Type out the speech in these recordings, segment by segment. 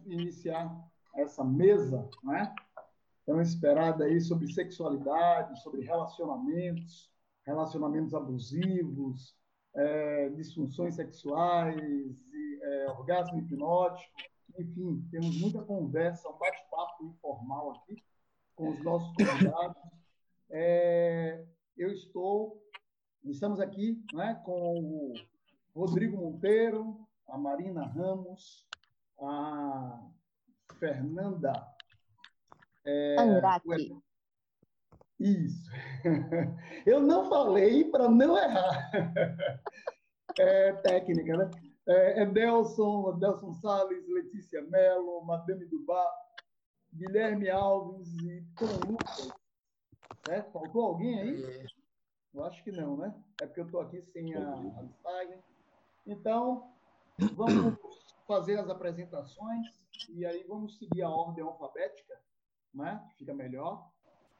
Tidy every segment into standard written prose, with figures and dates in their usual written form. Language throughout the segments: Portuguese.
iniciar essa mesa, né, tão esperada aí sobre sexualidade, sobre relacionamentos, relacionamentos abusivos, disfunções sexuais, orgasmo hipnótico, enfim, temos muita conversa, um bate-papo informal aqui com os nossos convidados. Estamos aqui, né, com o Rodrigo Monteiro, a Marina Ramos, a Fernanda. Andrade. Isso. Eu não falei para não errar. Técnica, né? Delson Salles, Letícia Mello, Madame Dubá, Guilherme Alves e Tom Lucas. Certo? Faltou alguém aí? Eu acho que não, né? É porque eu estou aqui sem a listagem. Então, vamos fazer as apresentações e aí vamos seguir a ordem alfabética, né? Que fica melhor.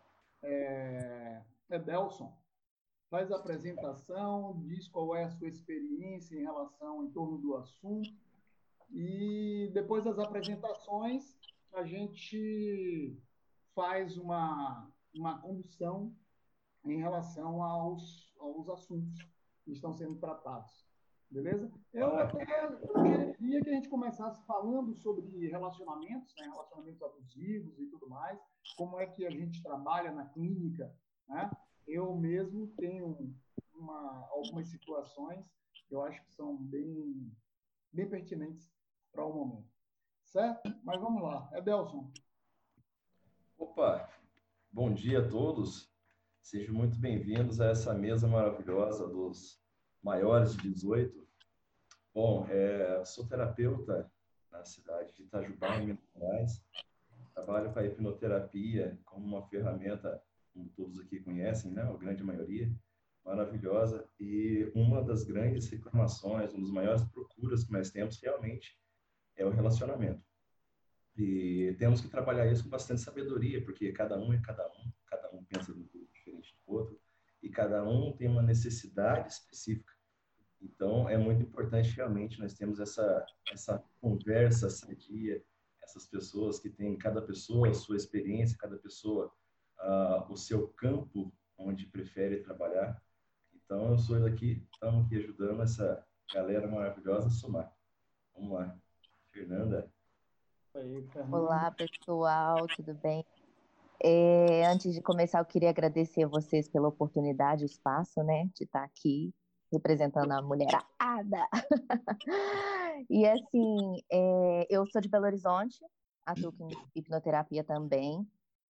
Delson, faz a apresentação, diz qual é a sua experiência em relação em torno do assunto e depois das apresentações a gente faz uma condução em relação aos assuntos que estão sendo tratados. Beleza? Eu até sugeriria que a gente começasse falando sobre relacionamentos, né? Relacionamentos abusivos e tudo mais, como é que a gente trabalha na clínica, né? Eu mesmo tenho algumas situações que eu acho que são bem pertinentes para o momento. Certo? Mas vamos lá. Delson. Opa, bom dia a todos. Sejam muito bem-vindos a essa mesa maravilhosa dos maiores de 18. Bom, sou terapeuta na cidade de Itajubá, em Minas Gerais. Trabalho com a hipnoterapia como uma ferramenta, como todos aqui conhecem, né? A grande maioria, maravilhosa. E uma das grandes reclamações, uma das maiores procuras que nós temos realmente é o relacionamento. E temos que trabalhar isso com bastante sabedoria, porque cada um é cada um pensa de um jeito diferente do outro, e cada um tem uma necessidade específica. Então, é muito importante realmente nós temos essa conversa sadia, essas pessoas que têm, cada pessoa a sua experiência, cada pessoa o seu campo onde prefere trabalhar. Então, estamos aqui ajudando essa galera maravilhosa a somar. Vamos lá. Fernanda. Olá, pessoal, tudo bem? Antes de começar, eu queria agradecer a vocês pela oportunidade, o espaço, né, de estar aqui representando a mulherada. E assim, eu sou de Belo Horizonte, atuo em hipnoterapia também.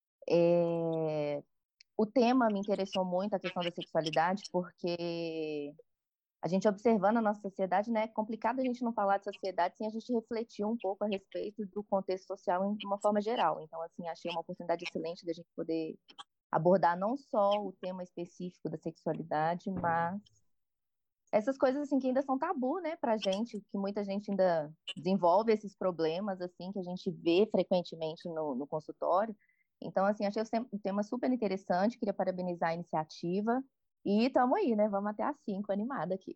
O tema me interessou muito, a questão da sexualidade, porque a gente observando a nossa sociedade, né, é complicado a gente não falar de sociedade sem a gente refletir um pouco a respeito do contexto social de uma forma geral. Então, assim, achei uma oportunidade excelente da gente poder abordar não só o tema específico da sexualidade, mas essas coisas, assim, que ainda são tabu, né, pra gente, que muita gente ainda desenvolve esses problemas, assim, que a gente vê frequentemente no consultório. Então, assim, achei o tema super interessante, queria parabenizar a iniciativa. E estamos aí, né? Vamos até às 5, animada aqui.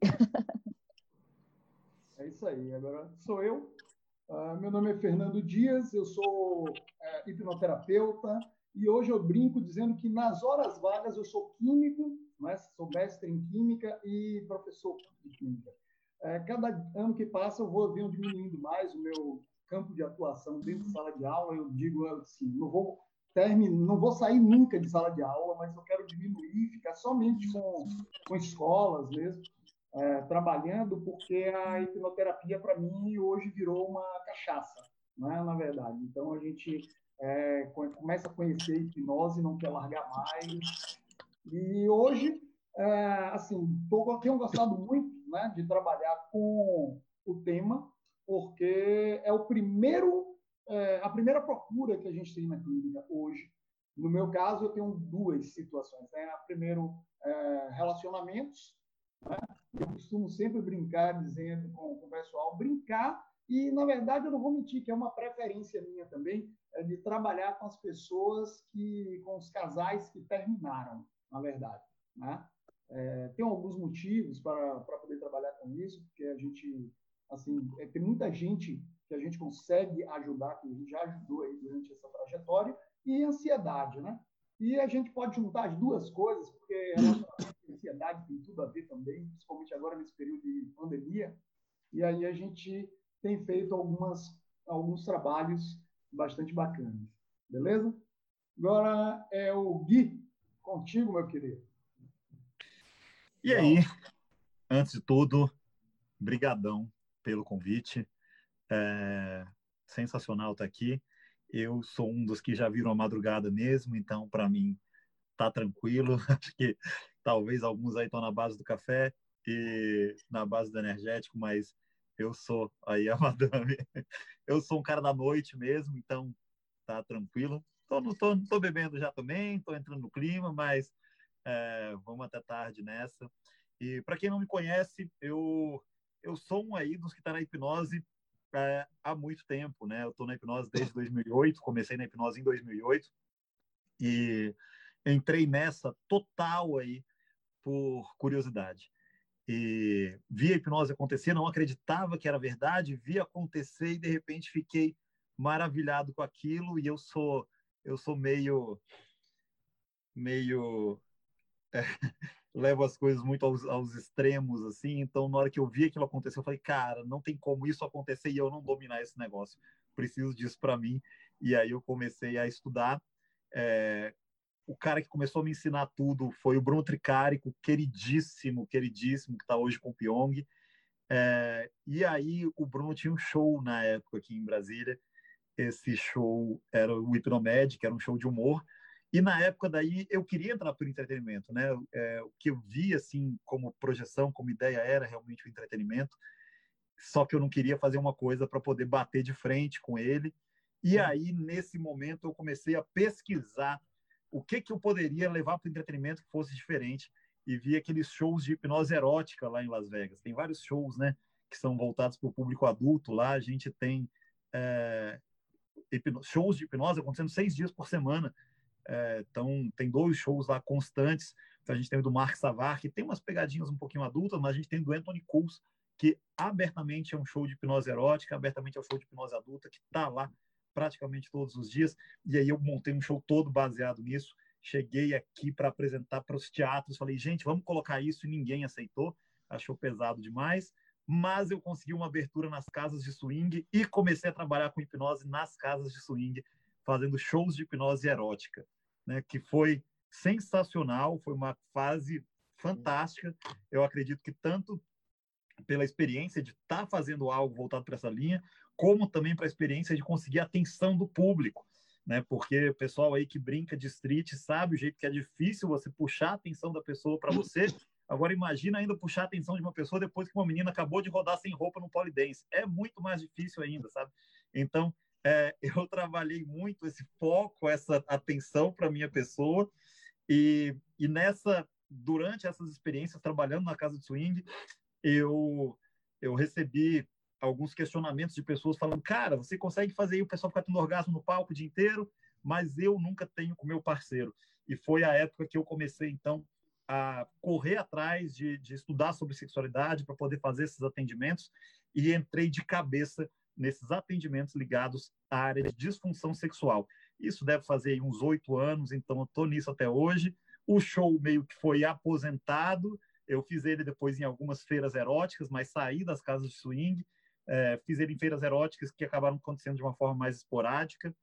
É isso aí. Agora sou eu. Meu nome é Fernando Dias, eu sou hipnoterapeuta e hoje eu brinco dizendo que nas horas vagas eu sou químico, né? Sou mestre em química e professor de química. Cada ano que passa eu venho diminuindo mais o meu campo de atuação dentro de sala de aula. Eu digo assim, não vou sair nunca de sala de aula, mas eu quero diminuir, ficar somente com escolas mesmo, trabalhando, porque a hipnoterapia, para mim, hoje virou uma cachaça, né, na verdade. Então, a gente começa a conhecer a hipnose, não quer largar mais. E hoje, assim, tenho gostado muito, né, de trabalhar com o tema, porque é a primeira procura que a gente tem na clínica hoje. No meu caso, eu tenho duas situações. Primeiro, relacionamentos. Eu costumo sempre brincar, dizendo com o pessoal, brincar, e, na verdade, eu não vou mentir, que é uma preferência minha também, de trabalhar com as pessoas, com os casais que terminaram, na verdade, né? Tem alguns motivos para poder trabalhar com isso, porque a gente, assim, tem muita gente que que a gente consegue ajudar, que a gente já ajudou aí durante essa trajetória, e ansiedade, né? E a gente pode juntar as duas coisas, porque relacionamento e ansiedade tem tudo a ver também, principalmente agora nesse período de pandemia. E aí a gente tem feito alguns trabalhos bastante bacanas. Beleza? Agora é o Gui, contigo, meu querido. E aí, antes de tudo, brigadão pelo convite. Sensacional estar aqui. Eu sou um dos que já viram a madrugada mesmo, então, para mim, tá tranquilo. Acho que talvez alguns aí estão na base do café e na base do energético, mas eu sou aí a madame. Eu sou um cara da noite mesmo, então tá tranquilo. Tô bebendo já também, tô entrando no clima, mas vamos até tarde nessa. E para quem não me conhece, eu sou um aí dos que está na hipnose há muito tempo, né? Eu estou na hipnose desde 2008, comecei na hipnose em 2008 e entrei nessa total aí por curiosidade. E vi a hipnose acontecer, não acreditava que era verdade, vi acontecer e de repente fiquei maravilhado com aquilo. E eu sou meio levo as coisas muito aos extremos, assim. Então, na hora que eu vi aquilo acontecer, eu falei, cara, não tem como isso acontecer e eu não dominar esse negócio. Preciso disso para mim. E aí eu comecei a estudar. O cara que começou a me ensinar tudo foi o Bruno Tricarico, queridíssimo, que está hoje com o Pyong. E aí o Bruno tinha um show na época aqui em Brasília. Esse show era o Hipnomed, que era um show de humor. E na época daí eu queria entrar por entretenimento, né? O que eu via assim como projeção, como ideia era realmente o entretenimento. Só que eu não queria fazer uma coisa para poder bater de frente com ele. E aí nesse momento eu comecei a pesquisar o que eu poderia levar para o entretenimento que fosse diferente e vi aqueles shows de hipnose erótica lá em Las Vegas. Tem vários shows, né, que são voltados para o público adulto. Lá a gente tem shows de hipnose acontecendo 6 dias por semana. Então, tem 2 shows lá constantes. Então, a gente tem o do Mark Savar, que tem umas pegadinhas um pouquinho adultas, mas a gente tem do Anthony Coles, que abertamente é um show de hipnose erótica, abertamente é um show de hipnose adulta, que está lá praticamente todos os dias. E aí eu montei um show todo baseado nisso. Cheguei aqui para apresentar para os teatros, falei, gente, vamos colocar isso, e ninguém aceitou, achou pesado demais. Mas eu consegui uma abertura nas casas de swing e comecei a trabalhar com hipnose nas casas de swing, fazendo shows de hipnose erótica, né, que foi sensacional, foi uma fase fantástica. Eu acredito que tanto pela experiência de estar fazendo algo voltado para essa linha, como também para a experiência de conseguir a atenção do público, né? Porque o pessoal aí que brinca de street sabe o jeito que é difícil você puxar a atenção da pessoa para você. Agora imagina ainda puxar a atenção de uma pessoa depois que uma menina acabou de rodar sem roupa no polidense. É muito mais difícil ainda, sabe? Então, eu trabalhei muito esse foco, essa atenção para minha pessoa e durante essas experiências trabalhando na casa de swing, eu recebi alguns questionamentos de pessoas falando, cara, você consegue fazer aí o pessoal ficar tendo orgasmo no palco o dia inteiro, mas eu nunca tenho com meu parceiro. E foi a época que eu comecei, então, a correr atrás de estudar sobre sexualidade para poder fazer esses atendimentos e entrei de cabeça nesses atendimentos ligados à área de disfunção sexual. Isso deve fazer uns 8 anos, então eu estou nisso até hoje. O show meio que foi aposentado, eu fiz ele depois em algumas feiras eróticas, mas saí das casas de swing, fiz ele em feiras eróticas que acabaram acontecendo de uma forma mais esporádica,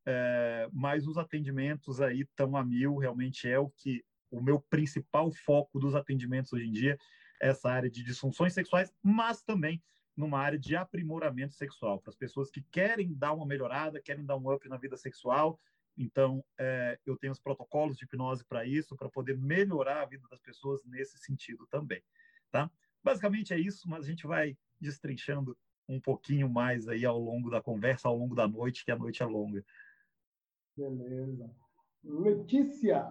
mas os atendimentos aí estão a mil, realmente é o meu principal foco dos atendimentos hoje em dia, essa área de disfunções sexuais, mas também numa área de aprimoramento sexual, para as pessoas que querem dar uma melhorada, querem dar um up na vida sexual. Então, eu tenho os protocolos de hipnose para isso, para poder melhorar a vida das pessoas nesse sentido também, tá? Basicamente é isso, mas a gente vai destrinchando um pouquinho mais aí ao longo da conversa, ao longo da noite, que a noite é longa. Beleza. Letícia.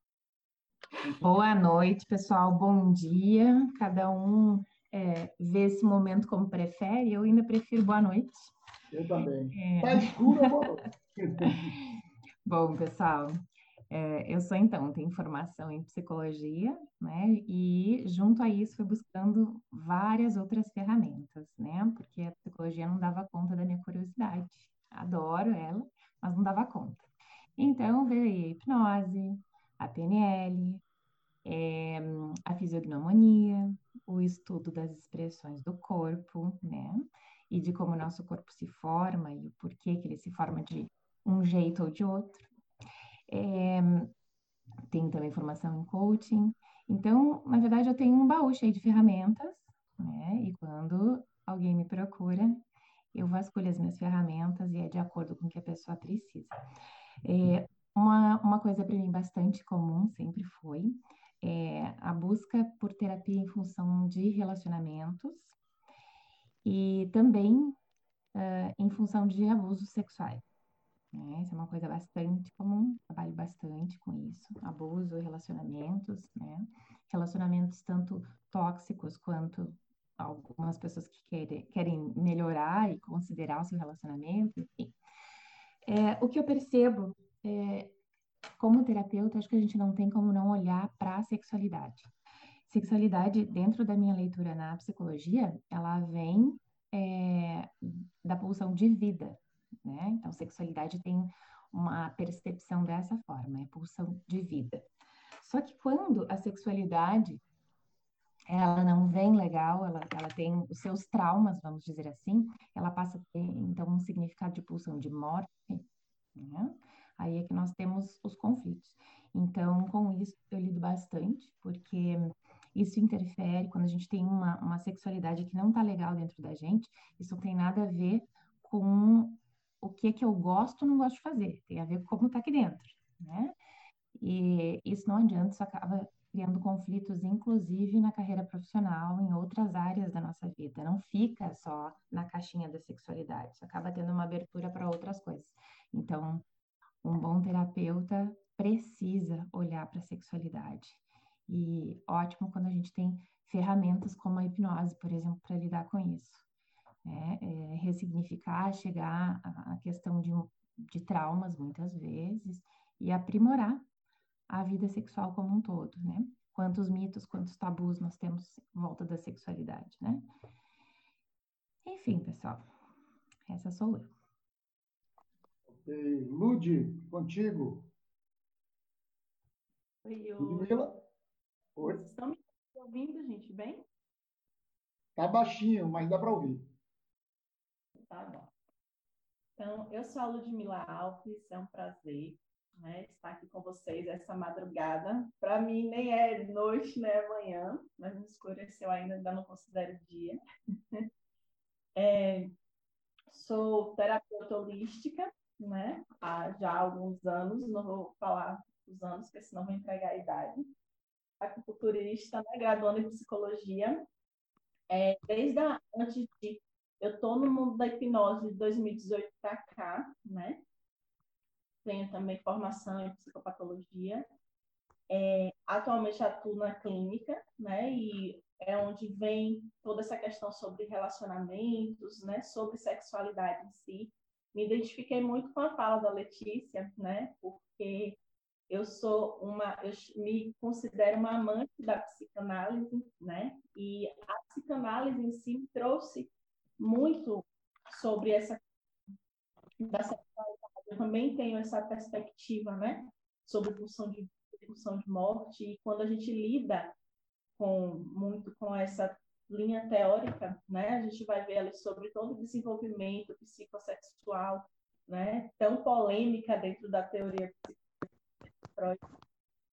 Boa noite, pessoal. Bom dia. Cada um vê esse momento como prefere. Eu ainda prefiro boa noite. Eu também. Tá escuro, boa noite. Bom, pessoal, Eu sou, então, tenho formação em psicologia, né? E junto a isso fui buscando várias outras ferramentas, né? Porque a psicologia não dava conta da minha curiosidade. Adoro ela, mas não dava conta. Então veio aí a hipnose, a PNL, a fisiognomonia, o estudo das expressões do corpo, né? E de como o nosso corpo se forma e o porquê que ele se forma de um jeito ou de outro. Tenho também formação em coaching. Então, na verdade, eu tenho um baú cheio de ferramentas, né? E quando alguém me procura, eu vasculho as minhas ferramentas e é de acordo com o que a pessoa precisa. Uma coisa para mim bastante comum sempre foi a busca por terapia em função de relacionamentos e também em função de abusos sexuais. Né? Isso é uma coisa bastante comum, trabalho bastante com isso, abuso, relacionamentos, né? Relacionamentos tanto tóxicos quanto algumas pessoas que querem melhorar e considerar o seu relacionamento, enfim. O que eu percebo, como terapeuta, acho que a gente não tem como não olhar para a sexualidade. Sexualidade, dentro da minha leitura na psicologia, ela vem da pulsão de vida, né? Então, sexualidade tem uma percepção dessa forma, é pulsão de vida. Só que quando a sexualidade ela não vem legal, ela tem os seus traumas, vamos dizer assim, ela passa a ter, então, um significado de pulsão de morte, né? Aí é que nós temos os conflitos. Então, com isso, eu lido bastante, porque isso interfere quando a gente tem uma sexualidade que não está legal dentro da gente, isso não tem nada a ver com o que eu gosto ou não gosto de fazer, tem a ver com como está aqui dentro, né? E isso não adianta, isso acaba criando conflitos, inclusive na carreira profissional, em outras áreas da nossa vida. Não fica só na caixinha da sexualidade, isso acaba tendo uma abertura para outras coisas. Então, um bom terapeuta precisa olhar para a sexualidade. E ótimo quando a gente tem ferramentas como a hipnose, por exemplo, para lidar com isso. Né? Ressignificar, chegar à questão de traumas, muitas vezes, e aprimorar a vida sexual como um todo, né? Quantos mitos, quantos tabus nós temos em volta da sexualidade, né? Enfim, pessoal, essa sou eu. Lude, contigo. Oi, oi. Ludmila? Oi. Vocês estão me ouvindo, gente, bem? Tá baixinho, mas dá para ouvir. Tá bom. Então, eu sou a Ludmila Alves, é um prazer, né, estar aqui com vocês essa madrugada. Para mim, nem é noite, nem é manhã, mas não escureceu ainda não considero dia. Sou terapeuta holística, né, há já alguns anos, não vou falar os anos, porque senão vou entregar a idade. Acupunturista, né, graduando em psicologia. Antes de eu estou no mundo da hipnose de 2018 para cá, né? Tenho também formação em psicopatologia. Atualmente atuo na clínica, né? E é onde vem toda essa questão sobre relacionamentos, né? Sobre sexualidade em si. Me identifiquei muito com a fala da Letícia, né? Porque eu me considero uma amante da psicanálise, né? E a psicanálise em si me trouxe muito sobre essa da sexualidade. Eu também tenho essa perspectiva, né? Sobre pulsão de morte, e quando a gente lida muito com essa linha teórica, né? A gente vai ver ali sobre todo o desenvolvimento psicossexual, né? Tão polêmica dentro da teoria psicológica,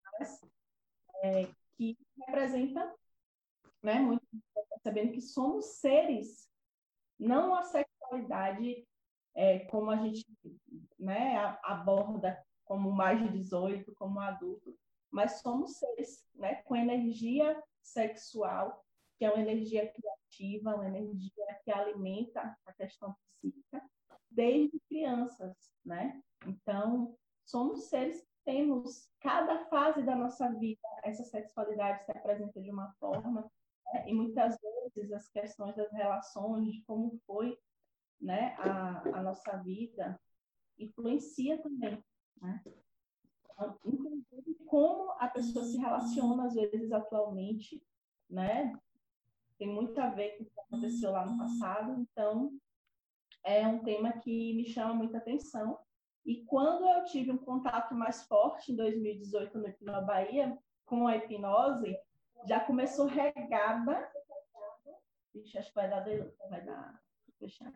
que representa, né, muito percebendo que somos seres, não a sexualidade como a gente, né, aborda como mais de 18, como adulto, mas somos seres, né, com energia sexual, que é uma energia criativa, uma energia que alimenta a questão psíquica desde crianças, né? Então, somos seres que temos, cada fase da nossa vida, essa sexualidade se apresenta de uma forma, né? E muitas vezes as questões das relações, de como foi, né, a nossa vida, influencia também, né? inclusive como a pessoa se relaciona, às vezes, atualmente, né? Tem muito a ver com o que aconteceu lá no passado, então é um tema que me chama muita atenção. E quando eu tive um contato mais forte, em 2018, no Hipnobahia, com a hipnose, já começou regada. Ixi, acho que vai dar. Vai dar. Deixa.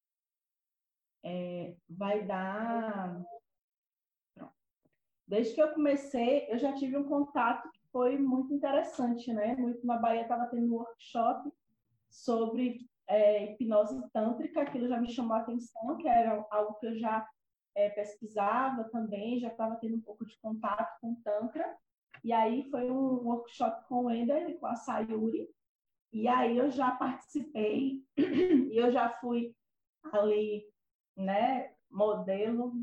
Vai dar. Pronto. Desde que eu comecei, eu já tive um contato que foi muito interessante, né? No Hipnobahia estava tendo um workshop sobre hipnose tântrica, aquilo já me chamou a atenção, que era algo que eu já pesquisava também, já estava tendo um pouco de contato com o Tantra. E aí foi um workshop com o Ender e com a Sayuri. E aí eu já participei e eu já fui ali, né, modelo.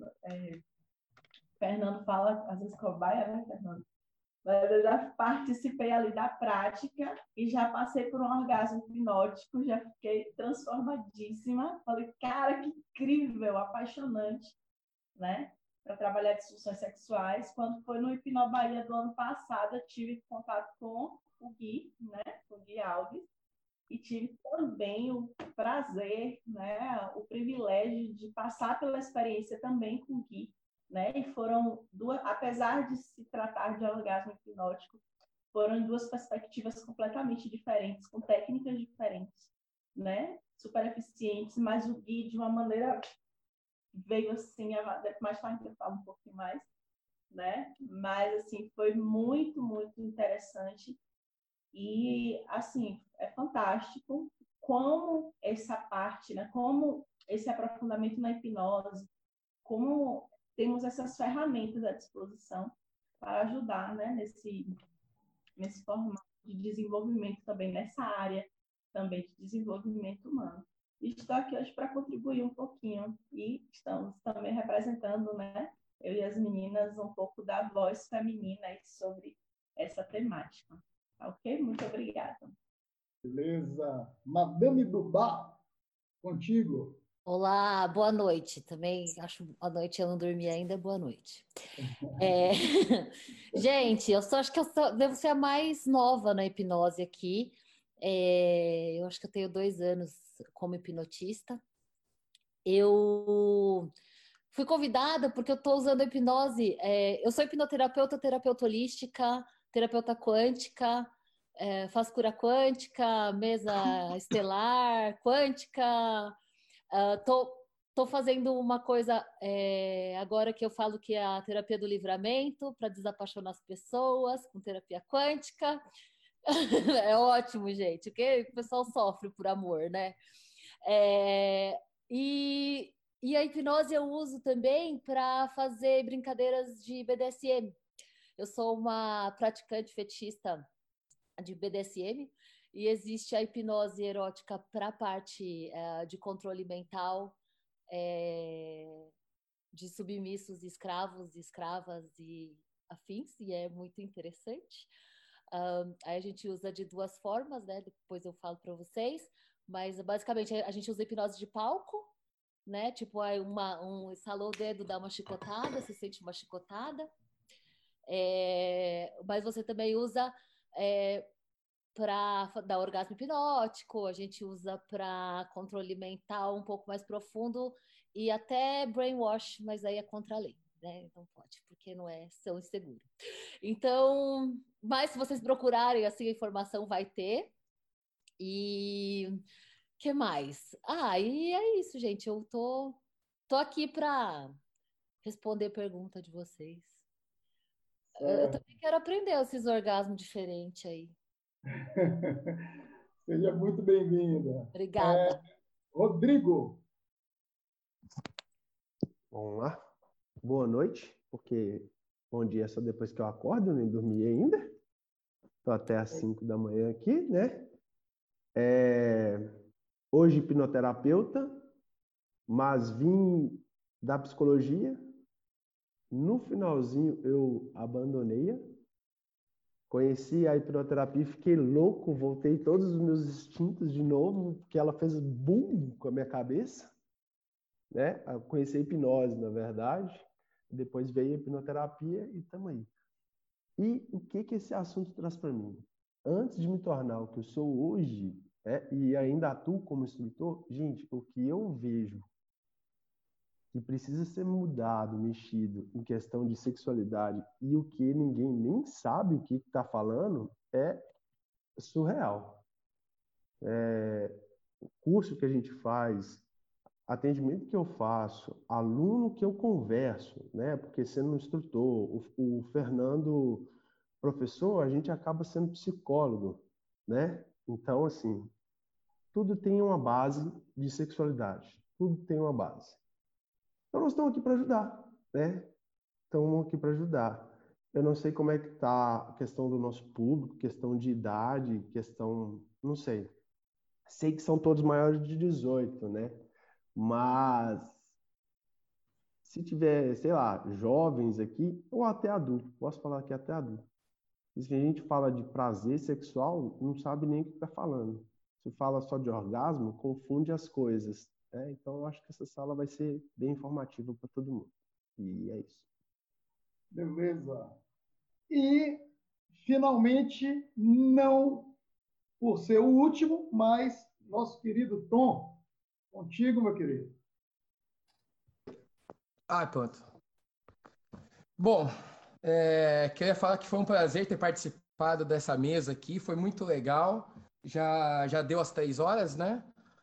Fernando fala, às vezes, cobaia, né, Fernando? Mas eu já participei ali da prática e já passei por um orgasmo hipnótico, já fiquei transformadíssima. Falei, cara, que incrível, apaixonante, né? Para trabalhar disfunções sexuais. Quando foi no Hipnobahia do ano passado, eu tive contato com o Gui, né? O Gui Alves, e tive também o prazer, né? O privilégio de passar pela experiência também com o Gui, né? E foram duas, apesar de se tratar de orgasmo hipnótico, foram duas perspectivas completamente diferentes, com técnicas diferentes, né? Super eficientes, mas o Gui, de uma maneira, veio assim, mais tarde eu falo um pouquinho mais, né? Mas, assim, foi muito, muito interessante e, assim, é fantástico como essa parte, né? Como esse aprofundamento na hipnose, como temos essas ferramentas à disposição para ajudar, né, nesse formato de desenvolvimento também, nessa área também de desenvolvimento humano. E estou aqui hoje para contribuir um pouquinho e estamos também representando, né, eu e as meninas, um pouco da voz feminina aí sobre essa temática. Ok? Muito obrigada. Beleza. Madame Dubá, contigo. Olá, boa noite. Também acho boa noite, eu não dormi ainda, boa noite. Gente, acho que devo ser a mais nova na hipnose aqui. Eu acho que eu tenho 2 anos como hipnotista. Eu fui convidada porque eu estou usando a hipnose. Eu sou hipnoterapeuta, terapeuta holística, terapeuta quântica, faço cura quântica, mesa estelar, quântica. Tô fazendo uma coisa agora que eu falo que é a terapia do livramento para desapaixonar as pessoas com terapia quântica. É ótimo, gente, porque o pessoal sofre por amor, né? E a hipnose eu uso também para fazer brincadeiras de BDSM. Eu sou uma praticante fetichista de BDSM e existe a hipnose erótica para a parte de controle mental, de submissos, escravos, escravas e afins, e é muito interessante. Aí a gente usa de 2 formas, né? Depois eu falo para vocês, mas basicamente a gente usa hipnose de palco, né? Tipo, aí estalou o dedo, dá uma chicotada, você sente uma chicotada. Mas você também usa para dar orgasmo hipnótico, a gente usa para controle mental um pouco mais profundo e até brainwash, mas aí é contra a lei, né? Não pode, porque não é tão inseguro. Então, mas se vocês procurarem, assim, a informação vai ter. E que mais? E é isso, gente. Eu tô aqui para responder pergunta de vocês. Eu também quero aprender esses orgasmos diferentes aí. Seja muito bem-vinda. Obrigada. Rodrigo. Vamos lá. Boa noite, porque bom dia é só depois que eu acordo, nem dormi ainda. Estou até às 5 da manhã aqui, né? Hoje hipnoterapeuta, mas vim da psicologia. No finalzinho eu abandonei-a. Conheci a hipnoterapia, fiquei louco, voltei todos os meus instintos de novo, porque ela fez boom com a minha cabeça, né? Eu conheci a hipnose, na verdade. depois veio a hipnoterapia e estamos aí. E o que esse assunto traz para mim? Antes de me tornar o que eu sou hoje, e ainda atuo como instrutor, gente, o que eu vejo que precisa ser mudado, mexido em questão de sexualidade e o que ninguém nem sabe o que está falando é surreal. O curso que a gente faz, atendimento que eu faço, aluno que eu converso, né? Porque sendo um instrutor, o Fernando, professor, a gente acaba sendo psicólogo, né? Então, assim, tudo tem uma base de sexualidade. Tudo tem uma base. Então, nós estamos aqui para ajudar, né? Estamos aqui para ajudar. Eu não sei como é que está a questão do nosso público, questão de idade, questão... Não sei. Sei que são todos maiores de 18, né? Mas se tiver, sei lá, jovens aqui, ou até adulto, posso falar que até adulto. E se a gente fala de prazer sexual, não sabe nem o que está falando. Se fala só de orgasmo, confunde as coisas. Né? Então, eu acho que essa sala vai ser bem informativa para todo mundo. E é isso. Beleza. E, finalmente, não por ser o último, mas nosso querido Tom. Contigo, meu querido. Pronto. Bom, queria falar que foi um prazer ter participado dessa mesa aqui, foi muito legal. Já deu as 3 horas, né?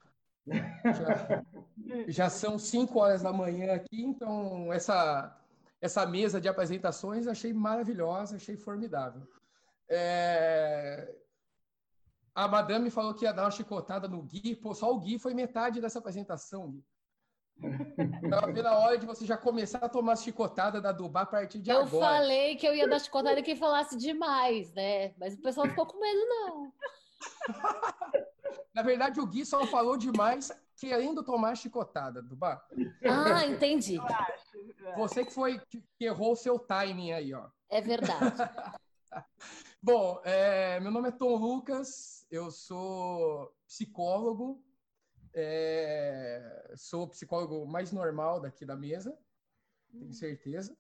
Já são 5 horas da manhã aqui, então essa mesa de apresentações achei maravilhosa, achei formidável. A madame falou que ia dar uma chicotada no Gui, pô, só o Gui foi metade dessa apresentação, Gui. Estava vendo a hora de você já começar a tomar chicotada da Dubá a partir de agora. Eu falei que eu ia dar chicotada quem falasse demais, né? Mas o pessoal ficou com medo, não. Na verdade, o Gui só falou demais querendo tomar chicotada, Dubá. Ah, entendi. Você que errou o seu timing aí, ó. É verdade. Bom, meu nome é Tom Lucas, eu sou psicólogo, sou o psicólogo mais normal daqui da mesa, tenho certeza.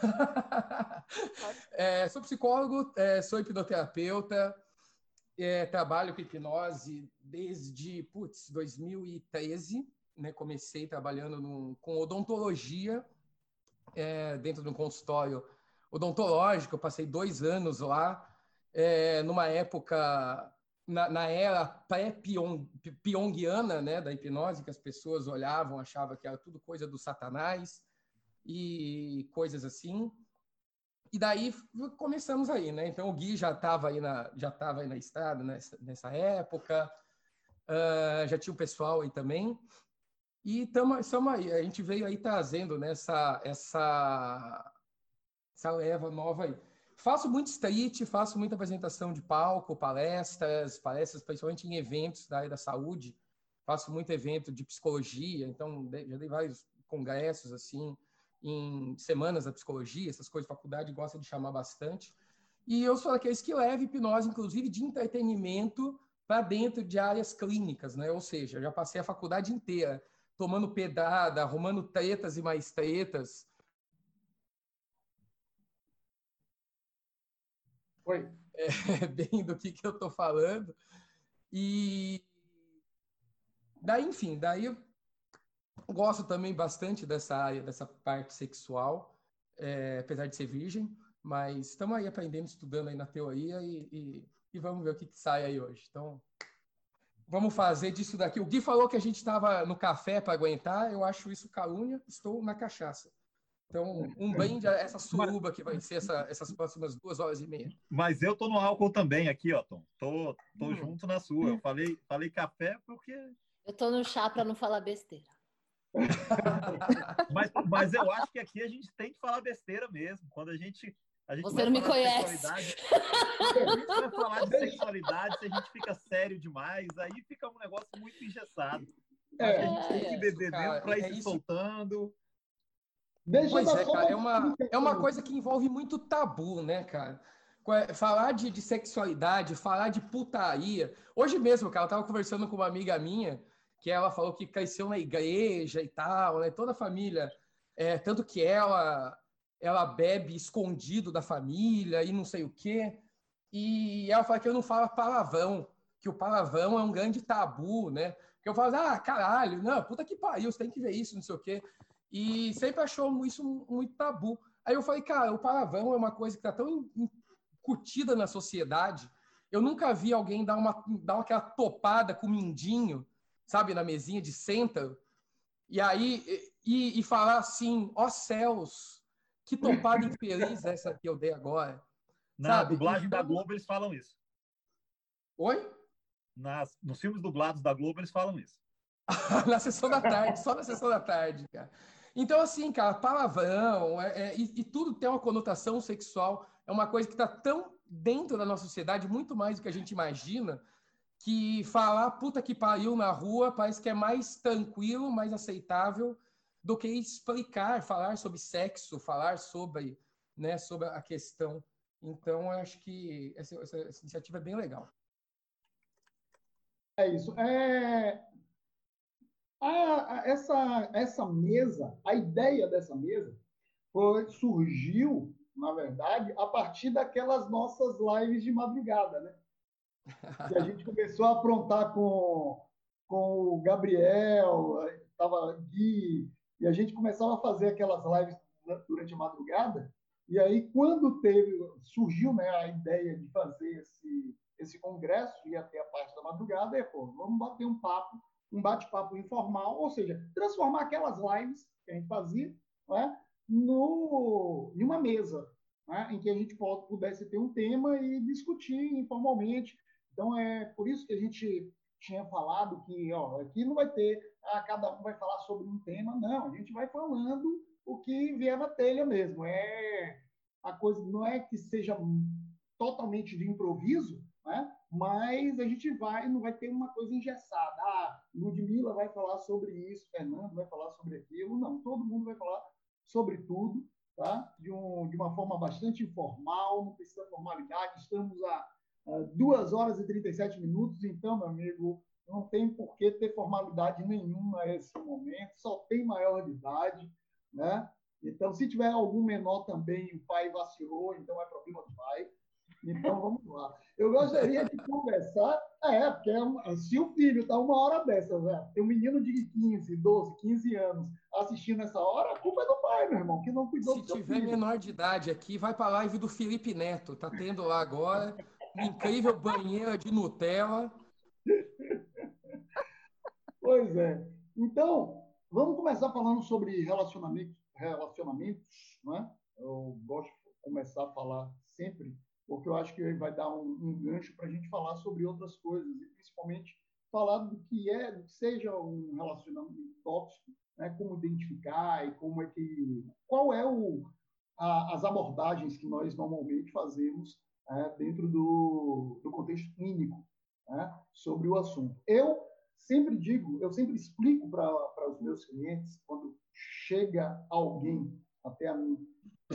Sou psicólogo, sou hipnoterapeuta, trabalho com hipnose desde 2013, né? Comecei trabalhando com odontologia, dentro de um consultório odontológico. Eu passei 2 anos lá, numa época, na era pré-pyongiana, né, da hipnose, que as pessoas olhavam, achavam que era tudo coisa do Satanás e coisas assim. E daí começamos aí, né? Então o Gui já estava aí na estrada nessa época, já tinha o pessoal aí também. E estamos aí, a gente veio aí trazendo, né, essa leva nova aí. Faço muito street, faço muita apresentação de palco, palestras principalmente em eventos da área da saúde. Faço muito evento de psicologia, então já dei vários congressos assim, em semanas da psicologia, essas coisas, faculdade gosta de chamar bastante. E eu sou daqueles que leva hipnose, inclusive de entretenimento, para dentro de áreas clínicas, né? Ou seja, já passei a faculdade inteira tomando pedrada, arrumando tretas e mais tretas. Oi. Bem do que eu estou falando. E daí, enfim, daí eu gosto também bastante dessa área, dessa parte sexual, apesar de ser virgem, mas estamos aí aprendendo, estudando aí na teoria e vamos ver o que sai aí hoje. Então, vamos fazer disso daqui. O Gui falou que a gente estava no café para aguentar, eu acho isso calúnia, estou na cachaça. Então, um brinde a essa suruba que vai ser essas próximas 2 horas e meia. Mas eu tô no álcool também aqui, ó, Tom. Tô junto na sua. Eu falei café porque... Eu tô no chá para não falar besteira. Mas eu acho que aqui a gente tem que falar besteira mesmo. Quando a gente Você não me conhece. A gente vai falar de sexualidade, se a gente fica sério demais, aí fica um negócio muito engessado. A gente tem que beber mesmo para ir se soltando. Pois é, cara, é uma coisa que envolve muito tabu, né, cara? Falar de sexualidade, falar de putaria. Hoje mesmo, cara, eu tava conversando com uma amiga minha, que ela falou que cresceu na igreja e tal, né? Toda a família, tanto que ela ela bebe escondido da família e não sei o quê. E ela fala que eu não falo palavrão, que o palavrão é um grande tabu, né? Que eu falo, caralho, não, puta que pariu, você tem que ver isso, não sei o quê. E sempre achou isso muito tabu. Aí eu falei, cara, o palavrão é uma coisa que tá tão incutida na sociedade. Eu nunca vi alguém dar aquela topada com o mindinho, sabe, na mesinha de senta, e aí e falar assim, ó céus, que topada infeliz essa que eu dei agora. Na sabe? dublagem da Globo eles falam isso. Oi? Nos filmes dublados da Globo eles falam isso. Na sessão da tarde, só na sessão da tarde, cara. Então, assim, cara, palavrão e tudo tem uma conotação sexual, é uma coisa que está tão dentro da nossa sociedade, muito mais do que a gente imagina, que falar puta que pariu na rua parece que é mais tranquilo, mais aceitável do que explicar, falar sobre sexo, falar sobre, né, sobre a questão. Então, eu acho que essa iniciativa é bem legal. É isso. Essa mesa, a ideia dessa mesa surgiu, na verdade, a partir daquelas nossas lives de madrugada, né? Que a gente começou a aprontar com o Gabriel, estava Gui, e a gente começava a fazer aquelas lives durante a madrugada. E aí, quando surgiu, né, a ideia de fazer esse congresso, ia ter a parte da madrugada, vamos bater um bate-papo informal, ou seja, transformar aquelas lives que a gente fazia, né, em uma mesa, né, em que a gente pudesse ter um tema e discutir informalmente. Então, é por isso que a gente tinha falado que aqui não vai ter, cada um vai falar sobre um tema, não, a gente vai falando o que vier na telha mesmo. A coisa não é que seja totalmente de improviso, né? Mas a gente não vai ter uma coisa engessada. Ludmila vai falar sobre isso, Fernando vai falar sobre aquilo. Não, todo mundo vai falar sobre tudo, tá? De uma forma bastante informal, não precisa de formalidade. Estamos a 2 horas e 37 minutos, então, meu amigo, não tem por que ter formalidade nenhuma nesse momento, só tem maior de idade, né? Então, se tiver algum menor também, o pai vacilou, então é problema do pai. Então, vamos lá. Eu gostaria de conversar, porque se o filho está 1 hora dessa, né? Tem um menino de 15, 12, 15 anos assistindo essa hora, a culpa é do pai, meu irmão, que não cuidou do seu filho. Se tiver menor de idade aqui, vai para a live do Felipe Neto, tá tendo lá agora, uma incrível banheira de Nutella. Pois é. Então, vamos começar falando sobre relacionamentos, né? Eu gosto de começar a falar sempre, porque eu acho que vai dar um gancho para a gente falar sobre outras coisas, e principalmente falar do que seja um relacionamento tóxico, né? Como identificar e qual é as abordagens que nós normalmente fazemos dentro do contexto clínico, né? Sobre o assunto. Eu sempre explico para os meus clientes, quando chega alguém até a mim,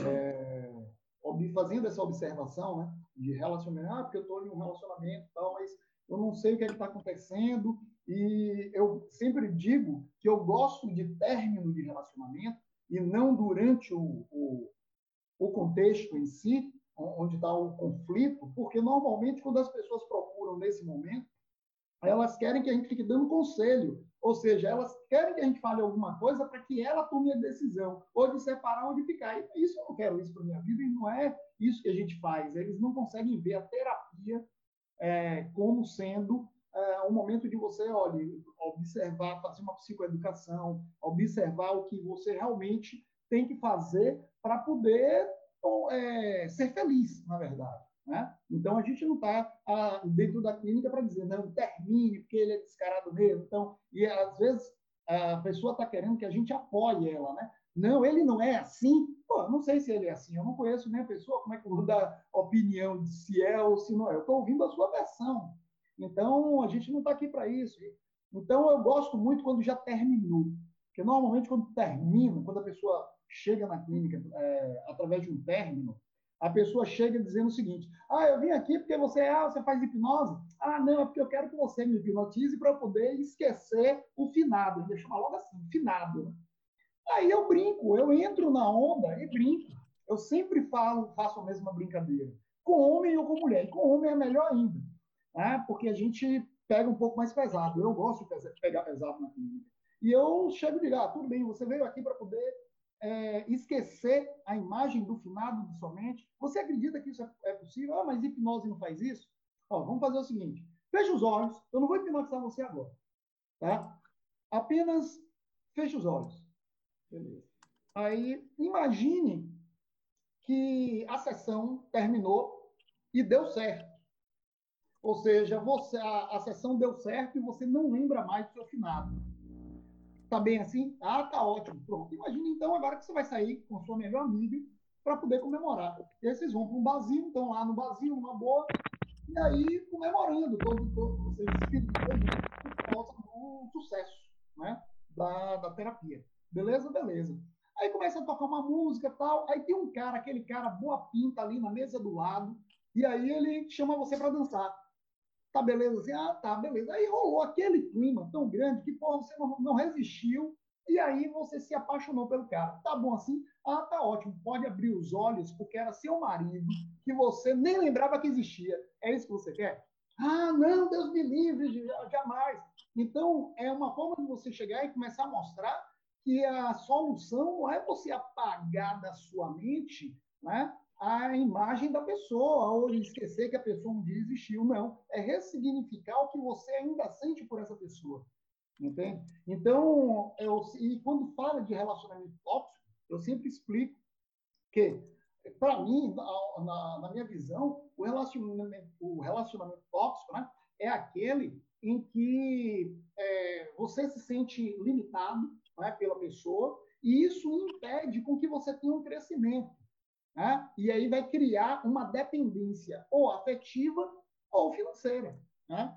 fazendo essa observação, né, de relacionamento, porque eu estou em um relacionamento e tal, mas eu não sei o que está acontecendo, e eu sempre digo que eu gosto de término de relacionamento e não durante o contexto em si, onde está o conflito, porque normalmente quando as pessoas procuram nesse momento, elas querem que a gente fique dando conselho, ou seja, elas querem que a gente fale alguma coisa para que ela tome a decisão, ou de separar ou de ficar. E isso eu não quero isso para minha vida, e não é isso que a gente faz. Eles não conseguem ver a terapia como sendo um momento de você, observar, fazer uma psicoeducação, observar o que você realmente tem que fazer para poder ser feliz, na verdade. Né? Então, a gente não está dentro da clínica para dizer, não, termine, porque ele é descarado mesmo. Então, e às vezes a pessoa está querendo que a gente apoie ela, né? Não, ele não é assim. Pô, não sei se ele é assim, eu não conheço nem a pessoa, como é que eu vou dar opinião de se é ou se não é? Eu estou ouvindo a sua versão. Então, a gente não está aqui para isso. Então, eu gosto muito quando já terminou. Porque, normalmente, quando termina, quando a pessoa chega na clínica através de um término, a pessoa chega dizendo o seguinte: eu vim aqui porque você faz hipnose? Não, é porque eu quero que você me hipnotize para eu poder esquecer o finado. Ele chama logo assim, finado. Né? Aí eu brinco, eu entro na onda e brinco. eu sempre faço a mesma brincadeira. Com homem ou com mulher. E com homem é melhor ainda, né? Porque a gente pega um pouco mais pesado. Eu gosto de pegar pesado na clínica. E eu chego e digo, tudo bem, você veio aqui para poder esquecer a imagem do finado de sua mente. Você acredita que isso é possível? Mas hipnose não faz isso? Vamos fazer o seguinte, feche os olhos, eu não vou hipnotizar você agora, tá? Apenas feche os olhos. Beleza. Aí, imagine que a sessão terminou e deu certo. Ou seja, a sessão deu certo e você não lembra mais do seu finado. Tá bem assim? Tá ótimo. Pronto. Imagina, então, agora que você vai sair com sua melhor amiga para poder comemorar. E aí vocês vão para um barzinho, estão lá no barzinho, numa boa, e aí comemorando vocês um sucesso, né, da terapia. Beleza? Beleza. Aí começa a tocar uma música e tal, aí tem um cara, aquele cara boa pinta ali na mesa do lado, e aí ele chama você para dançar. Tá beleza? Assim, tá, beleza. Aí rolou aquele clima tão grande que, pô, você não resistiu, e aí você se apaixonou pelo cara. Tá bom assim? Tá ótimo. Pode abrir os olhos, porque era seu marido, que você nem lembrava que existia. É isso que você quer? Não, Deus me livre, jamais. Então, é uma forma de você chegar e começar a mostrar que a solução não é você apagar da sua mente, né, a imagem da pessoa, ou esquecer que a pessoa um dia existiu. Não. É ressignificar o que você ainda sente por essa pessoa. Entende? Então, e quando fala de relacionamento tóxico, eu sempre explico que, para mim, na minha visão, o relacionamento tóxico, né, é aquele em que você se sente limitado, né, pela pessoa, e isso impede com que você tenha um crescimento. Né? E aí vai criar uma dependência ou afetiva ou financeira. Né?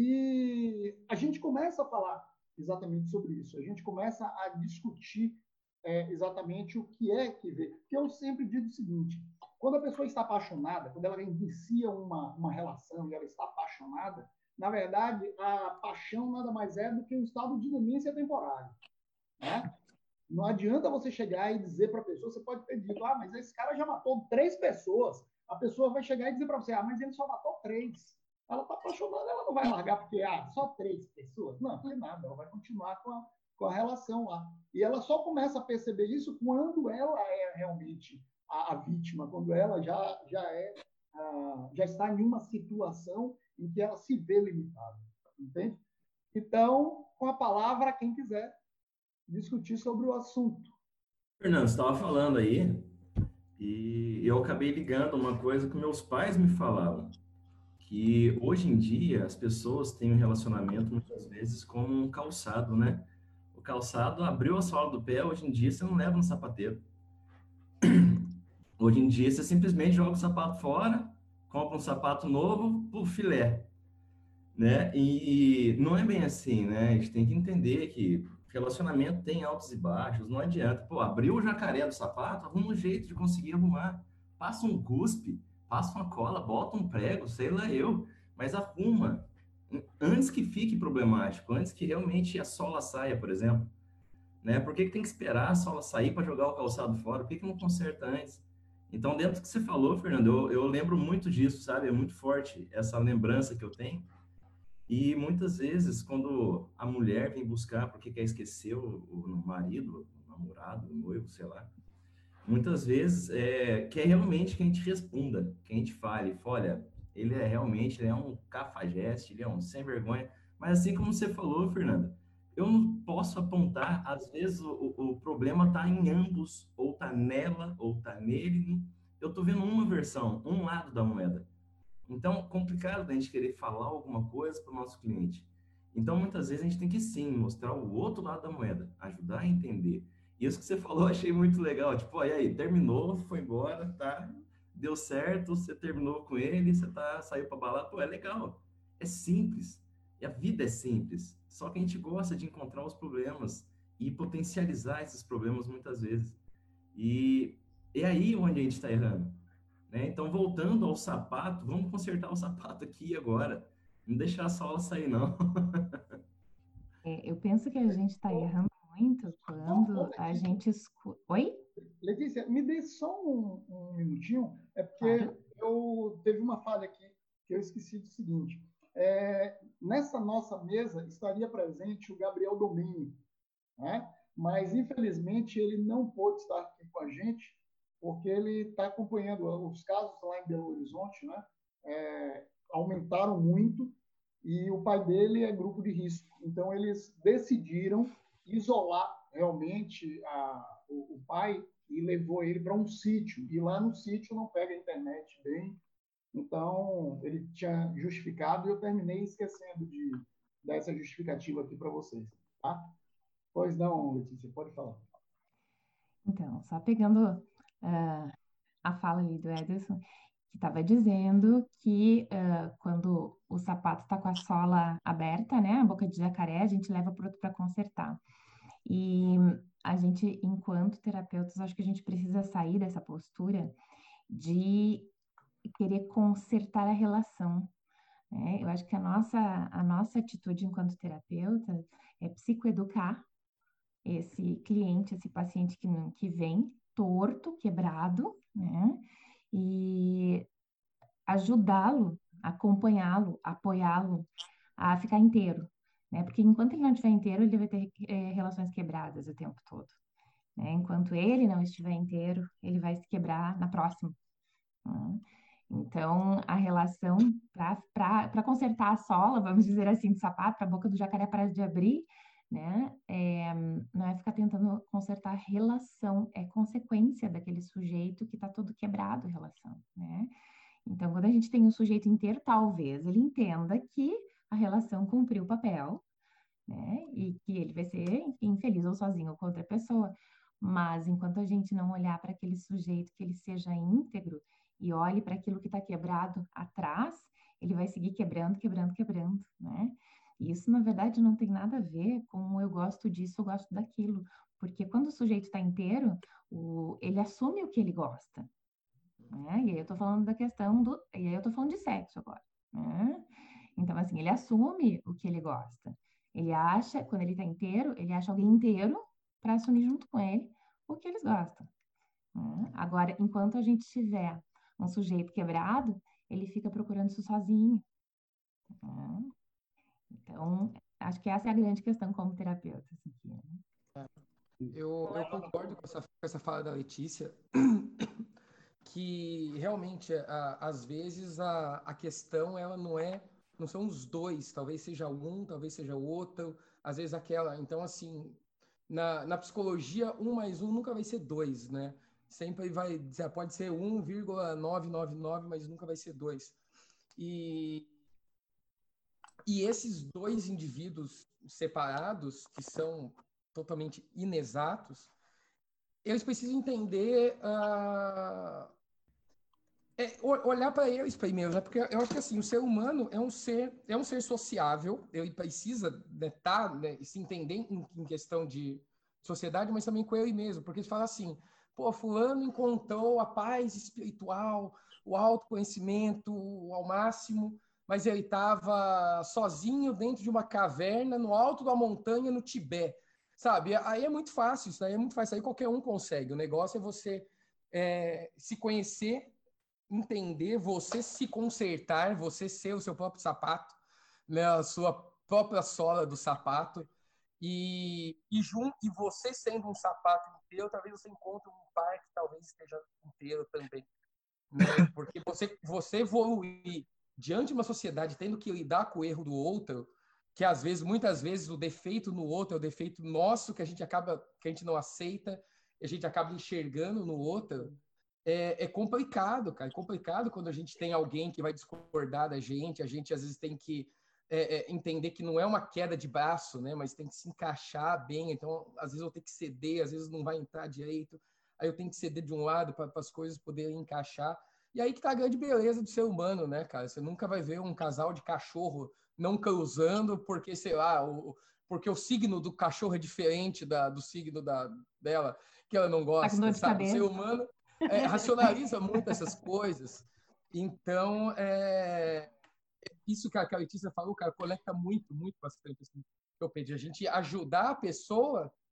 E a gente começa a falar exatamente sobre isso. A gente começa a discutir exatamente o que é que vê. Porque eu sempre digo o seguinte, quando a pessoa está apaixonada, quando ela inicia uma relação e ela está apaixonada, na verdade, a paixão nada mais é do que um estado de demência temporária. Né? Não adianta você chegar e dizer para a pessoa, você pode ter dito, mas esse cara já matou 3 pessoas. A pessoa vai chegar e dizer para você, mas ele só matou 3. Ela está apaixonada, ela não vai largar porque, só 3 pessoas. Não, não é nada, ela vai continuar com a relação lá. E ela só começa a perceber isso quando ela é realmente a vítima, quando ela já está em uma situação em que ela se vê limitada. Entende? Então, com a palavra, quem quiser discutir sobre o assunto. Fernando, você estava falando aí, e eu acabei ligando uma coisa que meus pais me falavam, que hoje em dia as pessoas têm um relacionamento muitas vezes com um calçado, né? O calçado abriu a sola do pé, hoje em dia você não leva no sapateiro. Hoje em dia você simplesmente joga o sapato fora, compra um sapato novo pro filé, né? E não é bem assim, né? A gente tem que entender que relacionamento tem altos e baixos, não adianta. Pô, abriu o jacaré do sapato, arruma um jeito de conseguir arrumar. Passa um cuspe, passa uma cola, bota um prego, sei lá eu, mas arruma. Antes que fique problemático, antes que realmente a sola saia, por exemplo. Né? Por que tem que esperar a sola sair para jogar o calçado fora? Por que não conserta antes? Então, dentro do que você falou, Fernando, eu lembro muito disso, sabe? É muito forte essa lembrança que eu tenho. E muitas vezes, quando a mulher vem buscar porque quer esquecer o marido, o namorado, o noivo, sei lá, muitas vezes quer realmente que a gente responda, que a gente fale, olha, ele é um cafajeste, ele é um sem vergonha. Mas assim como você falou, Fernanda, eu não posso apontar, às vezes o problema está em ambos, ou está nela, ou está nele. Eu estou vendo uma versão, um lado da moeda. Então, complicado da gente querer falar alguma coisa para o nosso cliente. Então, muitas vezes, a gente tem que, sim, mostrar o outro lado da moeda, ajudar a entender. E isso que você falou, eu achei muito legal. Tipo, e aí, terminou, foi embora, tá? Deu certo, você terminou com ele, saiu para balada. Pô, é legal. É simples. E a vida é simples. Só que a gente gosta de encontrar os problemas e potencializar esses problemas muitas vezes. E é aí onde a gente está errando. Né? Então, voltando ao sapato, vamos consertar o sapato aqui e agora. Não deixar a sola sair, não. Eu penso que a gente está errando muito quando a gente escuta... Oi? Letícia, me dê só um minutinho, é porque Claro. eu teve uma falha aqui que eu esqueci do seguinte. Nessa nossa mesa estaria presente o Gabriel Domínio, né? Mas, infelizmente, ele não pôde estar aqui com a gente, porque ele está acompanhando os casos lá em Belo Horizonte, né? Aumentaram muito, e o pai dele é grupo de risco. Então, eles decidiram isolar realmente o pai e levou ele para um sítio. E lá no sítio não pega a internet bem. Então, ele tinha justificado e eu terminei esquecendo de dar essa justificativa aqui para vocês. Tá? Pois não, Letícia, pode falar. Então, só pegando a fala ali do Ederson, que estava dizendo que quando o sapato está com a sola aberta, né, a boca de jacaré, a gente leva para outro para consertar. E a gente, enquanto terapeutas, acho que a gente precisa sair dessa postura de querer consertar a relação, né? Eu acho que a nossa atitude enquanto terapeuta é psicoeducar esse cliente, esse paciente que vem torto, quebrado, né? E ajudá-lo, acompanhá-lo, apoiá-lo a ficar inteiro, né? Porque enquanto ele não estiver inteiro, ele vai ter relações quebradas o tempo todo, né? Enquanto ele não estiver inteiro, ele vai se quebrar na próxima, né? Então, a relação para consertar a sola, vamos dizer assim, do sapato, para a boca do jacaré parar de abrir, né? Não é ficar tentando consertar a relação, é consequência daquele sujeito que está todo quebrado a relação, né? Então, quando a gente tem um sujeito inteiro, talvez ele entenda que a relação cumpriu o papel, né? E que ele vai ser, enfim, feliz ou sozinho ou com outra pessoa. Mas enquanto a gente não olhar para aquele sujeito que ele seja íntegro e olhe para aquilo que está quebrado atrás, ele vai seguir quebrando, quebrando, quebrando, né? E isso, na verdade, não tem nada a ver com eu gosto disso, eu gosto daquilo. Porque quando o sujeito está inteiro, ele assume o que ele gosta, né? E aí eu tô falando da questão do... E aí eu tô falando de sexo agora, né? Então, assim, ele assume o que ele gosta. Ele acha, quando ele tá inteiro, ele acha alguém inteiro para assumir junto com ele o que eles gostam, né? Agora, enquanto a gente tiver um sujeito quebrado, ele fica procurando isso sozinho, né? Então, acho que essa é a grande questão como terapeuta, assim, né? Eu concordo com essa fala da Letícia, que realmente, às vezes, a questão ela não são os dois, talvez seja um, talvez seja o outro, às vezes aquela. Então, assim, na psicologia, 1 mais 1 nunca vai ser 2, né? Sempre pode ser 1,999, mas nunca vai ser 2. E esses dois indivíduos separados, que são totalmente inexatos, eles precisam entender, olhar para eles primeiro, né? Porque eu acho que assim, o ser humano é um ser sociável, ele precisa, né, se entender em questão de sociedade, mas também com ele mesmo, porque ele fala assim, pô, fulano encontrou a paz espiritual, o autoconhecimento ao máximo, mas ele estava sozinho dentro de uma caverna no alto da montanha no Tibete, sabe? Aí é muito fácil, isso aí é muito fácil, aí qualquer um consegue. O negócio é você se conhecer, entender, você se consertar, você ser o seu próprio sapato, né, a sua própria sola do sapato, e você sendo um sapato inteiro, talvez você encontre um par que talvez esteja inteiro também, né? Porque você evoluir diante de uma sociedade tendo que lidar com o erro do outro, que muitas vezes o defeito no outro é o defeito nosso que a gente não aceita, a gente acaba enxergando no outro. É complicado, cara. É complicado quando a gente tem alguém que vai discordar da gente. A gente às vezes tem que entender que não é uma queda de braço, né? Mas tem que se encaixar bem. Então, às vezes eu tenho que ceder, às vezes não vai entrar direito. Aí eu tenho que ceder de um lado para as coisas poderem encaixar. E aí que tá a grande beleza do ser humano, né, cara? Você nunca vai ver um casal de cachorro não cruzando porque, sei lá, porque o signo do cachorro é diferente do signo dela, que ela não Tá com dor gosta, de sabe? O ser cabeça. humano racionaliza muito essas coisas. Então, isso que a Letícia falou, cara, conecta muito, muito bastante assim, que eu pedi. A gente ajudar a pessoa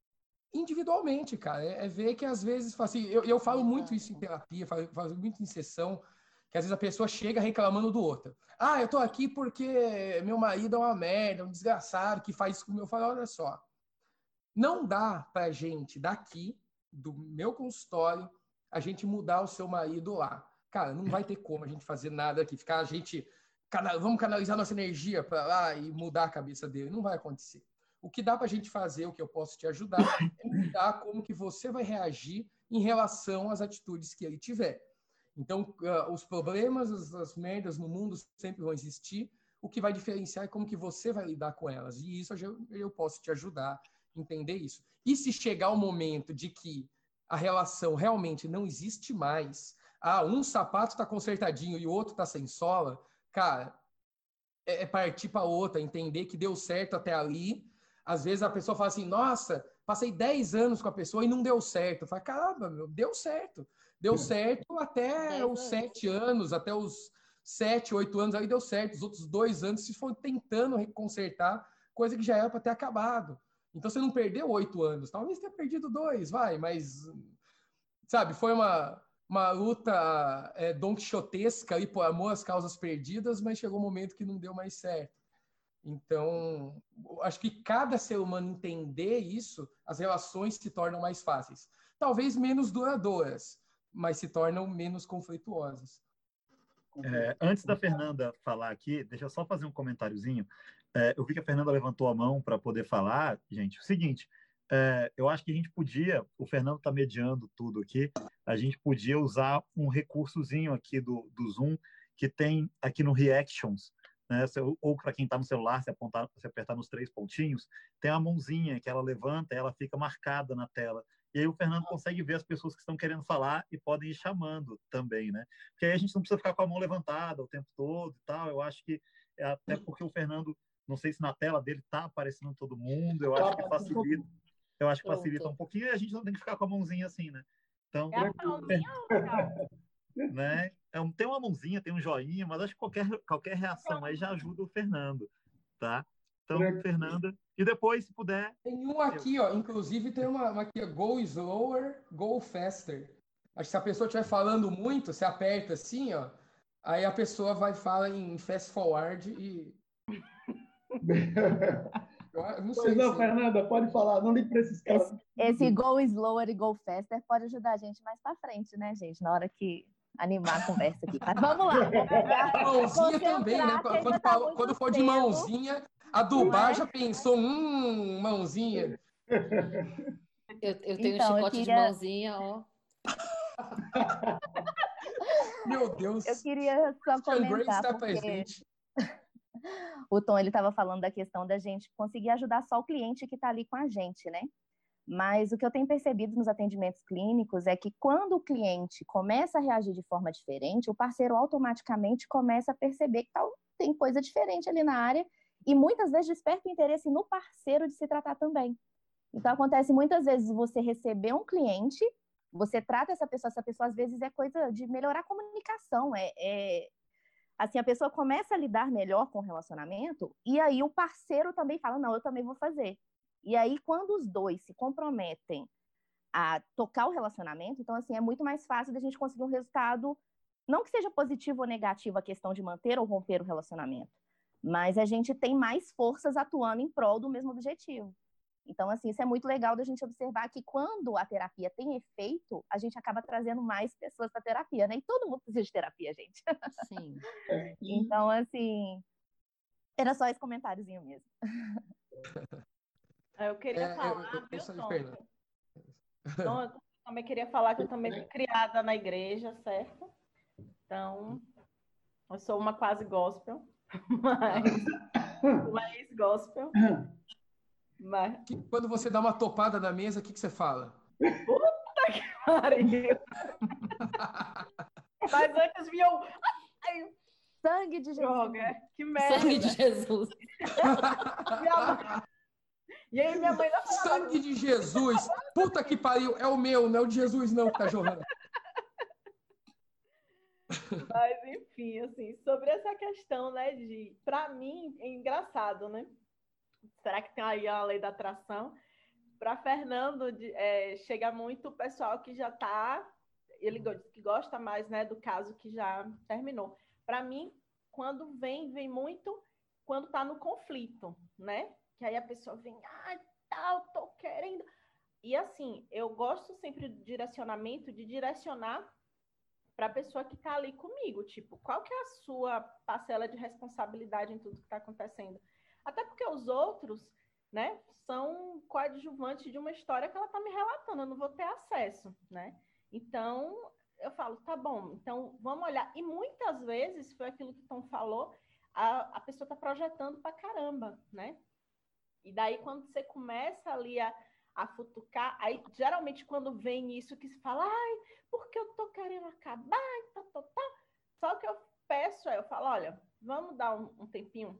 individualmente, cara. É ver que às vezes, assim, eu falo muito isso em terapia, falo muito em sessão, que às vezes a pessoa chega reclamando do outro. Ah, eu tô aqui porque meu marido é uma merda, um desgraçado, que faz isso comigo. Eu falo, olha só, não dá pra gente daqui, do meu consultório, a gente mudar o seu marido lá. Cara, não vai ter como a gente fazer nada aqui, ficar a gente... Vamos canalizar nossa energia para lá e mudar a cabeça dele. Não vai acontecer. O que dá para a gente fazer, o que eu posso te ajudar, é mudar como que você vai reagir em relação às atitudes que ele tiver. Então, os problemas, as merdas no mundo sempre vão existir. O que vai diferenciar é como que você vai lidar com elas. E isso eu posso te ajudar a entender isso. E se chegar o momento de que a relação realmente não existe mais, um sapato está consertadinho e o outro está sem sola, cara, é partir para outra, entender que deu certo até ali. Às vezes a pessoa fala assim, nossa, passei 10 anos com a pessoa e não deu certo. Fala, caramba, meu, deu certo. Deu certo até os 7 anos, até os 7, 8 anos, aí deu certo. Os outros 2 anos se for tentando consertar, coisa que já era para ter acabado. Então você não perdeu 8 anos, talvez tenha perdido 2, mas, sabe, foi uma luta Don Quixotesca aí por amor às causas perdidas, mas chegou um momento que não deu mais certo. Então, acho que cada ser humano entender isso, as relações se tornam mais fáceis. Talvez menos duradouras, mas se tornam menos conflituosas. Antes da Fernanda falar aqui, deixa eu só fazer um comentáriozinho. Eu vi que a Fernanda levantou a mão para poder falar. Gente, o seguinte, eu acho que a gente podia, o Fernando está mediando tudo aqui, a gente podia usar um recursozinho aqui do Zoom que tem aqui no Reactions, né? Ou para quem está no celular, se apertar nos 3 pontinhos, tem uma mãozinha que ela levanta e ela fica marcada na tela. E aí o Fernando consegue ver as pessoas que estão querendo falar e podem ir chamando também, né? Porque aí a gente não precisa ficar com a mão levantada o tempo todo e tal. Eu acho que, até porque o Fernando, não sei se na tela dele está aparecendo todo mundo, eu acho que facilita. Eu acho que facilita um pouquinho e a gente não tem que ficar com a mãozinha assim, né? Então, né? Tem uma mãozinha, tem um joinha, mas acho que qualquer reação aí já ajuda o Fernando, tá? Então, Fernanda, e depois, se puder... Tem um aqui, ó, inclusive tem uma aqui, go slower, go faster. Acho que se a pessoa estiver falando muito, você aperta assim, ó, aí a pessoa fala em fast forward e... Não sei não, Fernanda, pode falar, não ligue para esses caras. Esse go slower e go faster pode ajudar a gente mais para frente, né, gente? Na hora que animar a conversa aqui. Mas vamos lá. Mãozinha também, né? Quando for de mãozinha, a Dubá já pensou, mãozinha. Eu tenho um chicote de mãozinha, ó. Meu Deus. Eu queria só comentar, porque o Tom ele estava falando da questão da gente conseguir ajudar só o cliente que está ali com a gente, né? Mas o que eu tenho percebido nos atendimentos clínicos é que quando o cliente começa a reagir de forma diferente, o parceiro automaticamente começa a perceber que tem coisa diferente ali na área e muitas vezes desperta o interesse no parceiro de se tratar também. Então, acontece muitas vezes você receber um cliente, você trata essa pessoa às vezes é coisa de melhorar a comunicação, assim, a pessoa começa a lidar melhor com o relacionamento e aí o parceiro também fala, não, eu também vou fazer. E aí, quando os dois se comprometem a tocar o relacionamento, então, assim, é muito mais fácil da gente conseguir um resultado, não que seja positivo ou negativo a questão de manter ou romper o relacionamento, mas a gente tem mais forças atuando em prol do mesmo objetivo. Então, assim, isso é muito legal da gente observar que quando a terapia tem efeito, a gente acaba trazendo mais pessoas para a terapia, né? E todo mundo precisa de terapia, gente. Sim. Então, assim, era só esse comentáriozinho mesmo. Eu queria falar, Então, eu também queria falar que eu também fui criada na igreja, certo? Então, eu sou uma quase gospel, mas gospel. Mas... Quando você dá uma topada na mesa, o que você fala? Puta que pariu! Mas antes vinha um... Sangue de Jesus. Que merda! Sangue de Jesus. E aí minha mãe... Sangue de Jesus! Puta que pariu! É o meu, não é o de Jesus não que tá jorrando. Mas, enfim, assim, sobre essa questão, né, pra mim, é engraçado, né? Será que tem aí a lei da atração? para Fernando, chega muito o pessoal que já está, ele que gosta mais, né, do caso que já terminou. Para mim, quando vem muito quando está no conflito, né? Que aí a pessoa vem, tal, tô querendo. E assim, eu gosto sempre do direcionamento, de direcionar para a pessoa que está ali comigo, tipo, qual que é a sua parcela de responsabilidade em tudo que está acontecendo? Até porque os outros, né, são coadjuvantes de uma história que ela está me relatando, eu não vou ter acesso, né? Então, eu falo, tá bom, então vamos olhar. E muitas vezes, foi aquilo que o Tom falou, a pessoa está projetando para caramba, né? E daí, quando você começa ali a futucar, aí geralmente quando vem isso que se fala, porque eu tô querendo acabar, tá. Só que eu peço, eu falo, olha, vamos dar um tempinho.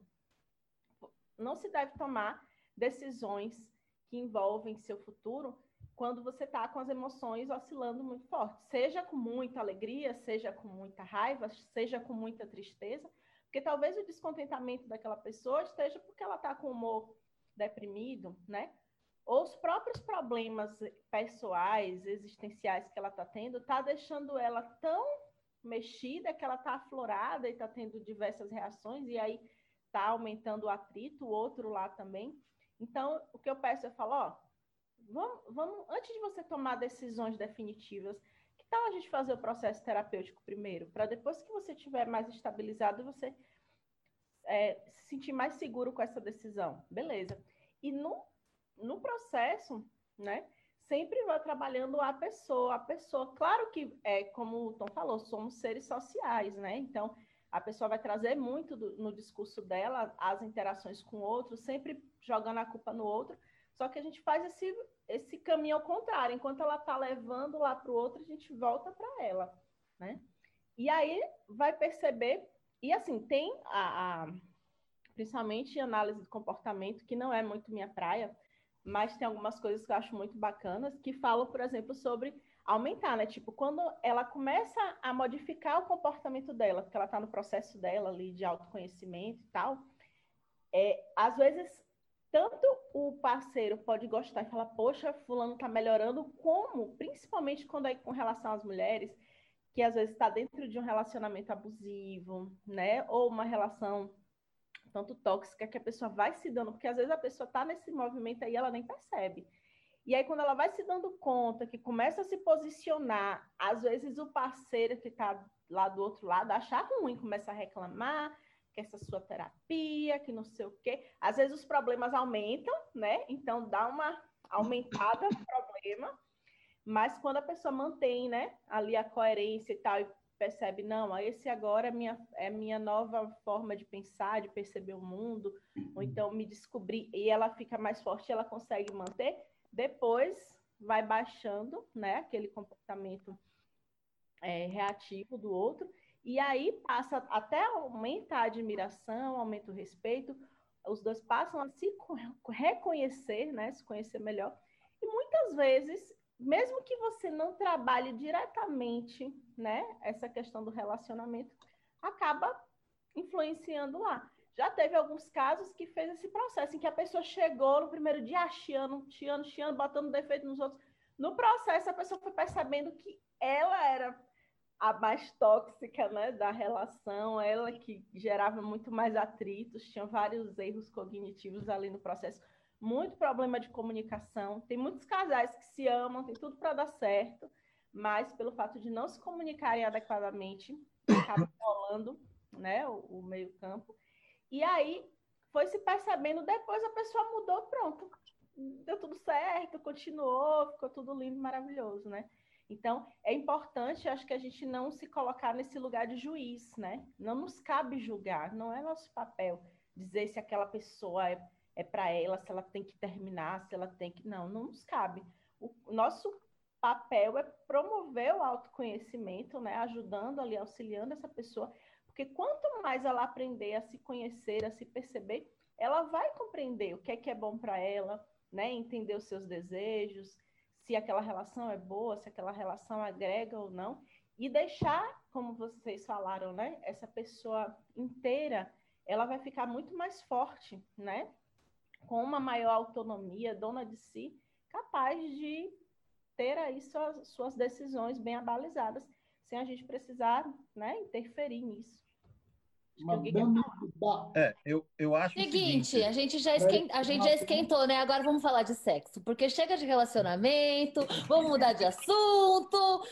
Não se deve tomar decisões que envolvem seu futuro quando você está com as emoções oscilando muito forte. Seja com muita alegria, seja com muita raiva, seja com muita tristeza, porque talvez o descontentamento daquela pessoa esteja porque ela está com o humor deprimido, né? Ou os próprios problemas pessoais, existenciais que ela está tendo, está deixando ela tão mexida que ela está aflorada e está tendo diversas reações, e aí está aumentando o atrito, o outro lá também. Então, o que eu peço, eu falo, vamos, antes de você tomar decisões definitivas, que tal a gente fazer o processo terapêutico primeiro? Para depois que você estiver mais estabilizado, você se sentir mais seguro com essa decisão. Beleza. E no processo, né, sempre vai trabalhando a pessoa. Claro que, como o Tom falou, somos seres sociais, né? Então, a pessoa vai trazer muito no discurso dela, as interações com o outro, sempre jogando a culpa no outro. Só que a gente faz esse caminho ao contrário. Enquanto ela está levando lá para o outro, a gente volta para ela, né? E aí vai perceber... E assim, tem principalmente análise do comportamento, que não é muito minha praia, mas tem algumas coisas que eu acho muito bacanas, que falam, por exemplo, sobre aumentar, né? Tipo, quando ela começa a modificar o comportamento dela, porque ela está no processo dela ali de autoconhecimento e tal, às vezes, tanto o parceiro pode gostar e falar, poxa, fulano está melhorando, como, principalmente quando é com relação às mulheres, que às vezes está dentro de um relacionamento abusivo, né? Ou uma relação tanto tóxica que a pessoa vai se dando, porque às vezes a pessoa está nesse movimento aí e ela nem percebe. E aí, quando ela vai se dando conta, que começa a se posicionar, às vezes o parceiro que está lá do outro lado acha ruim, começa a reclamar, que essa sua terapia, que não sei o quê. Às vezes os problemas aumentam, né? Então dá uma aumentada no problema, mas quando a pessoa mantém, né, ali a coerência e tal, e percebe, não, esse agora é minha nova forma de pensar, de perceber o mundo, ou então me descobrir, e ela fica mais forte, ela consegue manter, depois vai baixando, né, aquele comportamento reativo do outro, e aí passa, até aumenta a admiração, aumenta o respeito, os dois passam a se reconhecer, né, se conhecer melhor, e muitas vezes, mesmo que você não trabalhe diretamente, né, essa questão do relacionamento, acaba influenciando lá. Já teve alguns casos que fez esse processo, em que a pessoa chegou no primeiro dia chiando, botando defeito nos outros. No processo, a pessoa foi percebendo que ela era a mais tóxica, né, da relação, ela que gerava muito mais atritos, tinha vários erros cognitivos ali no processo, muito problema de comunicação. Tem muitos casais que se amam, tem tudo para dar certo, mas pelo fato de não se comunicarem adequadamente, acaba rolando, né, o meio-campo. E aí foi se percebendo, depois a pessoa mudou, pronto, deu tudo certo, continuou, ficou tudo lindo, maravilhoso, né? Então, é importante, acho que a gente não se colocar nesse lugar de juiz, né? Não nos cabe julgar, não é nosso papel dizer se aquela pessoa é para ela, se ela tem que terminar, se ela tem que... Não nos cabe. O nosso papel é promover o autoconhecimento, né? Ajudando ali, auxiliando essa pessoa, porque quanto mais ela aprender a se conhecer, a se perceber, ela vai compreender o que é bom para ela, né? Entender os seus desejos, se aquela relação é boa, se aquela relação agrega ou não, e deixar, como vocês falaram, né, essa pessoa inteira, ela vai ficar muito mais forte, né, com uma maior autonomia, dona de si, capaz de ter aí suas decisões bem abalizadas, sem a gente precisar, né, interferir nisso. Eu acho o seguinte, a gente já esquentou, né? Agora vamos falar de sexo, porque chega de relacionamento, vamos mudar de assunto.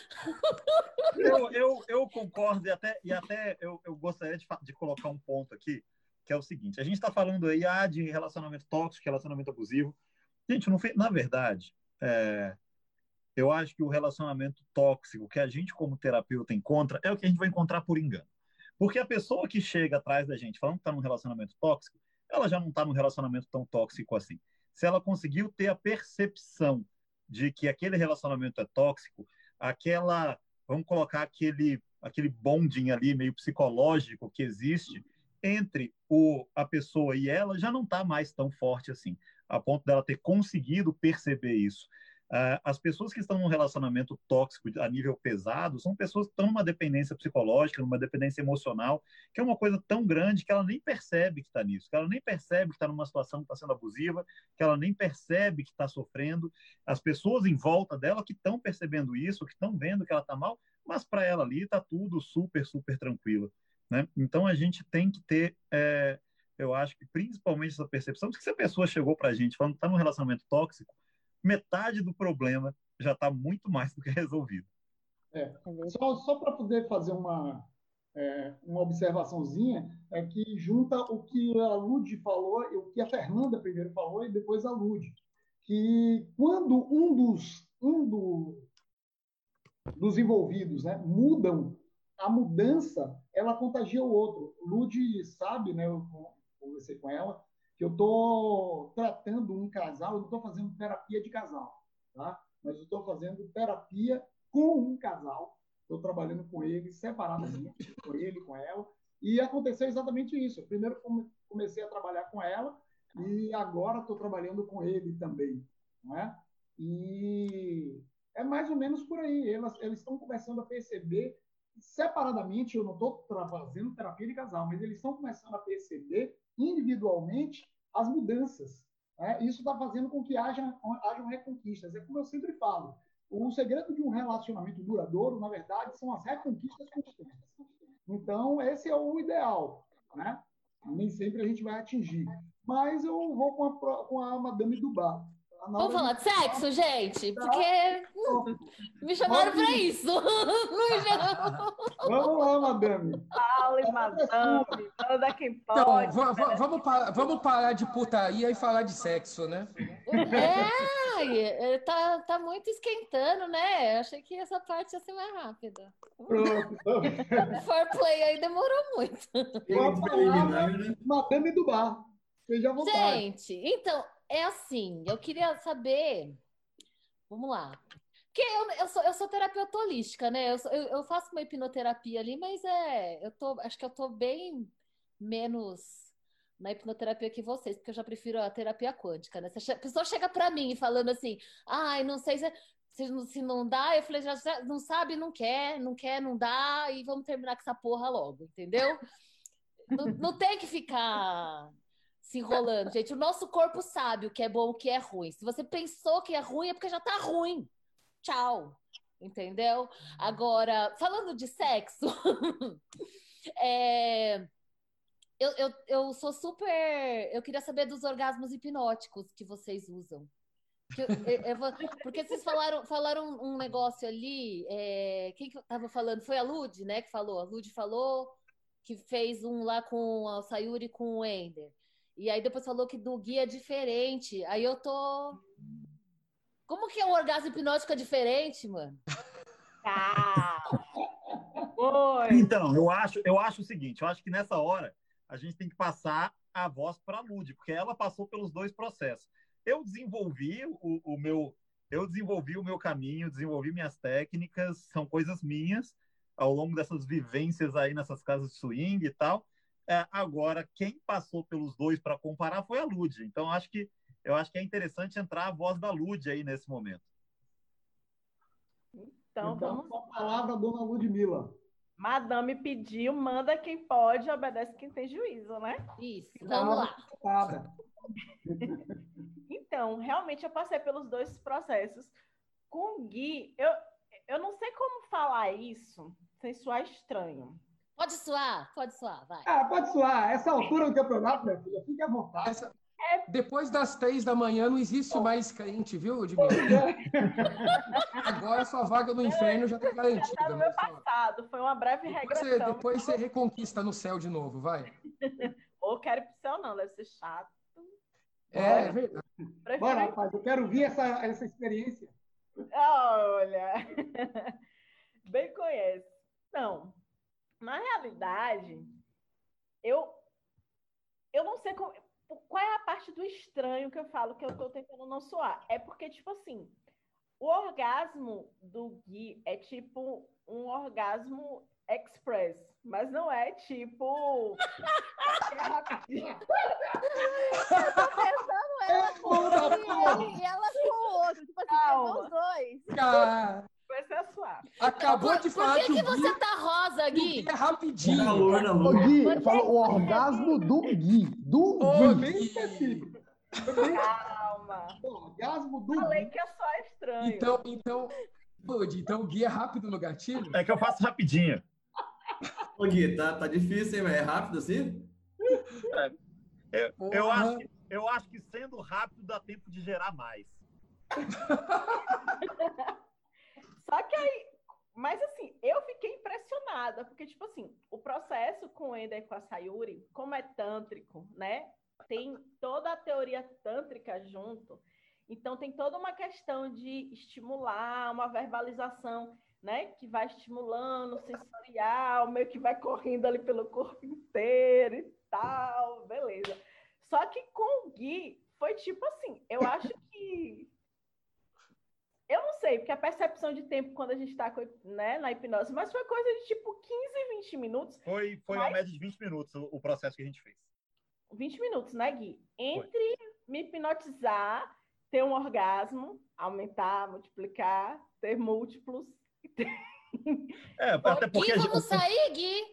Eu concordo e até eu gostaria de colocar um ponto aqui, que é o seguinte, a gente está falando aí de relacionamento tóxico, relacionamento abusivo. Gente, na verdade, eu acho que o relacionamento tóxico que a gente como terapeuta encontra é o que a gente vai encontrar por engano. Porque a pessoa que chega atrás da gente falando que está num relacionamento tóxico, ela já não está num relacionamento tão tóxico assim. Se ela conseguiu ter a percepção de que aquele relacionamento é tóxico, vamos colocar aquele bonding ali meio psicológico que existe entre a pessoa e ela, já não está mais tão forte assim, a ponto dela ter conseguido perceber isso. As pessoas que estão num relacionamento tóxico a nível pesado são pessoas que estão numa dependência psicológica, numa dependência emocional, que é uma coisa tão grande que ela nem percebe que está nisso, que ela nem percebe que está numa situação que está sendo abusiva, que ela nem percebe que está sofrendo. As pessoas em volta dela que estão percebendo isso, que estão vendo que ela está mal, mas para ela ali está tudo super, super tranquilo, né? Então a gente tem que ter, eu acho que principalmente essa percepção de que se a pessoa chegou para a gente falando que está num relacionamento tóxico, metade do problema já está muito mais do que resolvido. Só para poder fazer uma observaçãozinha, é que junta o que a Lud falou, e o que a Fernanda primeiro falou, e depois a Lud, que quando um dos envolvidos, né, mudam, a mudança, ela contagia o outro. Lud sabe, né, eu conversei com ela, que eu estou tratando um casal, eu não estou fazendo terapia de casal, tá? Mas eu estou fazendo terapia com um casal, estou trabalhando com ele separadamente, com ele, com ela, e aconteceu exatamente isso. Primeiro comecei a trabalhar com ela e agora estou trabalhando com ele também, não é? E é mais ou menos por aí. Eles estão começando a perceber separadamente, eu não estou fazendo terapia de casal, mas eles estão começando a perceber individualmente as mudanças. Né? Isso está fazendo com que hajam reconquistas. É como eu sempre falo, o segredo de um relacionamento duradouro, na verdade, são as reconquistas constantes. Então, esse é o ideal. Né? Nem sempre a gente vai atingir. Mas eu vou com a Madame do Bar. Vamos falar de sexo, gente? Porque me chamaram para isso. Vamos lá, Madame. Fale, Madame. Manda quem pode. Então, vamos parar de putaria e falar de sexo, né? Tá muito esquentando, né? Achei que essa parte ia ser mais rápida. O foreplay aí demorou muito. Madame do Bar. Seja à vontade. Gente, então... É assim, eu queria saber. Vamos lá. Porque eu sou terapeuta holística, né? Eu faço uma hipnoterapia ali, mas acho que eu tô bem menos na hipnoterapia que vocês, porque eu já prefiro a terapia quântica, né? A pessoa chega para mim falando assim, ai, não sei se não dá, eu falei, já não sabe, não quer, não dá, e vamos terminar com essa porra logo, entendeu? Não tem que ficar se enrolando, gente. O nosso corpo sabe o que é bom, o que é ruim. Se você pensou que é ruim, é porque já tá ruim. Tchau. Entendeu? Agora, falando de sexo, eu sou super... Eu queria saber dos orgasmos hipnóticos que vocês usam. Porque vocês falaram um negócio ali, quem que eu tava falando? Foi a Lud, né, que falou. A Lud falou que fez um lá com a Sayuri e com o Ender. E aí depois falou que do Gui é diferente. Aí eu tô... Como que é um orgasmo hipnótico diferente, mano? Então, eu acho o seguinte, eu acho que nessa hora a gente tem que passar a voz para a Lud, porque ela passou pelos dois processos. Eu desenvolvi o meu caminho, desenvolvi minhas técnicas, são coisas minhas, ao longo dessas vivências aí nessas casas de swing e tal. Agora, quem passou pelos dois para comparar foi a Lud. Então, eu acho que é interessante entrar a voz da Lud aí nesse momento. Então vamos... a palavra, dona Ludmila. Madame pediu, manda quem pode, obedece quem tem juízo, né? Isso, vamos lá. Então, realmente eu passei pelos dois processos. Com o Gui, eu não sei como falar isso sem soar estranho. Pode suar, vai. Pode suar. Essa altura do campeonato, minha filha, fique à vontade. Depois das 3 da manhã não existe mais crente, viu, Edmilson? Agora sua vaga no inferno já está garantida. Já tá no meu passado, foi uma breve regressão. Depois você reconquista no céu de novo, vai. Ou quero ir pro céu não, deve ser chato. É verdade. Bora, rapaz, eu quero ver essa experiência. Olha, bem conhece. Não, na realidade, eu não sei qual é a parte do estranho que eu falo que eu tô tentando não soar. É porque, tipo assim, o orgasmo do Gui é tipo um orgasmo express, mas não é tipo... É rapidinho. Eu tô pensando ela com um e ela com o outro. Tipo assim, pegou os dois. Vai ser suave. Acabou de falar que você tá rosa, Gui? É rapidinho. Calor na lua. Ô, Gui, eu falo o orgasmo do Gui. Do Gui. Bem específico. Calma. Orgasmo do Falei Gui. que é só estranho. Então o Gui é rápido no gatilho? É que eu faço rapidinho. Ô, Gui, tá difícil, hein? Mas é rápido assim? Eu acho que sendo rápido dá tempo de gerar mais. Só que aí, mas assim, eu fiquei impressionada, porque, tipo assim, o processo com o Ender e com a Sayuri, como é tântrico, né? Tem toda a teoria tântrica junto, então tem toda uma questão de estimular uma verbalização, né? Que vai estimulando, sensorial, meio que vai correndo ali pelo corpo inteiro e tal, beleza. Só que com o Gui, foi tipo assim, eu acho que... Eu não sei, porque a percepção de tempo quando a gente está, né, na hipnose, mas foi coisa de tipo 15, 20 minutos. Foi uma média de 20 minutos o processo que a gente fez. 20 minutos, né, Gui? Entre me hipnotizar, ter um orgasmo, aumentar, multiplicar, ter múltiplos. Até porque Gui, vamos sair, Gui?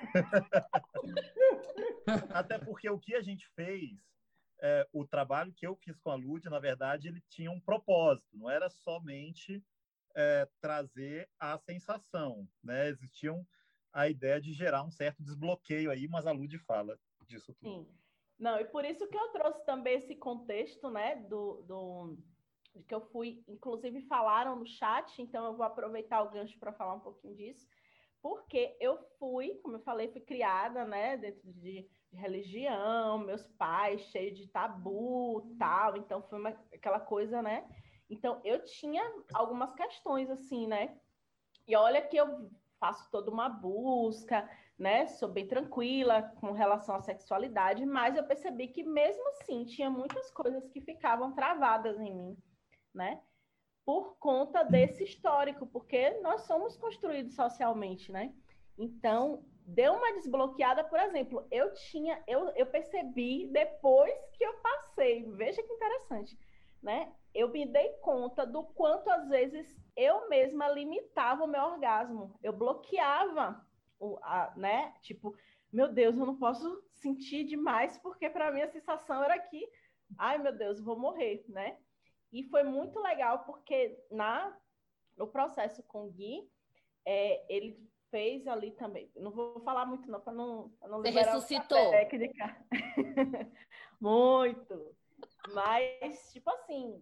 Até porque o que a gente fez, o trabalho que eu fiz com a Lud, na verdade, ele tinha um propósito, não era somente trazer a sensação, né? Existia a ideia de gerar um certo desbloqueio aí, mas a Lud fala disso tudo. Sim. Não, e por isso que eu trouxe também esse contexto, né, de que eu fui, inclusive falaram no chat, então eu vou aproveitar o gancho para falar um pouquinho disso, porque eu fui, como eu falei, fui criada, né, dentro de religião, meus pais cheios de tabu, tal, então foi aquela coisa, né? Então eu tinha algumas questões assim, né? E olha que eu faço toda uma busca, né? Sou bem tranquila com relação à sexualidade, mas eu percebi que mesmo assim tinha muitas coisas que ficavam travadas em mim, né? Por conta desse histórico, porque nós somos construídos socialmente, né? Então, deu uma desbloqueada, por exemplo, eu percebi depois que eu passei, veja que interessante, né? Eu me dei conta do quanto, às vezes, eu mesma limitava o meu orgasmo, eu bloqueava, né? Tipo, meu Deus, eu não posso sentir demais, porque para mim a sensação era que, ai meu Deus, vou morrer, né? E foi muito legal, porque no processo com o Gui, ele fez ali também. Não vou falar muito, não, para não Você liberar ressuscitou. Técnica. Muito. Mas, tipo assim.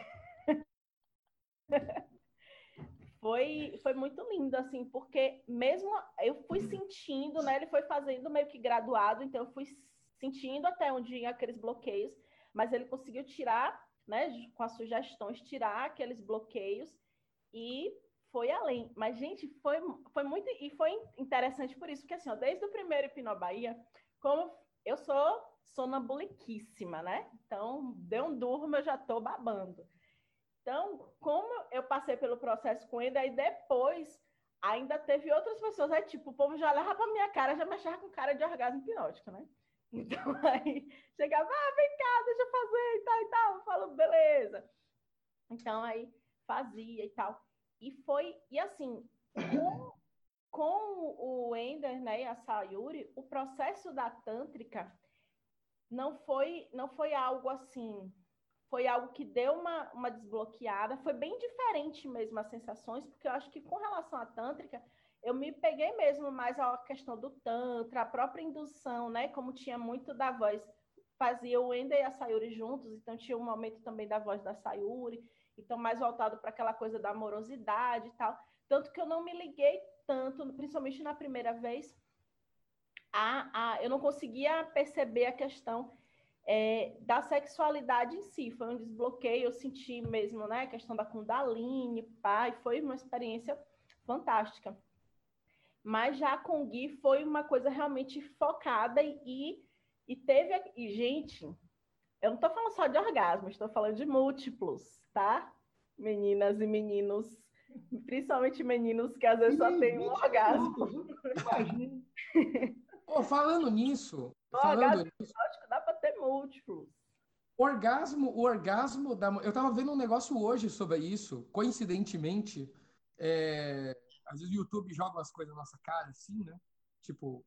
Foi muito lindo, assim, porque mesmo eu fui sentindo, né? Ele foi fazendo meio que graduado, então eu fui sentindo até onde ia aqueles bloqueios, mas ele conseguiu tirar, né, com as sugestões, tirar aqueles bloqueios e foi além. Mas, gente, foi muito... E foi interessante por isso, porque, assim, ó, desde o primeiro Hipnobahia, como eu sou sonambuliquíssima, né? Então, deu um durmo, eu já tô babando. Então, como eu passei pelo processo com ele, aí depois ainda teve outras pessoas, aí tipo, o povo já olhava pra minha cara, já me achava com cara de orgasmo hipnótico, né? Então, aí chegava, vem cá, deixa eu fazer e tal, eu falo, beleza. Então, aí fazia e tal. E assim, com o Ender, né, e a Sayuri, o processo da tântrica não foi algo assim foi algo que deu uma desbloqueada. Foi bem diferente mesmo as sensações, porque eu acho que com relação à tântrica, eu me peguei mesmo mais à questão do tantra, a própria indução, né? Como tinha muito da voz, fazia o Enda e a Sayuri juntos, então tinha um momento também da voz da Sayuri, então mais voltado para aquela coisa da amorosidade e tal. Tanto que eu não me liguei tanto, principalmente na primeira vez, eu não conseguia perceber a questão da sexualidade em si. Foi um desbloqueio, eu senti mesmo, né? A questão da Kundalini, pai, foi uma experiência fantástica. Mas já com o Gui foi uma coisa realmente focada e teve... E, gente, eu não estou falando só de orgasmo, estou falando de múltiplos, tá? Meninas e meninos, principalmente meninos que às vezes só tem um orgasmo. Imagina. Falando nisso, Lógico, dá para ter múltiplos. O orgasmo da... Eu estava vendo um negócio hoje sobre isso, coincidentemente, às vezes o YouTube joga umas coisas na nossa cara, assim, né? Tipo,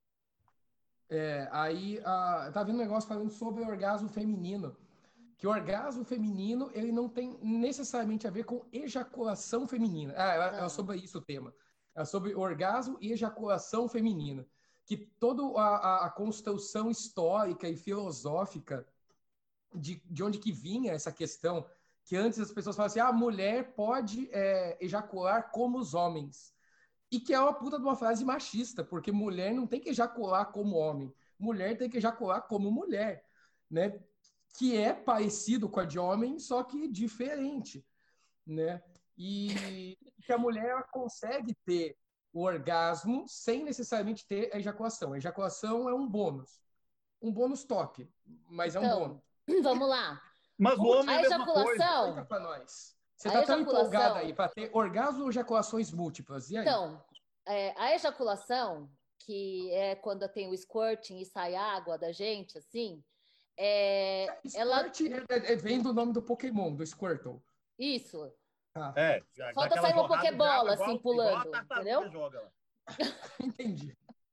eu tava vendo um negócio falando sobre o orgasmo feminino, que o orgasmo feminino, ele não tem necessariamente a ver com ejaculação feminina. É sobre isso o tema. É sobre orgasmo e ejaculação feminina. Que toda a construção histórica e filosófica de onde que vinha essa questão, que antes as pessoas falavam assim, a mulher pode ejacular como os homens. E que é uma puta de uma frase machista, porque mulher não tem que ejacular como homem, mulher tem que ejacular como mulher, né? Que é parecido com a de homem, só que diferente, né? E que a mulher ela consegue ter o orgasmo sem necessariamente ter a ejaculação. A ejaculação é um bônus top, mas é um bônus. Vamos lá. Mas o homem é a mesma ejaculação. Conta pra nós. Você tá tão empolgada aí para ter orgasmo ou ejaculações múltiplas? E aí? Então, a ejaculação, que é quando tem o squirting e sai água da gente, assim, Squirt vem do nome do Pokémon, do Squirtle. Isso. Falta sair uma Pokébola, assim, pulando, entendeu? Joga lá. Entendi.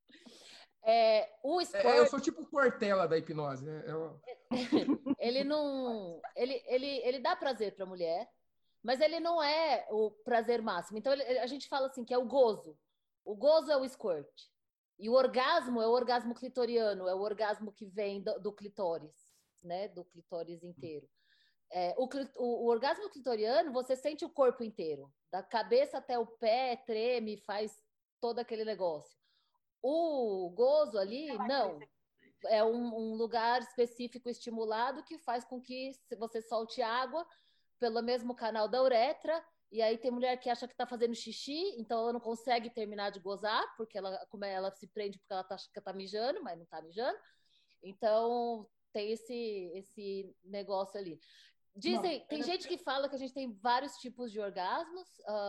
O squirt... eu sou tipo Cortella da hipnose. Ele não... Ele dá prazer pra mulher, mas ele não é o prazer máximo. Então, a gente fala assim, que é o gozo. O gozo é o squirt. E o orgasmo é o orgasmo clitoriano, é o orgasmo que vem do clitóris, né? Do clitóris inteiro. O orgasmo clitoriano, você sente o corpo inteiro. Da cabeça até o pé, treme, faz todo aquele negócio. O gozo ali, não. É um lugar específico estimulado que faz com que você solte água pelo mesmo canal da uretra. E aí tem mulher que acha que tá fazendo xixi, então ela não consegue terminar de gozar, porque ela se prende porque ela acha que tá mijando, mas não tá mijando. Então tem esse negócio ali. Tem gente que fala que a gente tem vários tipos de orgasmos.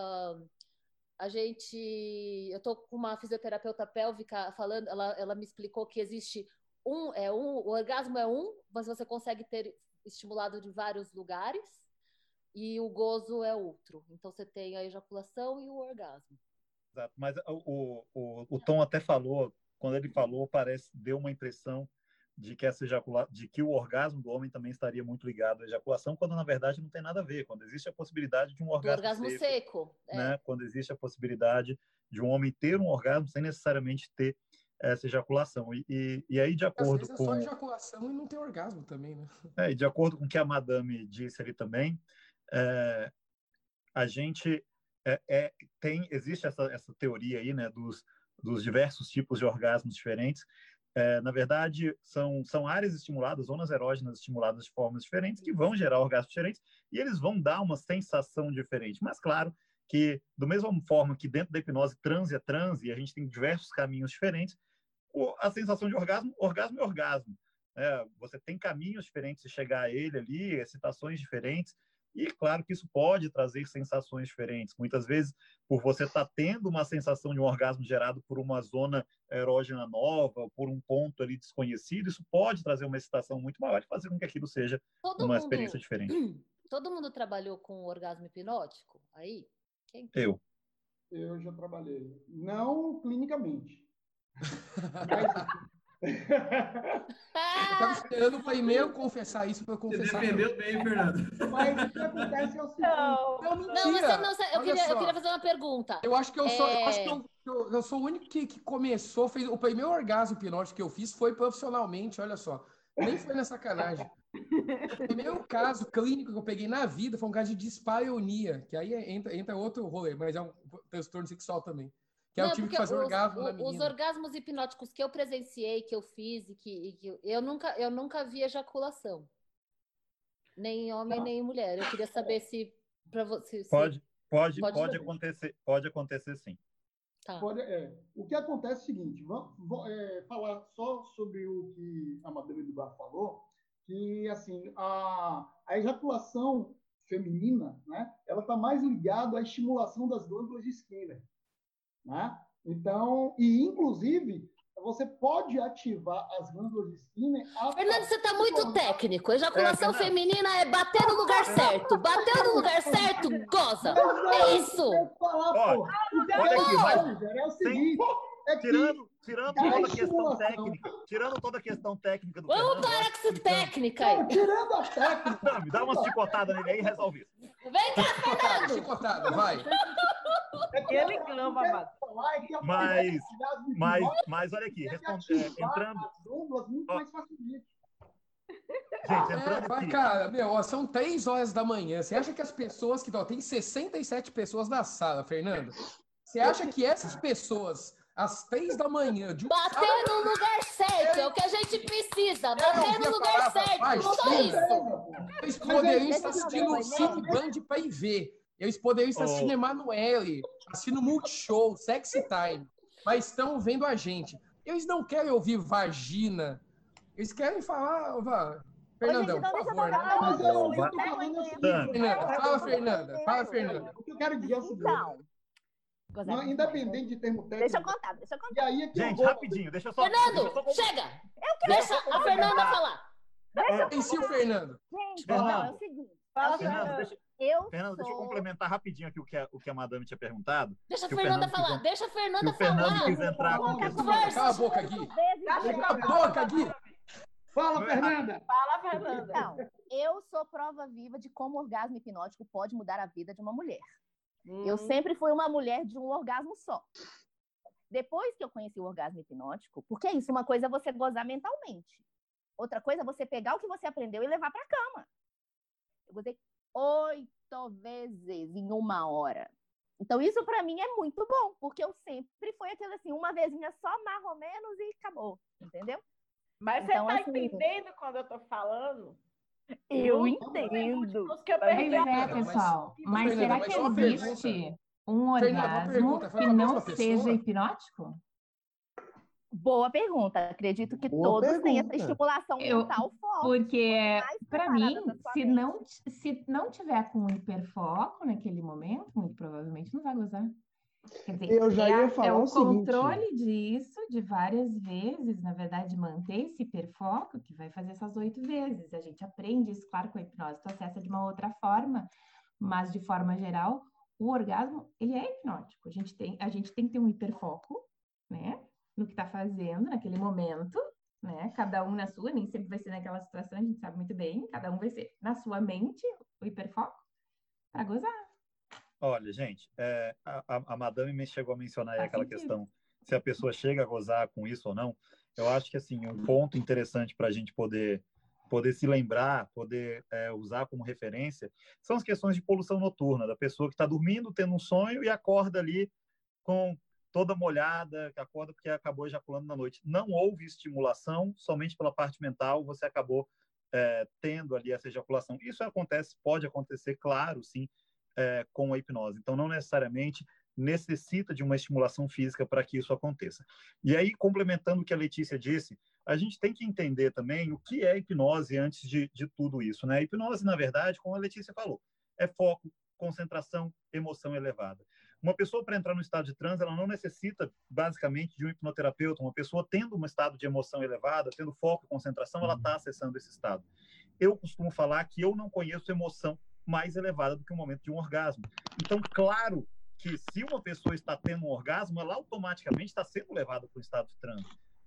Eu tô com uma fisioterapeuta pélvica falando, ela me explicou que existe o orgasmo é mas você consegue ter estimulado de vários lugares, e o gozo é outro. Então você tem a ejaculação e o orgasmo. Exato, mas o Tom até falou, quando ele falou, deu uma impressão de que o orgasmo do homem também estaria muito ligado à ejaculação, quando na verdade não tem nada a ver, quando existe a possibilidade de um orgasmo seco, né? Quando existe a possibilidade de um homem ter um orgasmo sem necessariamente ter essa ejaculação. E aí, de acordo às vezes é só ejaculação e não tem orgasmo também, né? E de acordo com o que a madame disse ali também, a gente existe essa teoria aí, né, dos diversos tipos de orgasmos diferentes. Na verdade, são áreas estimuladas, zonas erógenas estimuladas de formas diferentes, que vão gerar orgasmos diferentes, e eles vão dar uma sensação diferente. Mas, claro, que, da mesma forma que dentro da hipnose transe é transe, e a gente tem diversos caminhos diferentes, a sensação de orgasmo é orgasmo. Você tem caminhos diferentes de chegar a ele ali, excitações diferentes, e claro que isso pode trazer sensações diferentes. Muitas vezes, por você estar tendo uma sensação de um orgasmo gerado por uma zona erógena nova, por um ponto ali desconhecido, isso pode trazer uma excitação muito maior e fazer com que aquilo seja experiência diferente. Todo mundo trabalhou com orgasmo hipnótico aí? Quem? Eu já trabalhei. Não clinicamente. Eu tava esperando o primeiro confessar isso para eu confessar. Você defendeu bem, Fernando. Mas o que acontece é o seguinte. Não, Não, mentira. eu queria fazer uma pergunta. Eu acho que eu sou o único que começou, fez o primeiro orgasmo hipnótico que eu fiz foi profissionalmente, olha só. Nem foi na sacanagem. O primeiro caso clínico que eu peguei na vida foi um caso de dispareunia, que aí entra outro rolê, mas é um transtorno sexual também. Que eu tive que fazer orgasmo na menina. Os orgasmos hipnóticos que eu presenciei, que eu fiz, eu nunca vi ejaculação. Nem em homem, nem em mulher. Eu queria saber se para você. Pode acontecer sim. Tá. O que acontece é o seguinte, vamos falar só sobre o que a Madame Dubar falou, que assim, a ejaculação feminina, né, ela está mais ligada à estimulação das glândulas de Skinner. Né? Então, e inclusive, você pode ativar as glândulas de Skinner... Fernando, você está muito técnico. Ejaculação feminina é bater no lugar certo. Bateu no lugar certo, goza. É isso. Olha aqui, é o seguinte... tirando toda a questão técnica do Vamos parar com essa técnica aí. Tirando a técnica. Me dá uma chicotada nele aí e resolve isso. Vem cá, Fernando. Chicotada, vai. Ele clama, mas olha aqui, entrando... muito mais facilmente. Gente, entrando aqui... Cara, são 3 horas da manhã. Você acha que as pessoas que... Tem 67 pessoas na sala, Fernando. Você acha que essas pessoas... Às 3 da manhã. Bater no lugar certo, é o que a gente precisa. Bater no lugar certo, só isso. Eles poderiam estar assistindo o Cine Band para ir ver. Eles poderiam estar assistindo Emanuele, assistindo Multishow, Sexy Time. Mas estão vendo a gente. Eles não querem ouvir vagina. Eles querem falar... Fernandão, por favor. Fala, Fernanda. O que eu quero dizer é o seguinte. Não, independente de termo técnico. Deixa eu contar. E aí gente, rapidinho, deixa eu só... Fernando, chega! Deixa a Fernanda falar. Ensina o Fernando. Gente, é o seguinte. Fala, Fernando, deixa eu complementar rapidinho aqui o que a Madame tinha perguntado. Deixa a Fernanda falar. Deixa a Fernanda falar. O Fernando quis entrar com questão... Cala a boca, Gui. Cala a boca, Gui. Fala, Fernanda. Fala, Fernanda. Então, eu sou prova viva de como o orgasmo hipnótico pode mudar a vida de uma mulher. Eu sempre fui uma mulher de um orgasmo só. Depois que eu conheci o orgasmo hipnótico, porque é isso, uma coisa é você gozar mentalmente. Outra coisa é você pegar o que você aprendeu e levar para a cama. Eu gozei 8 vezes em 1 hora. Então isso para mim é muito bom, porque eu sempre fui aquele assim, uma vezinha só, mais ou menos, e acabou. Entendeu? Mas então, você tá assim, entendendo quando eu tô falando? Eu entendo. Pessoal. Mas será que existe um orgasmo que não seja hipnótico? Boa pergunta. Acredito que todos têm essa estimulação mental forte. Porque, para mim, se não tiver com hiperfoco naquele momento, muito provavelmente não vai gozar. Quer dizer, eu já ia falar o controle disso de várias vezes, na verdade, manter esse hiperfoco que vai fazer essas 8 vezes. A gente aprende isso, claro, com a hipnose, tu acessa de uma outra forma, mas de forma geral, o orgasmo, ele é hipnótico. A gente tem que ter um hiperfoco, né, no que está fazendo naquele momento, né, cada um na sua, nem sempre vai ser naquela situação, a gente sabe muito bem, cada um vai ser na sua mente, o hiperfoco, para gozar. Olha, gente, a Madame me chegou a mencionar aí aquela questão, se a pessoa chega a gozar com isso ou não. Eu acho que, assim, um ponto interessante para a gente poder se lembrar, poder usar como referência, são as questões de poluição noturna, da pessoa que está dormindo, tendo um sonho e acorda ali com toda molhada, que acorda porque acabou ejaculando na noite. Não houve estimulação, somente pela parte mental, você acabou tendo ali essa ejaculação. Isso pode acontecer, claro, sim, com a hipnose. Então, não necessariamente necessita de uma estimulação física para que isso aconteça. E aí, complementando o que a Letícia disse, a gente tem que entender também o que é hipnose antes de tudo isso, né? A hipnose, na verdade, como a Letícia falou, é foco, concentração, emoção elevada. Uma pessoa, para entrar no estado de transe, ela não necessita, basicamente, de um hipnoterapeuta. Uma pessoa tendo um estado de emoção elevada, tendo foco e concentração, ela está acessando esse estado. Eu costumo falar que eu não conheço emoção mais elevada do que o momento de um orgasmo. Então, claro que se uma pessoa está tendo um orgasmo, ela automaticamente está sendo levada para o estado de transe.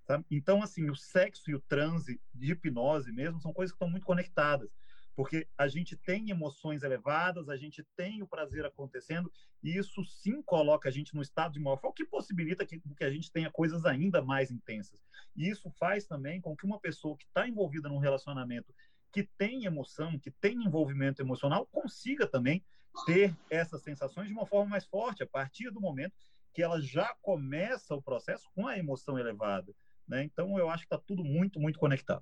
sabe? Então, assim, o sexo e o transe de hipnose mesmo são coisas que estão muito conectadas, porque a gente tem emoções elevadas, a gente tem o prazer acontecendo, e isso sim coloca a gente no estado de maior foco, que possibilita que a gente tenha coisas ainda mais intensas. E isso faz também com que uma pessoa que está envolvida num relacionamento que tem emoção, que tem envolvimento emocional, consiga também ter essas sensações de uma forma mais forte, a partir do momento que ela já começa o processo com a emoção elevada, né? Então, eu acho que está tudo muito, muito conectado.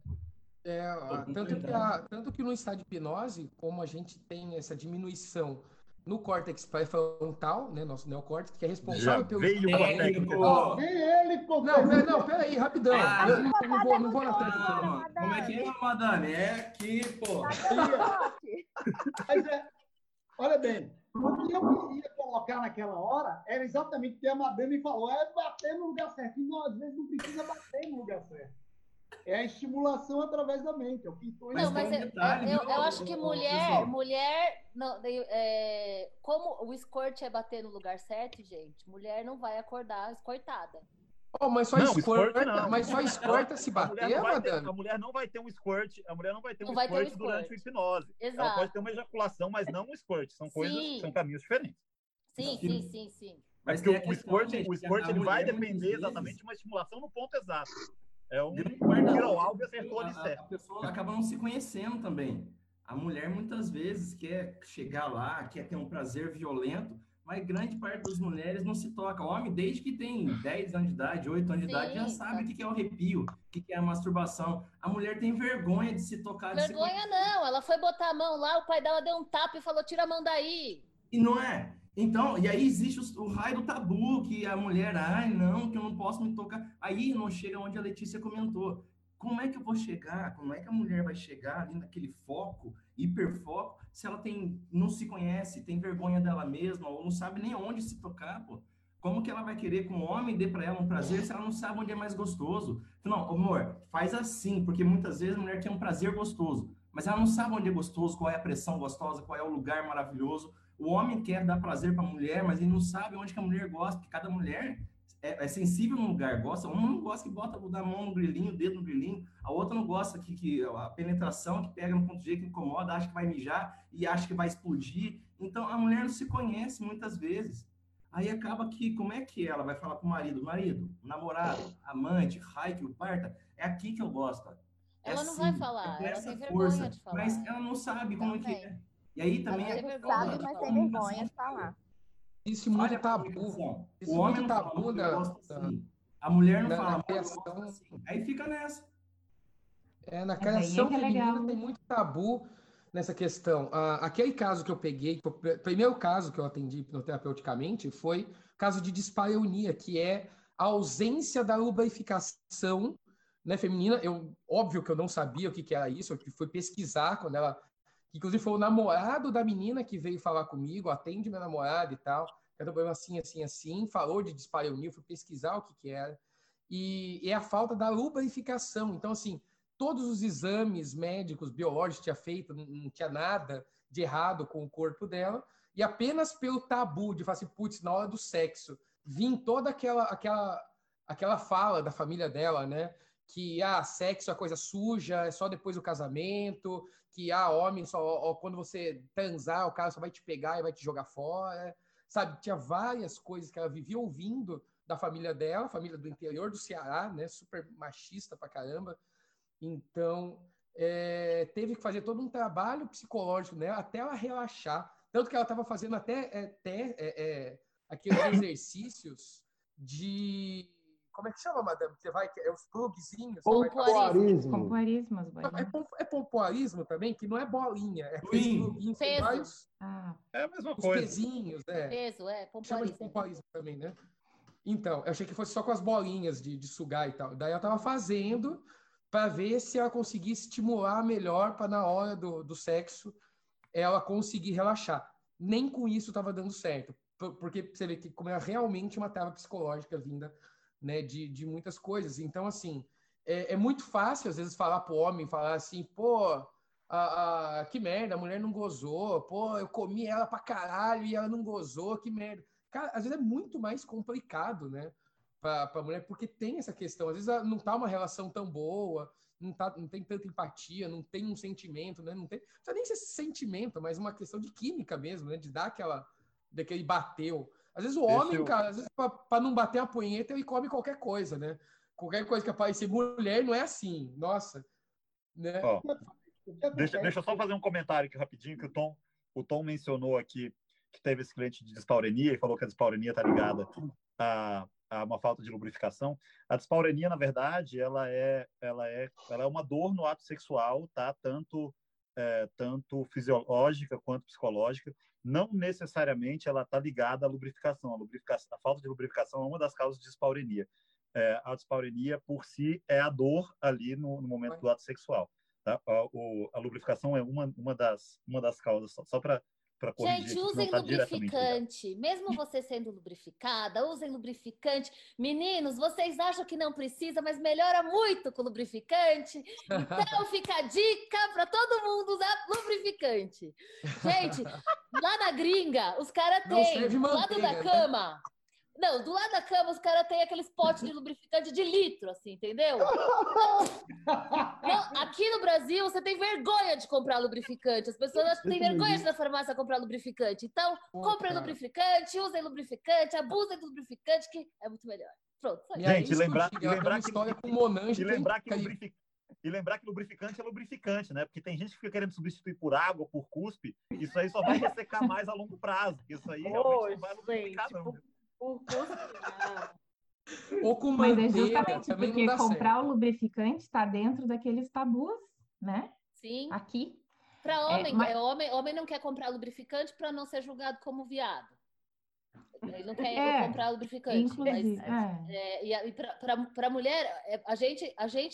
Tanto que no estado de hipnose, como a gente tem essa diminuição no córtex pré-frontal, né, nosso neocórtex, que é responsável pelo... Veio com a técnica. Não, peraí, rapidão. Não vou na técnica. Como é que é, madame? É que, pô... Mas olha bem, o que eu queria colocar naquela hora era exatamente o que a madame falou, é bater no lugar certo. E não, às vezes não precisa bater no lugar certo. É a estimulação através da mente. É o que não, mas eu acho que mulher não, como o squirt é bater no lugar certo, gente, mulher não vai acordar escortada. Oh, mas só squirta se bater, madame? A mulher não vai ter um squirt, durante a hipnose. Exato. Ela pode ter uma ejaculação, mas não um squirt. São coisas, são caminhos diferentes. Sim. Mas que o squirt ele vai depender exatamente de uma estimulação no ponto exato. É um tiro ao alvo e acertou ali certo. A pessoa acaba não se conhecendo também. A mulher muitas vezes quer chegar lá, quer ter um prazer violento, mas grande parte das mulheres não se toca. O homem, desde que tem 10 anos de idade, 8 anos de idade, já sabe o que é o arrepio, o que é a masturbação. A mulher tem vergonha de se tocar. Vergonha não, ela foi botar a mão lá, o pai dela deu um tapa e falou, tira a mão daí. E não é? Então, e aí existe o raio do tabu, que a mulher, ai, não, que eu não posso me tocar. Aí não chega onde a Letícia comentou. Como é que eu vou chegar? Como é que a mulher vai chegar ali naquele foco, hiperfoco, se ela não se conhece, tem vergonha dela mesma, ou não sabe nem onde se tocar, pô? Como que ela vai querer que um homem dê para ela um prazer se ela não sabe onde é mais gostoso? Não, amor, faz assim, porque muitas vezes a mulher quer um prazer gostoso, mas ela não sabe onde é gostoso, qual é a pressão gostosa, qual é o lugar maravilhoso. O homem quer dar prazer para a mulher, mas ele não sabe onde que a mulher gosta, porque cada mulher é sensível num lugar, gosta. Uma não gosta que bota a mão no grilinho, o dedo no grilinho, a outra não gosta que a penetração, que pega no ponto G, que incomoda, acha que vai mijar e acha que vai explodir. Então, a mulher não se conhece muitas vezes. Aí acaba que, como é que ela vai falar pro marido, namorado, amante, raio, parta, é aqui que eu gosto. Ela não vai falar, ela tem vergonha de falar. Mas ela não sabe como que é. E aí também sabe, mas tem vergonha de falar. Isso muito tabu. O homem não fala, assim. A mulher não fala, assim. Aí fica nessa. Na criação feminina tem muito tabu nessa questão. Aquele caso que eu peguei, o primeiro caso que eu atendi hipnoterapeuticamente foi o caso de dispareunia, que é a ausência da lubrificação, né, feminina. Óbvio que eu não sabia o que era isso, eu fui pesquisar quando ela... Inclusive foi o namorado da menina que veio falar comigo, atende meu namorado e tal, era um problema assim, falou de dispareunia, fui pesquisar o que era, e é a falta da lubrificação. Então, assim, todos os exames médicos, biológicos que tinha feito, não tinha nada de errado com o corpo dela, e apenas pelo tabu de falar assim, putz, na hora do sexo, vim toda aquela fala da família dela, né? Que sexo é coisa suja, é só depois do casamento, que homem só quando você transar, o cara só vai te pegar e vai te jogar fora, sabe? Tinha várias coisas que ela vivia ouvindo da família dela, família do interior do Ceará, né? Super machista pra caramba. Então, teve que fazer todo um trabalho psicológico nela até ela relaxar. Tanto que ela estava fazendo até aqueles exercícios de... Como é que chama, madame? Você vai... É os plugzinhos. Pompoarismo. É pompoarismo também, que não é bolinha. É pluguinhos. Peso. É a mesma os coisa. pezinhos, Peso, pompoarismo. Chama de pompoarismo também, né? Então, eu achei que fosse só com as bolinhas de sugar e tal. Daí ela tava fazendo para ver se ela conseguia estimular melhor para na hora do sexo ela conseguir relaxar. Nem com isso estava dando certo. Porque você vê que como é realmente uma trava psicológica vinda, né, de muitas coisas. Então, assim, é muito fácil, às vezes, falar pro homem, falar assim, pô, que merda, a mulher não gozou, pô, eu comi ela pra caralho e ela não gozou, que merda. Cara, às vezes é muito mais complicado, né, para a mulher, porque tem essa questão. Às vezes não tá uma relação tão boa, não tem tanta empatia, não tem um sentimento, né? Não precisa nem ser sentimento, mas uma questão de química mesmo, né? De dar daquele bateu. Às vezes o homem, cara, às vezes para não bater a punheta, ele come qualquer coisa, né? Qualquer coisa que aparecer. Mulher não é assim. Nossa, né? Ó, deixa eu só fazer um comentário aqui rapidinho, que o Tom mencionou aqui que teve esse cliente de dispaurenia e falou que a dispaurenia está ligada a uma falta de lubrificação. A dispaurenia, na verdade, ela é uma dor no ato sexual, tá? Tanto fisiológica quanto psicológica. Não necessariamente ela está ligada à lubrificação. A falta de lubrificação é uma das causas de dispaurenia. A dispaurenia, por si, é a dor ali no momento do ato sexual. Tá? A lubrificação é uma das causas, só para corrigir. Gente, usem lubrificante. Mesmo você sendo lubrificada, usem lubrificante. Meninos, vocês acham que não precisa, mas melhora muito com lubrificante. Então fica a dica para todo mundo usar lubrificante. Gente, lá na gringa, os caras têm do lado da cama. Não, do lado da cama os caras têm aqueles potes de lubrificante de litro, assim, entendeu? Não, aqui no Brasil, você tem vergonha de comprar lubrificante. As pessoas têm vergonha de ir na farmácia comprar lubrificante. Então, comprem lubrificante, usem lubrificante, abusem do lubrificante, que é muito melhor. Pronto, só isso. Gente, lembrar que lubrificante é lubrificante, né? Porque tem gente que fica querendo substituir por água, por cuspe. Isso aí só vai ressecar mais a longo prazo. Isso aí realmente não vai lubrificar, não. Ou com mas é justamente porque comprar o lubrificante está dentro daqueles tabus, né? Sim. Aqui. Para homem não quer comprar lubrificante para não ser julgado como viado. Ele não quer comprar lubrificante. Inclusive, e para mulher, a gente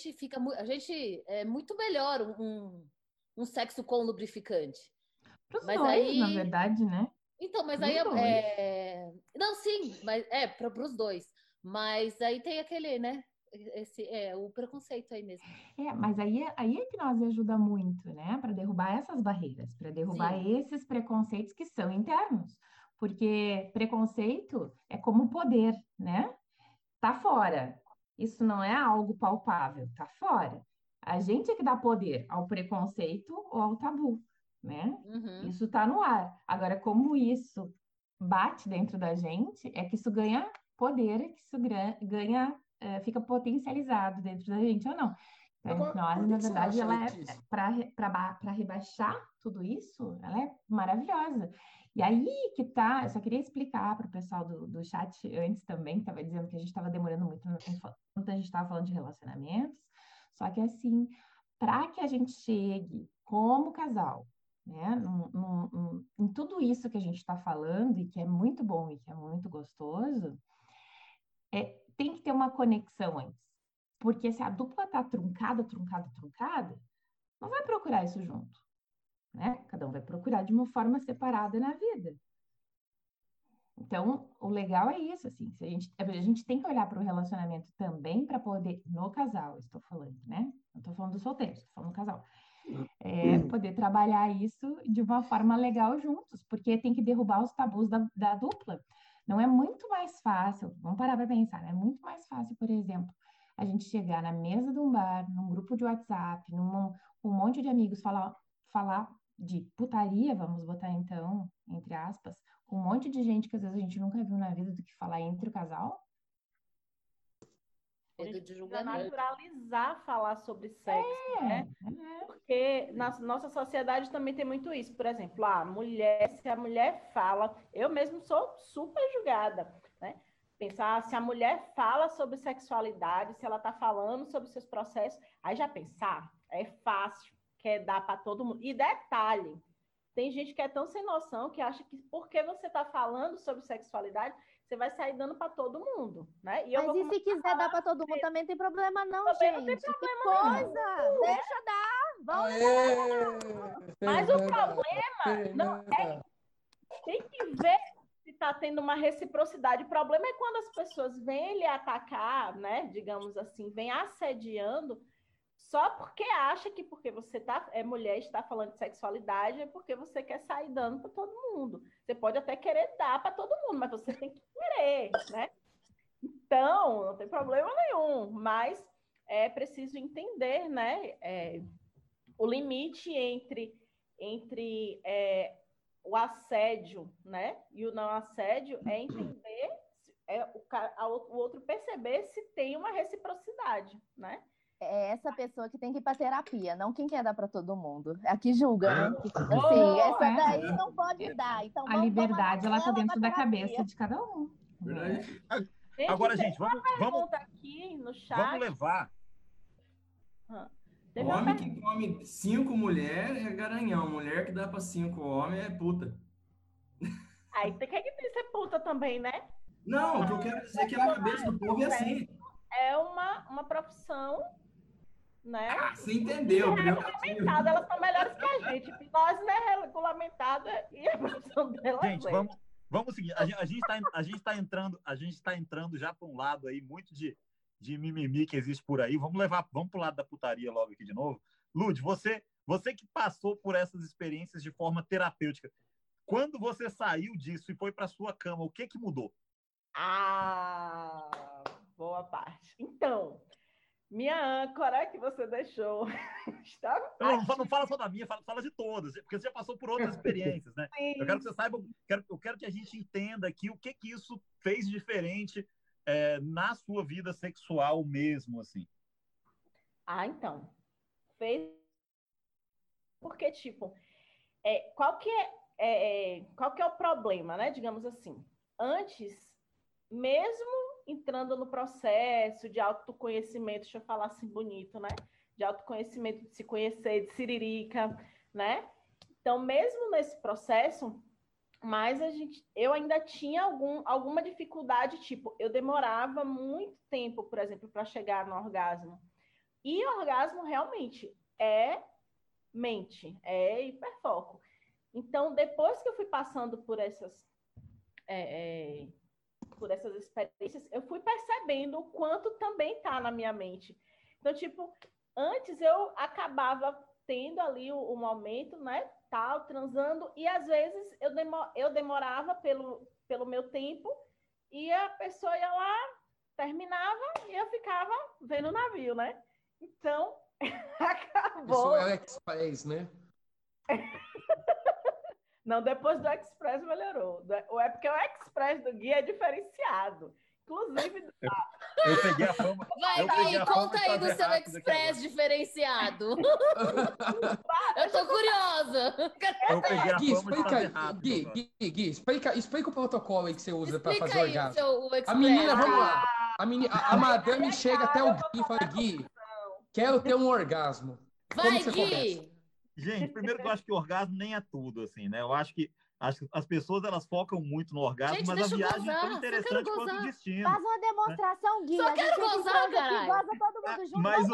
é muito melhor um sexo com lubrificante. Para os dois, na verdade, né? Então, mas aí não, sim, mas para os dois. Mas aí tem aquele, né? O preconceito aí mesmo. Mas aí a hipnose ajuda muito, né? Para derrubar essas barreiras, para derrubar esses preconceitos que são internos. Porque preconceito é como poder, né? Tá fora. Isso não é algo palpável, tá fora. A gente é que dá poder ao preconceito ou ao tabu, né? Uhum. Isso tá no ar. Agora, como isso bate dentro da gente, é que isso ganha poder, é que isso fica potencializado dentro da gente ou não. A hipnose, na verdade, ela para rebaixar tudo isso, ela é maravilhosa. E aí que tá, eu só queria explicar para o pessoal do chat antes também, que estava dizendo que a gente estava demorando muito enquanto a gente estava falando de relacionamentos, só que assim, para que a gente chegue como casal, né, em tudo isso que a gente está falando, e que é muito bom e que é muito gostoso, tem que ter uma conexão antes. Porque se a dupla está truncada, não vai procurar isso junto, né? Cada um vai procurar de uma forma separada na vida. Então, o legal é isso, assim, a gente tem que olhar para o relacionamento também para poder, no casal, estou falando, né? Não estou falando do solteiro, estou falando do casal. Poder trabalhar isso de uma forma legal juntos, porque tem que derrubar os tabus da dupla. Não é muito mais fácil, vamos parar para pensar, né? É muito mais fácil, por exemplo, a gente chegar na mesa de um bar, num grupo de WhatsApp, um monte de amigos falar de putaria, vamos botar então, entre aspas, com um monte de gente que às vezes a gente nunca viu na vida, do que falar entre o casal. Naturalizar falar sobre sexo, né? Porque na nossa sociedade também tem muito isso. Por exemplo, se a mulher fala, eu mesmo sou super julgada, né? Pensar se a mulher fala sobre sexualidade, se ela está falando sobre seus processos, aí já pensar, é fácil, quer dar para todo mundo. E detalhe, tem gente que é tão sem noção que acha que porque você está falando sobre sexualidade, você vai sair dando para todo mundo, né? Mas e se quiser dar para todo mundo, também não tem problema não, gente. Não tem problema que coisa! Deixa dar! Vamos Mas o problema não é... Tem que ver se está tendo uma reciprocidade. O problema é quando as pessoas vêm lhe atacar, né? Digamos assim, vêm assediando, só porque acha que porque você é mulher e está falando de sexualidade é porque você quer sair dando para todo mundo. Você pode até querer dar para todo mundo, mas você tem que querer, né? Então, não tem problema nenhum, mas é preciso entender, né, o limite entre o assédio, né, e o não assédio é entender, o outro perceber se tem uma reciprocidade, né? É essa pessoa que tem que ir para terapia, não quem quer dar para todo mundo. É a que julga, né? Assim, essa daí não pode dar. Então, a liberdade, ela está dentro da terapia. Cabeça de cada um. Agora, gente, vamos aqui no chat. Vamos levar. Homem que come 5 mulheres é garanhão. Mulher que dá para 5 homens é puta. Aí tem que ser puta também, né? Não, o que eu quero dizer é que a cabeça do povo é assim. É uma profissão, né? Ah, você entendeu. Regulamentada, elas são melhores que a gente. Nós não é regulamentada e a profissão delas gente, vamos seguir. A gente está entrando já para um lado aí muito de mimimi que existe por aí. Vamos pro lado da putaria logo aqui de novo. Lud, você que passou por essas experiências de forma terapêutica, quando você saiu disso e foi para sua cama, o que mudou? Boa parte. Então, minha âncora que você deixou está... Não fala só da minha, fala de todas, porque você já passou por outras experiências, né? Sim. Eu quero que você saiba, eu quero que a gente entenda aqui o que isso fez diferente na sua vida sexual mesmo, assim. Então. Fez... Porque, tipo, qual que é o problema, né? Digamos assim. Antes, mesmo entrando no processo de autoconhecimento, deixa eu falar assim bonito, né? De autoconhecimento, de se conhecer, de siririca, né? Então, mesmo nesse processo, mas eu ainda tinha alguma dificuldade, tipo, eu demorava muito tempo, por exemplo, para chegar no orgasmo. E o orgasmo realmente é mente, é hiperfoco. Então, depois que eu fui passando por essas experiências, eu fui percebendo o quanto também está na minha mente. Então, tipo, antes eu acabava tendo ali o momento, né, tal, transando, e às vezes eu demorava pelo meu tempo, e a pessoa ia lá, terminava, e eu ficava vendo o navio, né? Então, acabou. Isso é o Express, né? Não, depois do Express melhorou. É porque o Express do Gui é diferenciado. Inclusive... Eu peguei a fama... Vai, Gui, conta aí do seu Express diferenciado. Eu tô curiosa. Eu peguei a Gui, fama de fazer rápido. Gui, explica o protocolo aí que você usa para fazer orgasmo. A menina, vamos lá. A madame chega até o Gui e fala, Gui, quero ter um orgasmo. Vai, Gui! Gente, primeiro que eu acho que o orgasmo nem é tudo, assim, né? Eu acho que as pessoas, elas focam muito no orgasmo, gente, mas a viagem é tão interessante quanto o destino. Faz uma demonstração, Gui. Só quero gozar, caralho. Goza todo mundo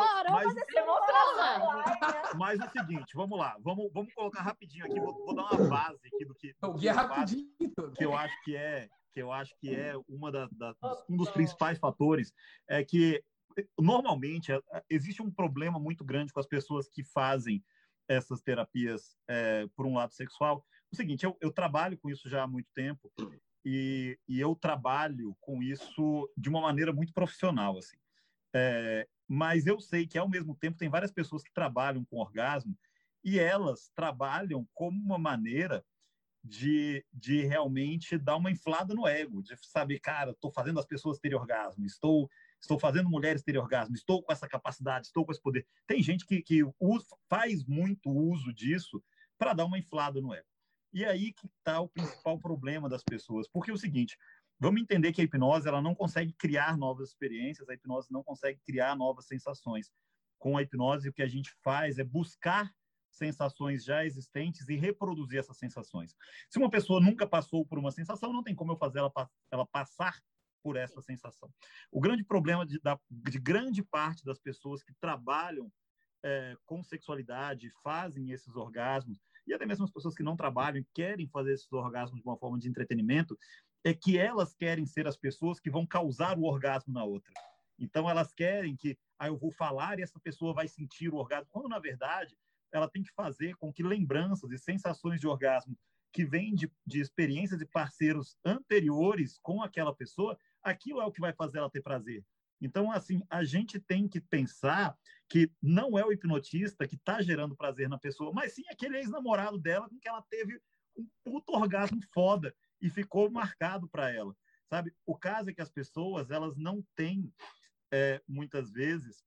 junto. Mas o seguinte, vamos lá. Vamos colocar rapidinho aqui, vou dar uma base aqui do que... O Gui é rapidinho. Que eu acho que é um dos principais fatores, é que, normalmente, existe um problema muito grande com as pessoas que fazem essas terapias por um lado sexual. O seguinte, eu trabalho com isso já há muito tempo e eu trabalho com isso de uma maneira muito profissional, assim. Mas eu sei que, ao mesmo tempo, tem várias pessoas que trabalham com orgasmo e elas trabalham como uma maneira de realmente dar uma inflada no ego, de saber, cara, estou fazendo as pessoas terem orgasmo, estou fazendo mulheres terem orgasmo, estou com essa capacidade, estou com esse poder. Tem gente que faz muito uso disso para dar uma inflada no ego. E aí que está o principal problema das pessoas. Porque é o seguinte, vamos entender que a hipnose ela não consegue criar novas experiências, a hipnose não consegue criar novas sensações. Com a hipnose, o que a gente faz é buscar sensações já existentes e reproduzir essas sensações. Se uma pessoa nunca passou por uma sensação, não tem como eu fazer ela passar por essa sensação. O grande problema de grande parte das pessoas que trabalham com sexualidade, fazem esses orgasmos, e até mesmo as pessoas que não trabalham e querem fazer esses orgasmos de uma forma de entretenimento, é que elas querem ser as pessoas que vão causar o orgasmo na outra. Então, elas querem que eu vou falar e essa pessoa vai sentir o orgasmo, quando, na verdade, ela tem que fazer com que lembranças e sensações de orgasmo que vêm de experiências de parceiros anteriores com aquela pessoa aquilo é o que vai fazer ela ter prazer. Então, assim, a gente tem que pensar que não é o hipnotista que está gerando prazer na pessoa, mas sim aquele ex-namorado dela com que ela teve um puto orgasmo foda e ficou marcado para ela, sabe? O caso é que as pessoas, elas não têm, muitas vezes,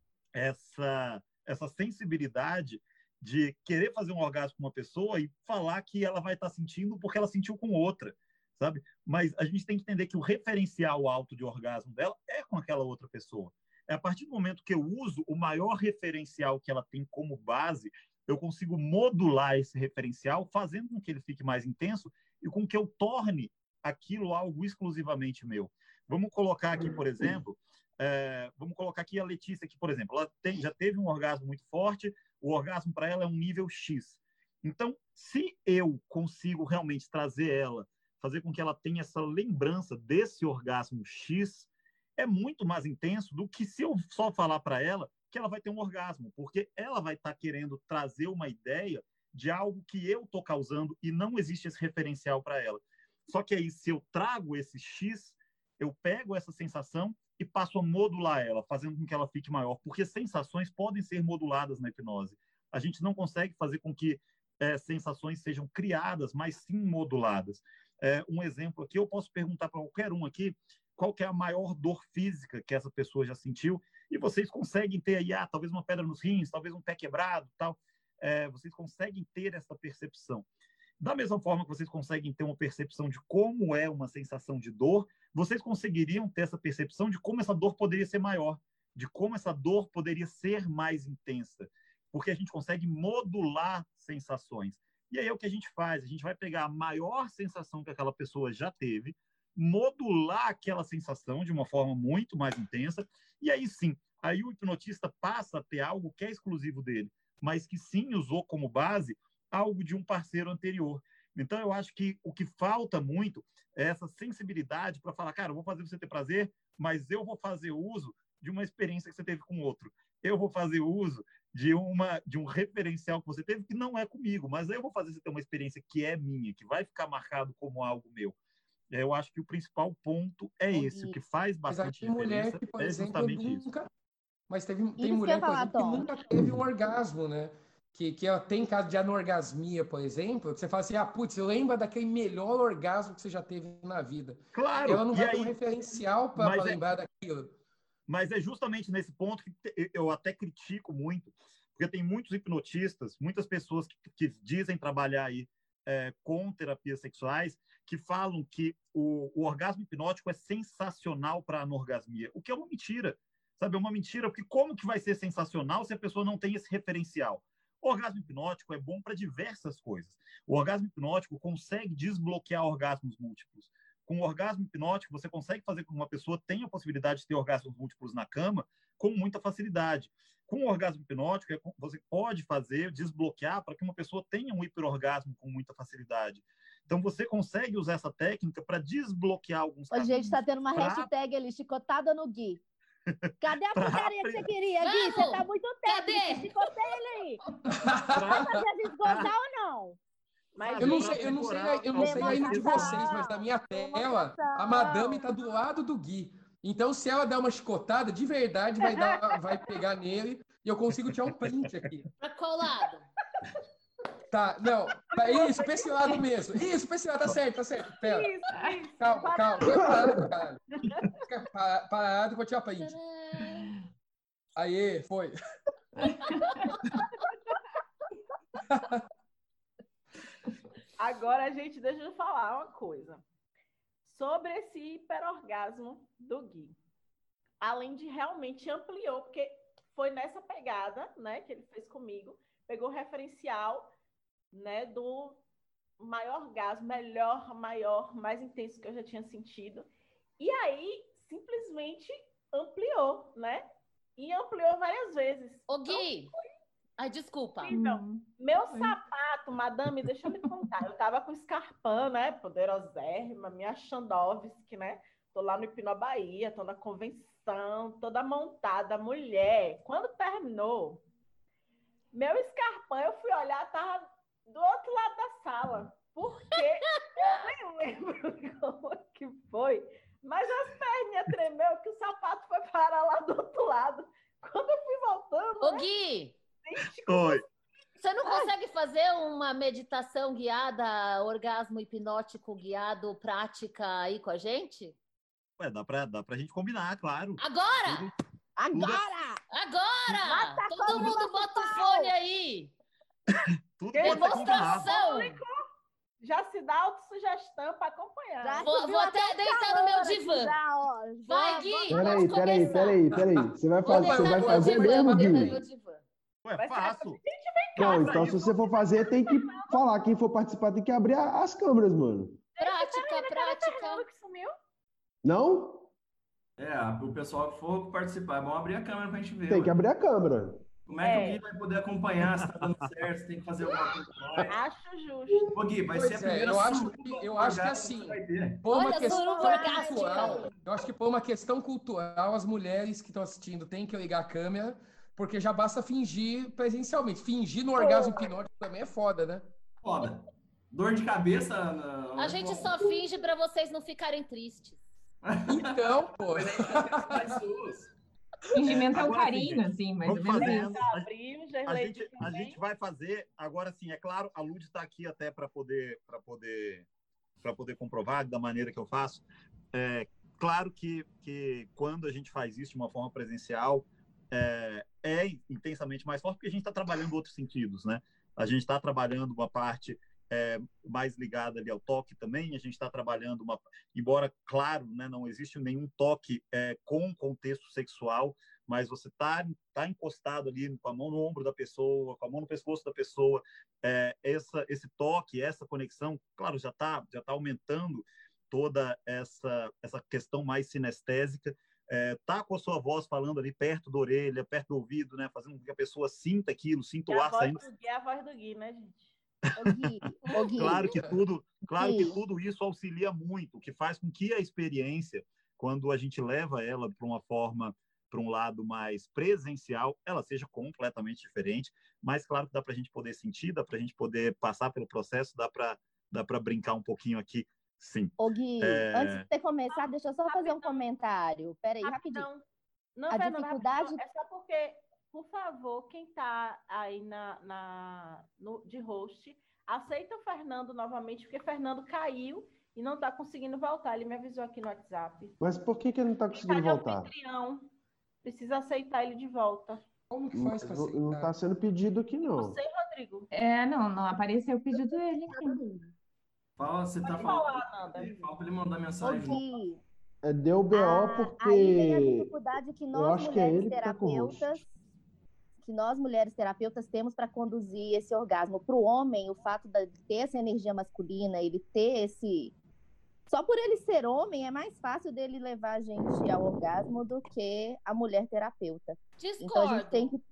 essa sensibilidade de querer fazer um orgasmo com uma pessoa e falar que ela vai estar sentindo porque ela sentiu com outra, sabe? Mas a gente tem que entender que o referencial alto de orgasmo dela é com aquela outra pessoa. É a partir do momento que eu uso o maior referencial que ela tem como base, eu consigo modular esse referencial, fazendo com que ele fique mais intenso e com que eu torne aquilo algo exclusivamente meu. Vamos colocar aqui, por exemplo, vamos colocar aqui a Letícia, que, por exemplo, ela já teve um orgasmo muito forte, o orgasmo para ela é um nível X. Então, se eu consigo realmente trazer ela, fazer com que ela tenha essa lembrança desse orgasmo X, é muito mais intenso do que se eu só falar para ela que ela vai ter um orgasmo, porque ela vai estar querendo trazer uma ideia de algo que eu estou causando e não existe esse referencial para ela. Só que aí, se eu trago esse X, eu pego essa sensação e passo a modular ela, fazendo com que ela fique maior, porque sensações podem ser moduladas na hipnose. A gente não consegue fazer com que sensações sejam criadas, mas sim moduladas. Um exemplo aqui, eu posso perguntar para qualquer um aqui qual que é a maior dor física que essa pessoa já sentiu, e vocês conseguem ter aí, talvez uma pedra nos rins, talvez um pé quebrado, tal. Vocês conseguem ter essa percepção. Da mesma forma que vocês conseguem ter uma percepção de como é uma sensação de dor, vocês conseguiriam ter essa percepção de como essa dor poderia ser maior, de como essa dor poderia ser mais intensa, porque a gente consegue modular sensações. E aí é o que a gente faz, a gente vai pegar a maior sensação que aquela pessoa já teve, modular aquela sensação de uma forma muito mais intensa, e aí sim, aí o hipnotista passa a ter algo que é exclusivo dele, mas que sim usou como base algo de um parceiro anterior. Então, eu acho que o que falta muito é essa sensibilidade para falar, cara, eu vou fazer você ter prazer, mas eu vou fazer uso de uma experiência que você teve com outro. Eu vou fazer uso de um referencial que você teve que não é comigo, mas eu vou fazer você ter uma experiência que é minha, que vai ficar marcado como algo meu. Eu acho que o principal ponto é esse. O que faz bastante diferença que, por é exemplo, justamente nunca... isso. Mas tem mulher, por exemplo, que nunca teve um orgasmo, né? Que tem caso de anorgasmia, por exemplo, que você fala assim, putz, lembra daquele melhor orgasmo que você já teve na vida. Claro. Ela não vai ter um referencial para lembrar daquilo. Mas é justamente nesse ponto que eu até critico muito, porque tem muitos hipnotistas, muitas pessoas que dizem trabalhar aí com terapias sexuais, que falam que o orgasmo hipnótico é sensacional para a anorgasmia, o que é uma mentira, sabe? É uma mentira, porque como que vai ser sensacional se a pessoa não tem esse referencial? O orgasmo hipnótico é bom para diversas coisas. O orgasmo hipnótico consegue desbloquear orgasmos múltiplos. Com o orgasmo hipnótico, você consegue fazer com que uma pessoa tenha a possibilidade de ter orgasmos múltiplos na cama com muita facilidade. Com o orgasmo hipnótico, você pode desbloquear para que uma pessoa tenha um hiperorgasmo com muita facilidade. Então, você consegue usar essa técnica para desbloquear alguns casos. A gente está tendo uma hashtag ali, chicotada no Gui. Cadê a putaria que você queria, Gui? Você tá muito técnico. Chicotei ele aí. Vai fazer a gente gozar ou não? Mas eu não sei aí de vocês, mas na minha tela, a madame tá do lado do Gui. Então, se ela der uma chicotada, de verdade vai pegar nele e eu consigo tirar um print aqui. Pra qual lado? Tá, não. Isso, pra esse lado mesmo. Isso, pra esse lado, tá certo. Pera. Isso. Calma. Fica parado que eu vou tirar print. Aê, foi. Agora, deixa eu falar uma coisa. Sobre esse hiperorgasmo do Gui. Além de realmente ampliou, porque foi nessa pegada, né, que ele fez comigo, pegou o referencial, né, do maior orgasmo, melhor, maior, mais intenso que eu já tinha sentido. E aí, simplesmente ampliou, né? E ampliou várias vezes. Ô, Gui! Então, ai, desculpa. Meu sapato, madame, deixa eu me contar. Eu tava com escarpão, né? Poderosérrima, minha Chandovski, né? Tô lá no Hipnobahia, tô na convenção, toda montada, mulher. Quando terminou, meu escarpão, eu fui olhar, tava do outro lado da sala. Porque eu nem lembro como que foi, Mas as perninhas tremeu que o sapato foi parar lá do outro lado. Quando eu fui voltando... Ô, Gui! Oi. Você não consegue fazer uma meditação guiada, orgasmo hipnótico guiado, prática aí com a gente? Ué, dá pra gente combinar, claro. Agora! Agora! Agora! Mata Todo mundo bota o fone aí! Tudo pode ser combinado. Demonstração! Já se dá autossugestão para acompanhar. Já Vou subiu até até deitar no meu calor aqui divã. já, ó. Vai, Já- Gui! Peraí, Vamos peraí, começar. peraí. Você vai Vou fazer, você deitar vai no fazer meu divã, mesmo, vou deitar no Gui? meu divã. Ué, Vai ser faço. assim, gente, vem Bom, cá. então se você for fazer, tem que falar. Quem for participar tem que abrir as câmeras, mano. Prática, prática. Fernando que sumiu. Não? O pessoal que for participar, é bom abrir a câmera pra gente ver. Tem que ué. abrir a câmera. Como é que o Gui vai poder acompanhar se tá dando certo, se tem que fazer alguma coisa mais? Acho justo. Ô, Gui, vai Pois ser a é, primeira eu acho suruba que- eu acho que orgásmica assim, você vai ter. Por uma Olha, questão suruba orgástica. cultural, eu acho que por uma questão cultural, as mulheres que estão assistindo têm que ligar a câmera, porque já basta fingir presencialmente. Fingir no orgasmo hipnótico também é foda, né? Foda. Dor de cabeça. A gente só finge pra vocês não ficarem tristes. Então, pô. Mais suas. Fingimento é um Agora, carinho, assim, mais ou Vamos menos fazendo. isso. Abriu, A Gerleide gente, a também. gente vai fazer agora sim, é claro, a Lud está aqui até para poder comprovar da maneira que eu faço. É claro que quando a gente faz isso de uma forma presencial é intensamente mais forte porque a gente está trabalhando outros sentidos, né? A gente está trabalhando uma parte mais ligada ali ao toque também. A gente está trabalhando embora claro, né, não existe nenhum toque com contexto sexual, mas você tá encostado ali com a mão no ombro da pessoa, com a mão no pescoço da pessoa, esse toque, essa conexão, claro, já tá aumentando toda essa questão mais sinestésica. Tá com a sua voz falando ali perto da orelha, perto do ouvido, né, fazendo com que a pessoa sinta aquilo, sinta o ar saindo. É a voz do Gui, né, gente? Ô, Gui. Claro que tudo isso auxilia muito, o que faz com que a experiência, quando a gente leva ela para uma forma, para um lado mais presencial, ela seja completamente diferente, mas claro que dá para a gente poder sentir, dá para a gente poder passar pelo processo, dá para brincar um pouquinho aqui, sim. Ô, Gui, antes de você começar, deixa eu só fazer um comentário. Peraí, rapidinho. Não, A Fernanda, dificuldade- rapidinho. É só porque, por favor, quem está aí de host, aceita o Fernando novamente, porque Fernando caiu e não está conseguindo voltar. Ele me avisou aqui no WhatsApp. Mas por que ele não tá Quem conseguindo de voltar? anfitrião, precisa aceitar ele de volta. Como que faz pra aceitar? Não tá sendo pedido aqui, não. Você, Rodrigo? Não apareceu o pedido dele aqui. Fala, você tá Pode falando. falar, Nanda. Fala pra ele mandar Ô, mensagem. Gui, Deu BO aí vem a porque dificuldade que eu nós, acho que é mulheres ele que tá com o host. terapeutas, temos para conduzir esse orgasmo. Para o homem, o fato de ter essa energia masculina, ele ter esse... Só por ele ser homem, é mais fácil dele levar a gente ao orgasmo do que a mulher terapeuta. Discordo. Então, a gente tem que...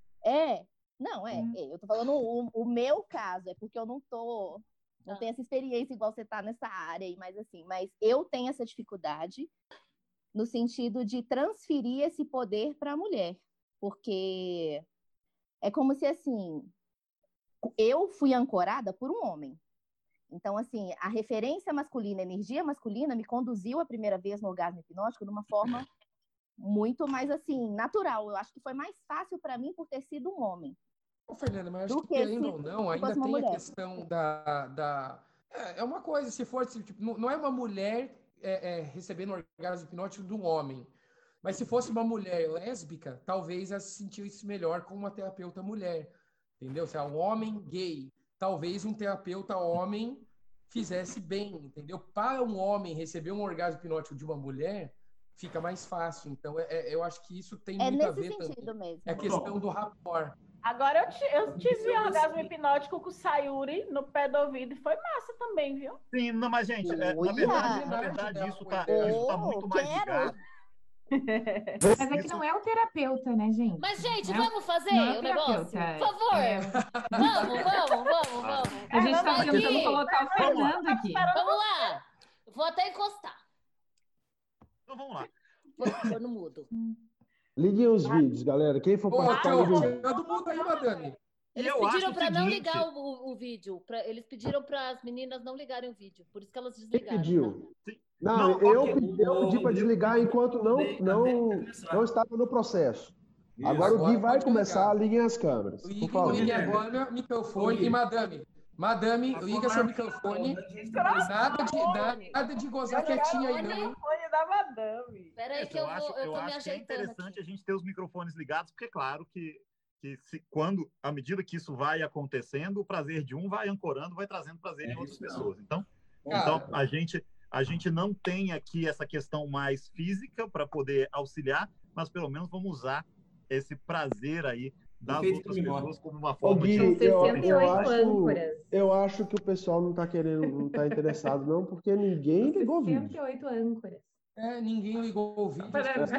Eu tô falando o meu caso, é porque eu não tenho essa experiência igual você tá nessa área aí, mas eu tenho essa dificuldade no sentido de transferir esse poder para a mulher, porque é como se, assim, eu fui ancorada por um homem. Então, assim, a referência masculina, a energia masculina me conduziu a primeira vez no orgasmo hipnótico de uma forma muito mais, assim, natural. Eu acho que foi mais fácil para mim por ter sido um homem. Ô, Fernanda, mas acho Do que que querendo se ou não, fosse ainda uma tem a mulher. questão da... É uma coisa, se for, tipo, não é uma mulher recebendo orgasmo hipnótico de um homem, mas se fosse uma mulher lésbica, talvez ela se sentisse melhor com uma terapeuta mulher, entendeu? Se é um homem gay, talvez um terapeuta homem fizesse bem, entendeu? Para um homem receber um orgasmo hipnótico de uma mulher, fica mais fácil. Então, eu acho que isso tem muito a ver nesse sentido também. mesmo. É a questão do rapport. Agora, eu tive um orgasmo hipnótico com o Sayuri no pé do ouvido e foi massa também, viu? Sim, não, mas gente, na verdade isso tá muito mais ligado. Mas é que não é o terapeuta, né, gente? Mas, gente, Não é- vamos fazer não é o negócio? terapeuta, Por favor. Vamos. A gente tá Aqui. tentando colocar o Fernando aqui. Vamos lá. Vou até encostar. Então vamos lá. Vou pôr no mudo. Liguem os vídeos, galera. Quem for participar, ligue os vídeos. Todo mundo aí, Madame. Eles eu pediram acho o para não seguinte- ligar o vídeo. Eles pediram para as meninas não ligarem o vídeo. Por isso que elas Quem desligaram. pediu? Tá? Não, eu pedi para desligar enquanto não estava no processo. Isso. Agora o Gui Agora vai pode começar, ligar. liguem as câmeras, por favor. Ligue agora o microfone e madame, liga seu microfone. Nada de gozar quietinho aí, não. Microfone da madame. Peraí que eu tô me acho que é ajeitando interessante aqui. a gente ter os microfones ligados, porque é claro que quando, à medida que isso vai acontecendo, o prazer de um vai ancorando, vai trazendo prazer de outras pessoas. Então a gente não tem aqui essa questão mais física para poder auxiliar, mas pelo menos vamos usar esse prazer aí das outras pessoas como uma forma Gui, de... eu acho que o pessoal não está interessado não, porque ninguém ligou o vídeo. 68 âncoras. Ninguém ligou o vídeo.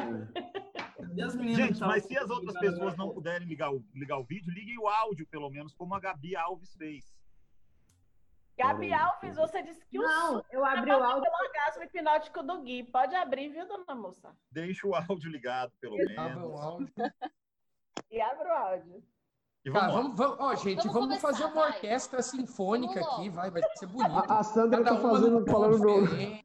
Gente, mas se as outras pessoas não puderem ligar o vídeo, liguem o áudio, pelo menos, como a Gabi Alves fez. Gabi Alves, você disse que eu abri o áudio pelo orgasmo hipnótico do Gui. Pode abrir, viu, dona moça? Deixa o áudio ligado, pelo menos. E abre o áudio. E vamos fazer uma orquestra sinfônica aqui, vai ser bonito. A Sandra está falando no...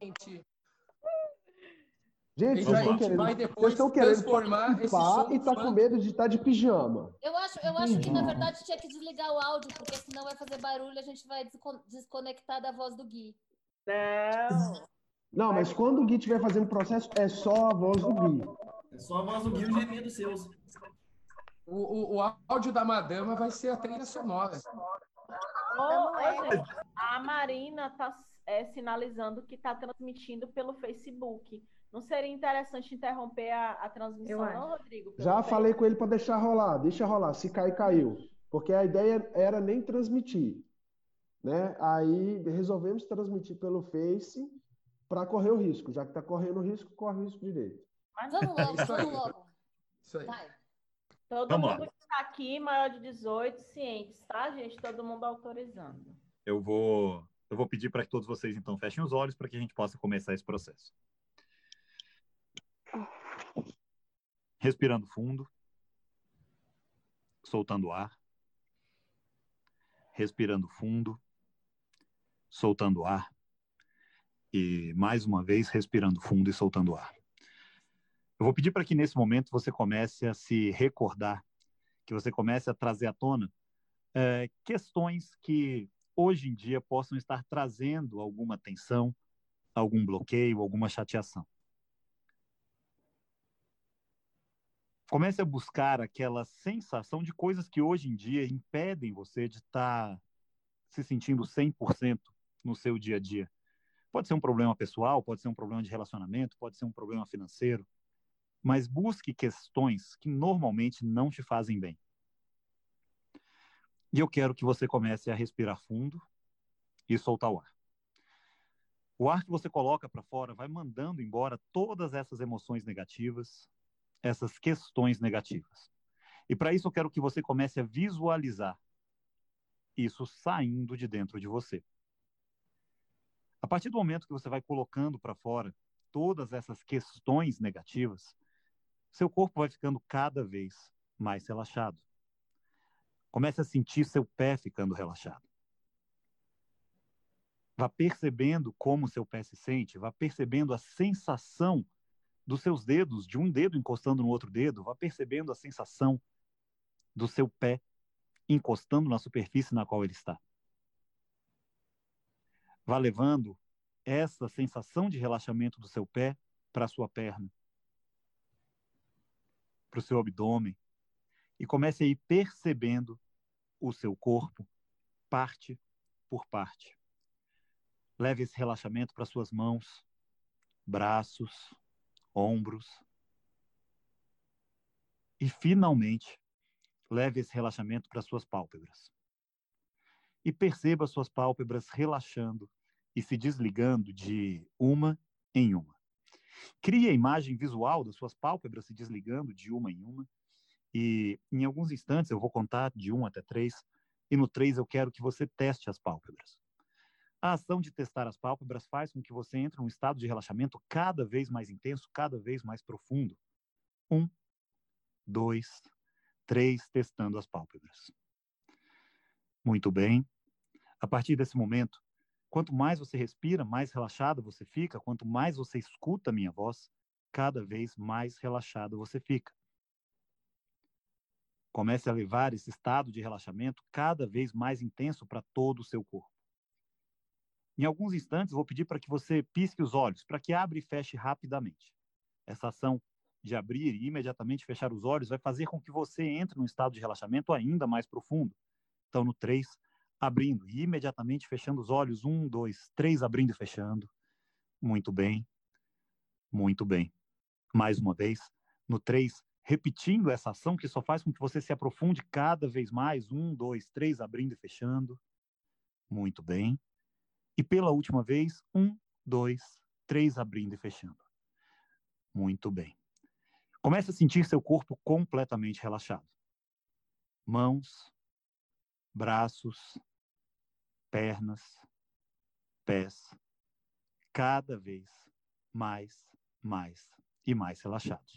Gente, vocês estão querendo participar e tá com medo de estar de pijama. Eu acho que, na verdade, tinha que desligar o áudio, porque senão vai fazer barulho e a gente vai desconectar da voz do Gui. Não, mas quando o Gui estiver fazendo o processo, é só a voz do Gui. É só a voz do Gui e o gemido seus. O áudio da madama vai ser a trilha sonora. Gente, a Marina está sinalizando que está transmitindo pelo Facebook. Não seria interessante interromper a transmissão, não, Rodrigo? Já falei com ele para deixa rolar. Se cair, caiu. Porque a ideia era nem transmitir, né? Aí resolvemos transmitir pelo Face para correr o risco. Já que está correndo o risco, corre o risco direito. Mas vamos logo. Isso aí. Vai. Todo mundo que está aqui, maior de 18, cientes, tá, gente? Todo mundo autorizando. Eu vou pedir para que todos vocês, então, fechem os olhos para que a gente possa começar esse processo. Respirando fundo, soltando o ar. Respirando fundo, soltando o ar. E, mais uma vez, respirando fundo e soltando o ar. Eu vou pedir para que, nesse momento, você comece a se recordar, que você comece a trazer à tona questões que, hoje em dia, possam estar trazendo alguma tensão, algum bloqueio, alguma chateação. Comece a buscar aquela sensação de coisas que hoje em dia impedem você de estar se sentindo 100% no seu dia a dia. Pode ser um problema pessoal, pode ser um problema de relacionamento, pode ser um problema financeiro, mas busque questões que normalmente não te fazem bem. E eu quero que você comece a respirar fundo e soltar o ar. O ar que você coloca para fora vai mandando embora todas essas emoções negativas, essas questões negativas. E para isso eu quero que você comece a visualizar isso saindo de dentro de você. A partir do momento que você vai colocando para fora todas essas questões negativas, seu corpo vai ficando cada vez mais relaxado. Comece a sentir seu pé ficando relaxado. Vá percebendo como seu pé se sente, vá percebendo a sensação dos seus dedos, de um dedo encostando no outro dedo, vá percebendo a sensação do seu pé encostando na superfície na qual ele está. Vá levando essa sensação de relaxamento do seu pé para a sua perna, para o seu abdômen, e comece a ir percebendo o seu corpo, parte por parte. Leve esse relaxamento para suas mãos, braços, ombros. E, finalmente, leve esse relaxamento para suas pálpebras. E perceba suas pálpebras relaxando e se desligando de uma em uma. Crie a imagem visual das suas pálpebras se desligando de uma em uma. E, em alguns instantes, eu vou contar de 1 até 3. E no 3 eu quero que você teste as pálpebras. A ação de testar as pálpebras faz com que você entre num estado de relaxamento cada vez mais intenso, cada vez mais profundo. 1, 2, 3, testando as pálpebras. Muito bem. A partir desse momento, Quanto mais você respira, mais relaxado você fica. Quanto mais você escuta a minha voz, cada vez mais relaxado você fica. Comece a levar esse estado de relaxamento cada vez mais intenso para todo o seu corpo. Em alguns instantes, vou pedir para que você pisque os olhos, para que abra e feche rapidamente. Essa ação de abrir e imediatamente fechar os olhos vai fazer com que você entre num estado de relaxamento ainda mais profundo. Então, no 3, abrindo e imediatamente fechando os olhos. 1, 2, 3, abrindo e fechando. Muito bem. Muito bem. Mais uma vez. No 3, repetindo essa ação que só faz com que você se aprofunde cada vez mais. 1, 2, 3, abrindo e fechando. Muito bem. E pela última vez, 1, 2, 3, abrindo e fechando. Muito bem. Comece a sentir seu corpo completamente relaxado. Mãos, braços, pernas, pés, cada vez mais e mais relaxados.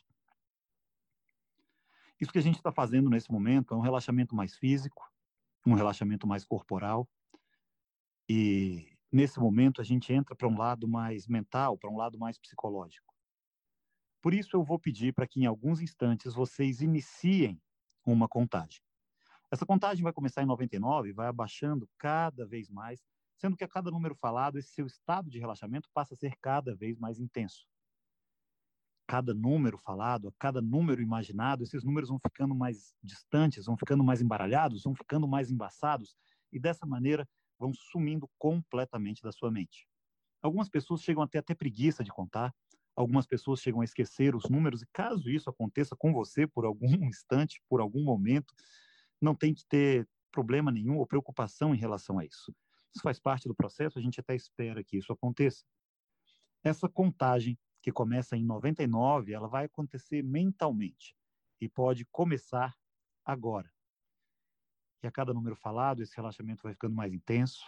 Isso que a gente está fazendo nesse momento é um relaxamento mais físico, um relaxamento mais corporal, e nesse momento a gente entra para um lado mais mental, para um lado mais psicológico. Por isso eu vou pedir para que em alguns instantes vocês iniciem uma contagem. Essa contagem vai começar em 99 e vai abaixando cada vez mais, sendo que a cada número falado, esse seu estado de relaxamento passa a ser cada vez mais intenso. Cada número falado, a cada número imaginado, esses números vão ficando mais distantes, vão ficando mais embaralhados, vão ficando mais embaçados, e dessa maneira vão sumindo completamente da sua mente. Algumas pessoas chegam a ter até preguiça de contar, algumas pessoas chegam a esquecer os números, e caso isso aconteça com você por algum instante, por algum momento, não tem que ter problema nenhum ou preocupação em relação a isso. Isso faz parte do processo, a gente até espera que isso aconteça. Essa contagem, que começa em 99, ela vai acontecer mentalmente e pode começar agora. E a cada número falado, esse relaxamento vai ficando mais intenso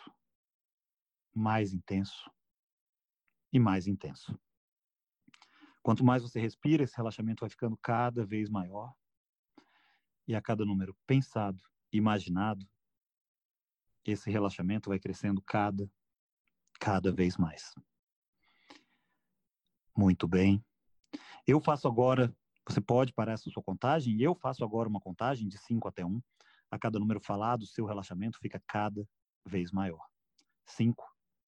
e mais intenso. Quanto mais você respira, esse relaxamento vai ficando cada vez maior. E a cada número pensado, imaginado, esse relaxamento vai crescendo cada vez mais. Muito bem. Eu faço agora, você pode parar essa sua contagem, e eu faço agora uma contagem de 5 até 1. A cada número falado, o seu relaxamento fica cada vez maior. 5,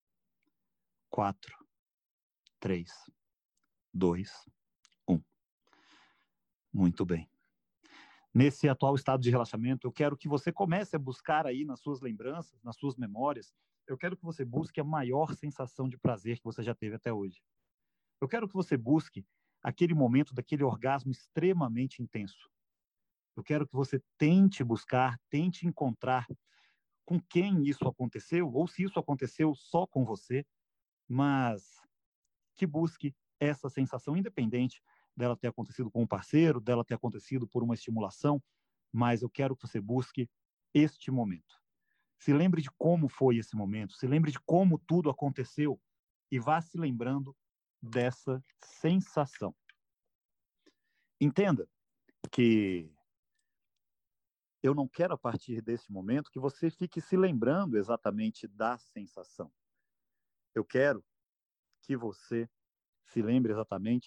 4, 3, 2, 1. Muito bem. Nesse atual estado de relaxamento, eu quero que você comece a buscar aí nas suas lembranças, nas suas memórias, eu quero que você busque a maior sensação de prazer que você já teve até hoje. Eu quero que você busque aquele momento daquele orgasmo extremamente intenso. Eu quero que você tente buscar, tente encontrar com quem isso aconteceu, ou se isso aconteceu só com você, mas que busque essa sensação, independente dela ter acontecido com um parceiro, dela ter acontecido por uma estimulação, mas eu quero que você busque este momento. Se lembre de como foi esse momento, se lembre de como tudo aconteceu e vá se lembrando dessa sensação. Entenda que eu não quero, a partir desse momento, que você fique se lembrando exatamente da sensação. Eu quero que você se lembre exatamente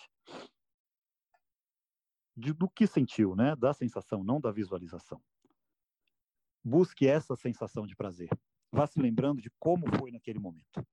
do que sentiu, né? Da sensação, não da visualização. Busque essa sensação de prazer. Vá se lembrando de como foi naquele momento.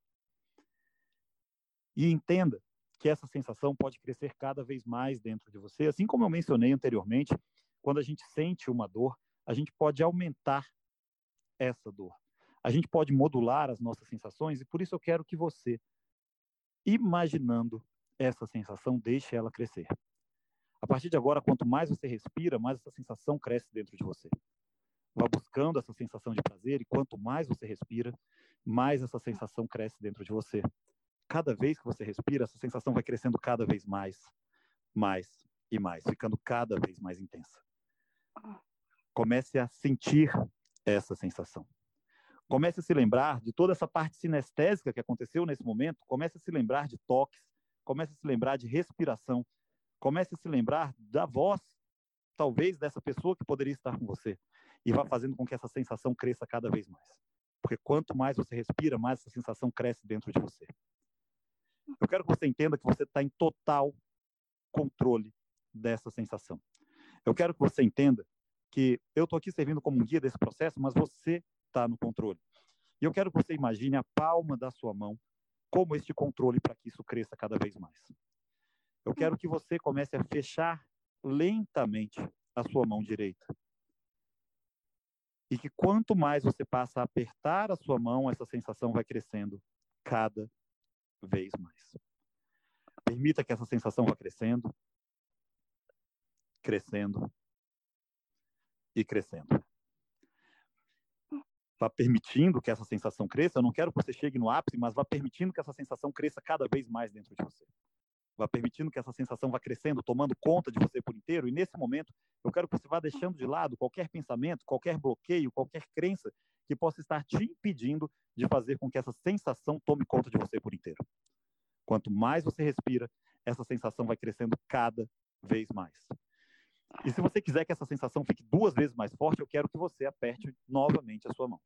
E entenda que essa sensação pode crescer cada vez mais dentro de você. Assim como eu mencionei anteriormente, quando a gente sente uma dor, a gente pode aumentar essa dor. A gente pode modular as nossas sensações, e por isso eu quero que você, imaginando essa sensação, deixe ela crescer. A partir de agora, quanto mais você respira, mais essa sensação cresce dentro de você. Vá buscando essa sensação de prazer, e quanto mais você respira, mais essa sensação cresce dentro de você. Cada vez que você respira, essa sensação vai crescendo cada vez mais e mais, ficando cada vez mais intensa. Comece a sentir essa sensação. Comece a se lembrar de toda essa parte sinestésica que aconteceu nesse momento. Comece a se lembrar de toques. Comece a se lembrar de respiração. Comece a se lembrar da voz, talvez, dessa pessoa que poderia estar com você. E vá fazendo com que essa sensação cresça cada vez mais. Porque quanto mais você respira, mais essa sensação cresce dentro de você. Eu quero que você entenda que você está em total controle dessa sensação. Eu quero que você entenda que eu estou aqui servindo como um guia desse processo, mas você está no controle. E eu quero que você imagine a palma da sua mão como este controle para que isso cresça cada vez mais. Eu quero que você comece a fechar lentamente a sua mão direita. E que quanto mais você passa a apertar a sua mão, essa sensação vai crescendo cada vez mais. Permita que essa sensação vá crescendo, crescendo e crescendo. Vá permitindo que essa sensação cresça. Eu não quero que você chegue no ápice, mas vá permitindo que essa sensação cresça cada vez mais dentro de você. Vá permitindo que essa sensação vá crescendo, tomando conta de você por inteiro. E nesse momento, eu quero que você vá deixando de lado qualquer pensamento, qualquer bloqueio, qualquer crença que possa estar te impedindo de fazer com que essa sensação tome conta de você por inteiro. Quanto mais você respira, essa sensação vai crescendo cada vez mais. E se você quiser que essa sensação fique 2 vezes mais forte, eu quero que você aperte novamente a sua mão.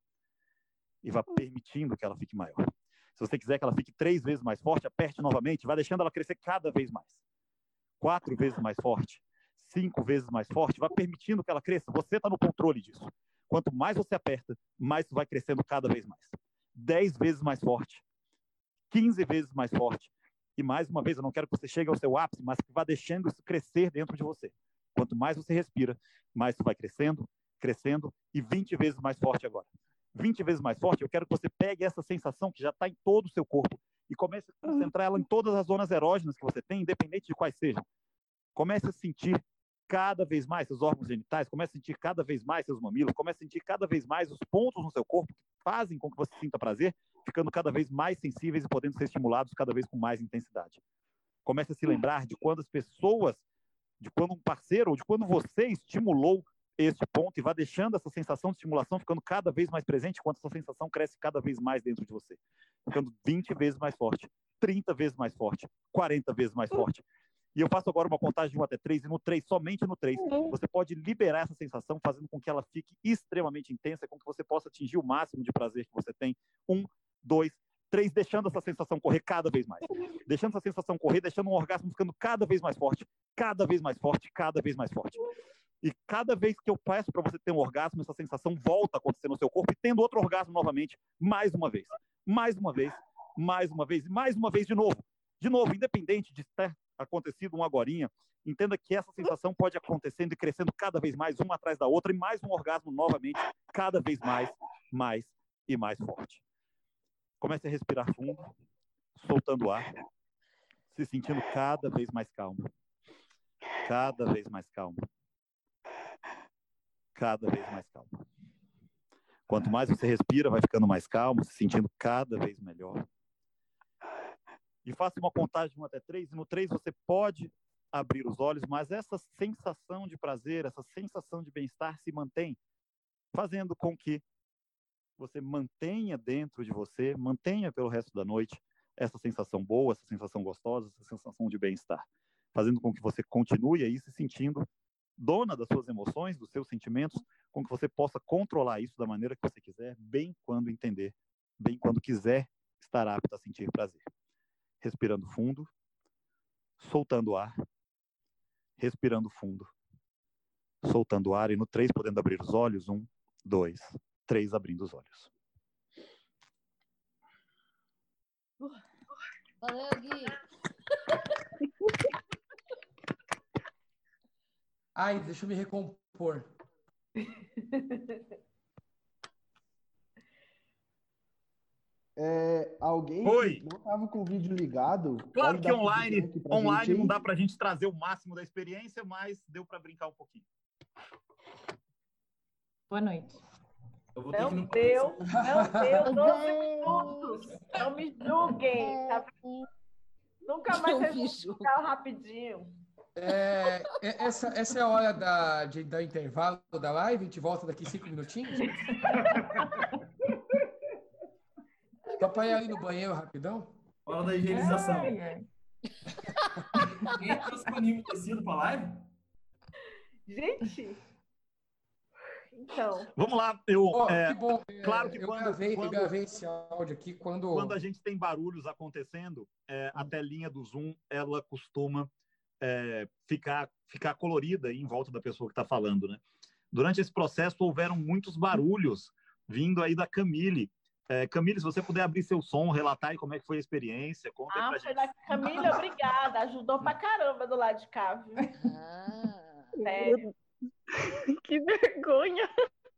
E vá permitindo que ela fique maior. Se você quiser que ela fique 3 vezes mais forte, aperte novamente, vá deixando ela crescer cada vez mais. 4 vezes mais forte, 5 vezes mais forte, vá permitindo que ela cresça. Você está no controle disso. Quanto mais você aperta, mais vai crescendo cada vez mais. 10 vezes mais forte, 15 vezes mais forte. E mais uma vez, eu não quero que você chegue ao seu ápice, mas que vá deixando isso crescer dentro de você. Quanto mais você respira, mais isso vai crescendo, crescendo, e 20 vezes mais forte agora. 20 vezes mais forte, eu quero que você pegue essa sensação que já está em todo o seu corpo e comece a concentrar ela em todas as zonas erógenas que você tem, independente de quais sejam. Comece a sentir cada vez mais seus órgãos genitais, comece a sentir cada vez mais seus mamilos, comece a sentir cada vez mais os pontos no seu corpo que fazem com que você sinta prazer, ficando cada vez mais sensíveis e podendo ser estimulados cada vez com mais intensidade. Comece a se lembrar de quando as pessoas, de quando um parceiro ou de quando você estimulou este ponto e vá deixando essa sensação de estimulação ficando cada vez mais presente, enquanto essa sensação cresce cada vez mais dentro de você. Ficando 20 vezes mais forte, 30 vezes mais forte, 40 vezes mais forte. E eu faço agora uma contagem de 1 até 3, e no 3, somente no 3, você pode liberar essa sensação, fazendo com que ela fique extremamente intensa, com que você possa atingir o máximo de prazer que você tem. 1, 2, 3, deixando essa sensação correr cada vez mais. Deixando essa sensação correr, deixando um orgasmo ficando cada vez mais forte, cada vez mais forte, cada vez mais forte. E cada vez que eu peço para você ter um orgasmo, essa sensação volta a acontecer no seu corpo e tendo outro orgasmo novamente, mais uma vez, mais uma vez, mais uma vez, e mais uma vez de novo. De novo, independente de ter acontecido um agorinha, entenda que essa sensação pode acontecendo e crescendo cada vez mais, uma atrás da outra, e mais um orgasmo novamente, cada vez mais, mais e mais forte. Comece a respirar fundo, soltando o ar, se sentindo cada vez mais calmo. Cada vez mais calmo. Cada vez mais calmo. Quanto mais você respira, vai ficando mais calmo, se sentindo cada vez melhor. E faça uma contagem de 1 até 3, e no 3 você pode abrir os olhos, mas essa sensação de prazer, essa sensação de bem-estar se mantém, fazendo com que você mantenha dentro de você, mantenha pelo resto da noite essa sensação boa, essa sensação gostosa, essa sensação de bem-estar, fazendo com que você continue aí se sentindo dona das suas emoções, dos seus sentimentos, com que você possa controlar isso da maneira que você quiser, bem quando entender, bem quando quiser estar apto a sentir prazer. Respirando fundo, soltando o ar, respirando fundo, soltando o ar, e no 3 podendo abrir os olhos, 1, 2, 3, abrindo os olhos. Valeu, Gui. Ai, deixa eu me recompor. Alguém Oi. que não estava com o vídeo ligado? Claro pode que dar feedback pra online gente não aí? dá para a gente trazer o máximo da experiência, mas deu para brincar um pouquinho. Boa noite. Eu vou ter Não que no... deu, 12 minutos. Não me julguem. Tá? Nunca mais vocês vão ficar rapidinho. Essa é a hora da intervalo da live? A gente volta daqui 5 minutinhos? Só para ir ali no banheiro rapidão? Hora da higienização. Ai. Quem trouxe paninho tecido para live? Gente, Então. Vamos lá. Que bom. Claro que eu quando gravei esse áudio aqui quando a gente tem barulhos acontecendo, a telinha do Zoom ela costuma ficar colorida em volta da pessoa que está falando, né? Durante esse processo houveram muitos barulhos vindo aí da Camille. Camille, se você puder abrir seu som, relatar aí como é que foi a experiência, conta aí pra foi gente. da Camille, obrigada. Ajudou pra caramba do lado de cá, viu? Sério. Que vergonha!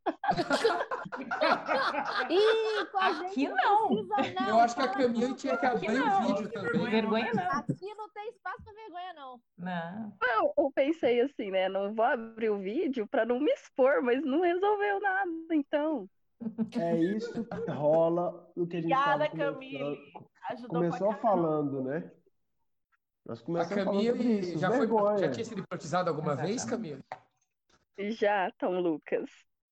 Ih, com a gente Aqui não. precisa, não. Eu acho que a Camille tinha que abrir o vídeo também. Vergonha não. Aqui não tem espaço pra vergonha, não. Não. Eu pensei assim, né? Não vou abrir o vídeo para não me expor, mas não resolveu nada, então. É isso que rola no que a gente Obrigada, Camille. Ajudou começou pra falando, né? Nós A começamos falando sobre Camille isso, já vergonha. tinha sido hipnotizada alguma vez, Camille? Já, Tom Lucas.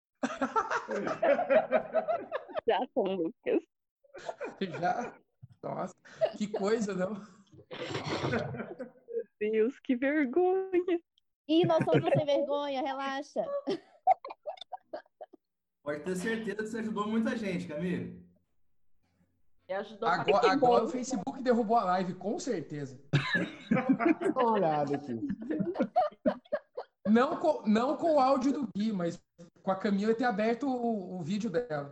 Já, Tom Lucas. Já? Nossa, que coisa, não? Meu Deus, que vergonha. Ih, nós somos sem vergonha, relaxa. Pode ter certeza que você ajudou muita gente, Camille. E ajudou Agora o Facebook derrubou a live, com certeza. Dá uma olhada aqui. Não com o áudio do Gui, mas com a Camila ter aberto o vídeo dela.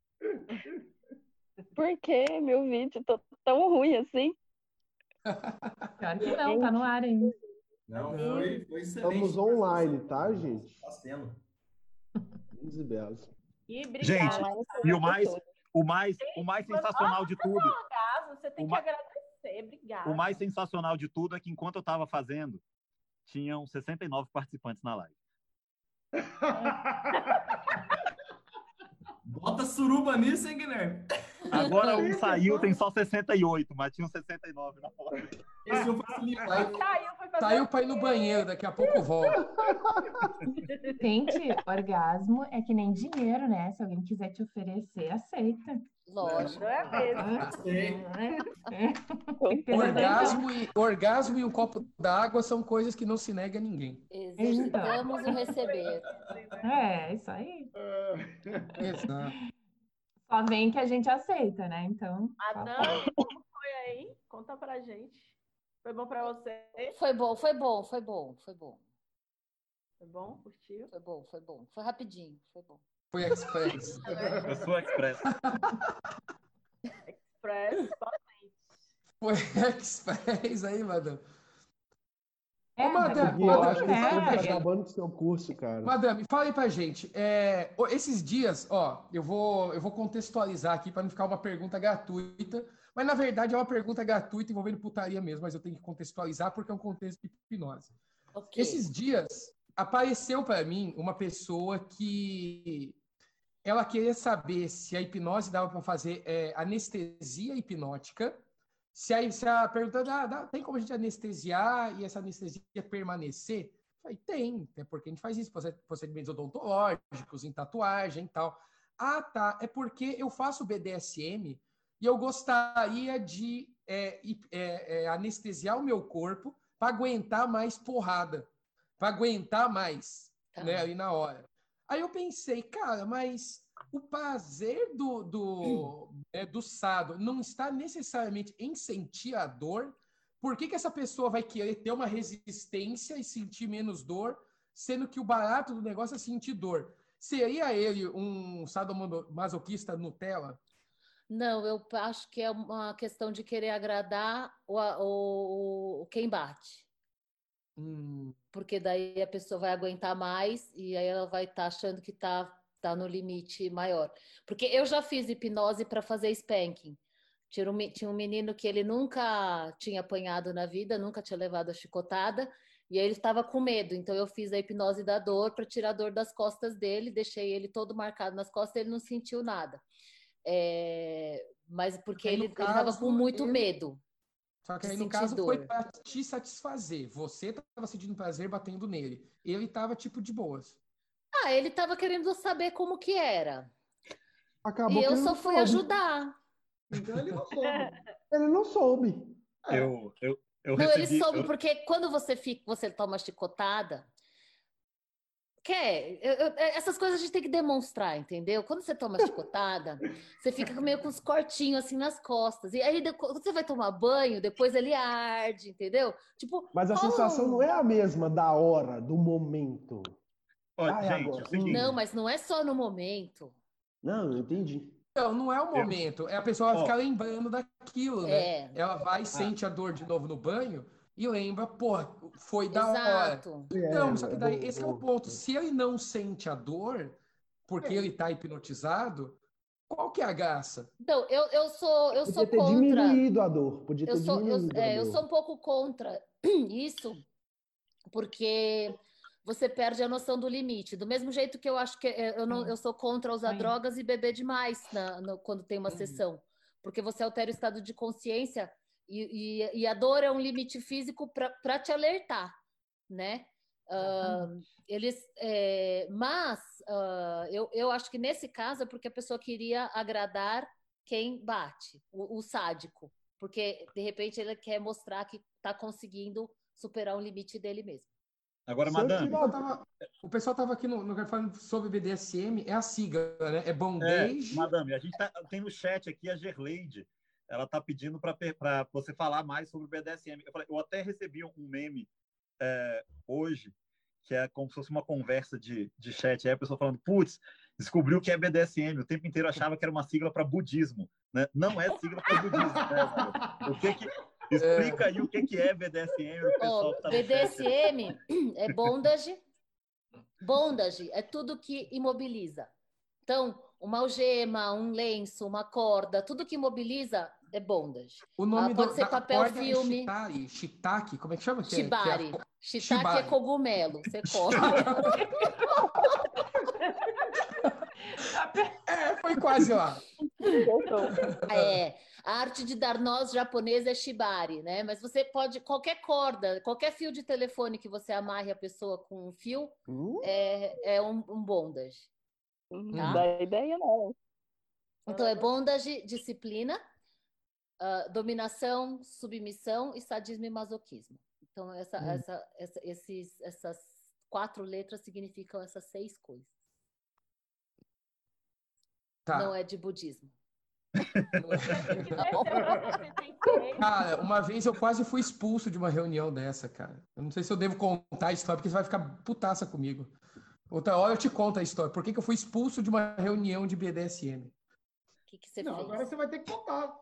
Por que meu vídeo tá tão ruim assim? Claro que não, tá no ar ainda. Não, foi excelente. Estamos online, tá, gente? Tá sendo. Lindos e belos. E Gente, e o mais sensacional de tudo. Você tem que agradecer, obrigada. O mais sensacional de tudo é que enquanto eu estava fazendo, tinham 69 participantes na live. Bota suruba nisso, hein, Guilherme? Agora um saiu, tem só 68, mas tinham 69 na live. Esse eu facilitar. Saiu para ir no banheiro, daqui a pouco volta. Gente, orgasmo é que nem dinheiro, né? Se alguém quiser te oferecer, aceita. Lógico. Orgasmo e um copo d'água são coisas que não se nega a ninguém. Exercitamos o receber. Isso aí. Exato. Só vem que a gente aceita, né? Então. Adão, como foi aí? Conta pra gente. Foi bom pra você? Foi bom. Foi bom? Curtiu? Foi bom. Foi rapidinho, foi bom. Foi express. Eu sou express. Express, potente. Foi express aí, madame. Madame, eu acho que você tá acabando com o seu curso, cara. Madame, fala aí pra gente. Esses dias, eu vou contextualizar aqui para não ficar uma pergunta gratuita, mas na verdade é uma pergunta gratuita envolvendo putaria mesmo, mas eu tenho que contextualizar porque é um contexto de hipnose. Okay. Esses dias apareceu para mim uma pessoa que ela queria saber se a hipnose dava para fazer anestesia hipnótica. Se a pergunta tem como a gente anestesiar e essa anestesia permanecer? Eu falei, tem, é porque a gente faz isso, procedimentos odontológicos, em tatuagem e tal. Ah, tá, é porque eu faço BDSM e eu gostaria de anestesiar o meu corpo para aguentar mais porrada, para aguentar mais, né, ali na hora. Aí eu pensei, cara, mas o prazer do sado não está necessariamente em sentir a dor. Por que essa pessoa vai querer ter uma resistência e sentir menos dor, sendo que o barato do negócio é sentir dor? Seria ele um sadomasoquista Nutella? Não, eu acho que é uma questão de querer agradar quem bate. Porque daí a pessoa vai aguentar mais e aí ela vai estar achando que tá no limite maior. Porque eu já fiz hipnose para fazer spanking. Tinha um menino que ele nunca tinha apanhado na vida, nunca tinha levado a chicotada, e aí ele estava com medo. Então eu fiz a hipnose da dor para tirar a dor das costas dele, deixei ele todo marcado nas costas, ele não sentiu nada. Mas porque ele estava com muito medo. Só que aí, no caso, foi para te satisfazer. Você estava sentindo prazer batendo nele. Ele estava, tipo, de boas. Ele estava querendo saber como que era. Acabou e eu só fui ajudar. Então ele não soube. Ele não soube. Ele soube porque quando você toma chicotada, Essas coisas a gente tem que demonstrar, entendeu? Quando você toma chicotada, você fica meio com os cortinhos assim nas costas. E aí, quando você vai tomar banho, depois ele arde, entendeu? Tipo, Mas a sensação não é a mesma da hora, do momento. Olha, gente, agora. é o seguinte. Não, mas não é só no momento. Não, eu entendi. Não é o momento. É a pessoa vai ficar lembrando daquilo, né? Ela vai, sente a dor de novo no banho e lembra, porra, foi da hora. Exato. Então, só que daí, esse é o ponto. Se ele não sente a dor, porque ele tá hipnotizado, qual que é a graça? Então, eu sou Podia ter contra. diminuído a dor. Podia ter diminuído a Eu dor. sou um pouco contra isso, porque você perde a noção do limite. Do mesmo jeito que eu acho que eu sou contra usar drogas e beber demais quando tem uma sessão, porque você altera o estado de consciência e a dor é um limite físico para te alertar, né? Eu acho que nesse caso é porque a pessoa queria agradar quem bate, o sádico, porque de repente ele quer mostrar que está conseguindo superar um limite dele mesmo. Agora, madame. O pessoal estava aqui no falando sobre BDSM, é a sigla, né? É bondage. Madame, a gente tem no chat aqui a Gerleide. Ela está pedindo para você falar mais sobre o BDSM. Eu até recebi um meme hoje, que é como se fosse uma conversa de chat. Aí a pessoa falando, putz, descobriu que é BDSM. O tempo inteiro achava que era uma sigla para budismo. Né? Não é sigla para budismo. Né? Explica aí o que é BDSM. O pessoal que tá no BDSM é bondage. Bondage é tudo que imobiliza. Então, uma algema, um lenço, uma corda, tudo que imobiliza é bondage. O nome pode ser papel filme. É shiitake, como é que chama? Shibari. Shiitake é cogumelo. Você corta. Foi quase lá. A arte de dar nós japonesa é shibari, né? Mas você pode, qualquer corda, qualquer fio de telefone que você amarre a pessoa com um fio, é um bondage. Não dá ideia, não. Então, é bondage, disciplina, dominação, submissão e sadismo e masoquismo. Então, essas 4 letras significam essas 6 coisas. Tá. Não é de budismo. Cara, uma vez eu quase fui expulso de uma reunião dessa, cara. Eu não sei se eu devo contar a história, porque você vai ficar putaça comigo. Outra hora eu te conto a história. Por que eu fui expulso de uma reunião de BDSM? O que você fez? Agora você vai ter que contar.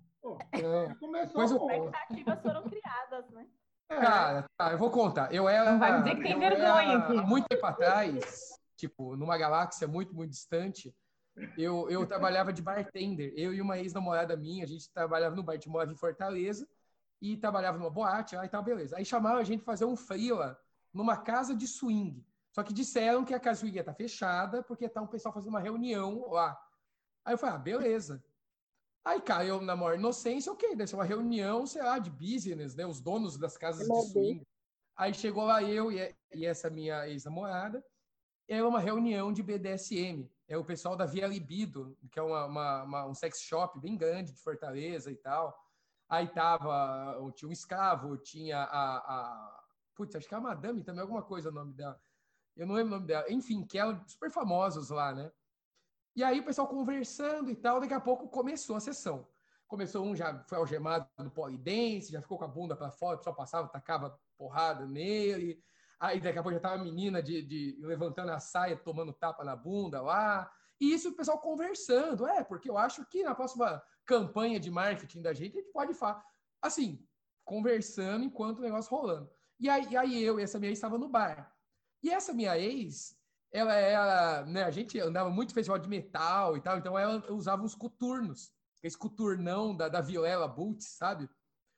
As expectativas foram criadas, né? Cara, eu vou contar. Eu era. Não vai dizer que tem vergonha aqui. Há muito tempo atrás, tipo, numa galáxia muito, muito distante, eu trabalhava de bartender. Eu e uma ex-namorada minha, a gente trabalhava no bar, a gente morava em Fortaleza e trabalhava numa boate lá e tal, beleza. Aí chamaram a gente pra fazer um freela numa casa de swing. Só que disseram que a casa de swing ia estar fechada porque tá um pessoal fazendo uma reunião lá. Aí eu falei, beleza. Aí, cara, eu na maior inocência, ok, deve ser uma reunião, sei lá, de business, né? Os donos das casas de swing. Aí chegou lá eu e essa minha ex-namorada. Era uma reunião de BDSM. É o pessoal da Via Libido, que é um sex shop bem grande de Fortaleza e tal. Aí tinha um escravo, tinha putz, acho que é a Madame também, alguma coisa o nome dela. Eu não lembro o nome dela. Enfim, que eram super famosos lá, né? E aí o pessoal conversando e tal, daqui a pouco começou a sessão. Começou já foi algemado no polidense, já ficou com a bunda para fora, o pessoal passava, tacava porrada nele. Aí daqui a pouco já tava a menina levantando a saia, tomando tapa na bunda lá. E isso o pessoal conversando. Porque eu acho que na próxima campanha de marketing da gente, a gente pode falar, assim, conversando enquanto o negócio rolando. E aí eu e essa minha ex estava no bar. E essa minha ex, ela era, né, a gente andava muito em festival de metal e tal, então ela usava uns coturnos, esse coturnão da Vilela Boots, sabe?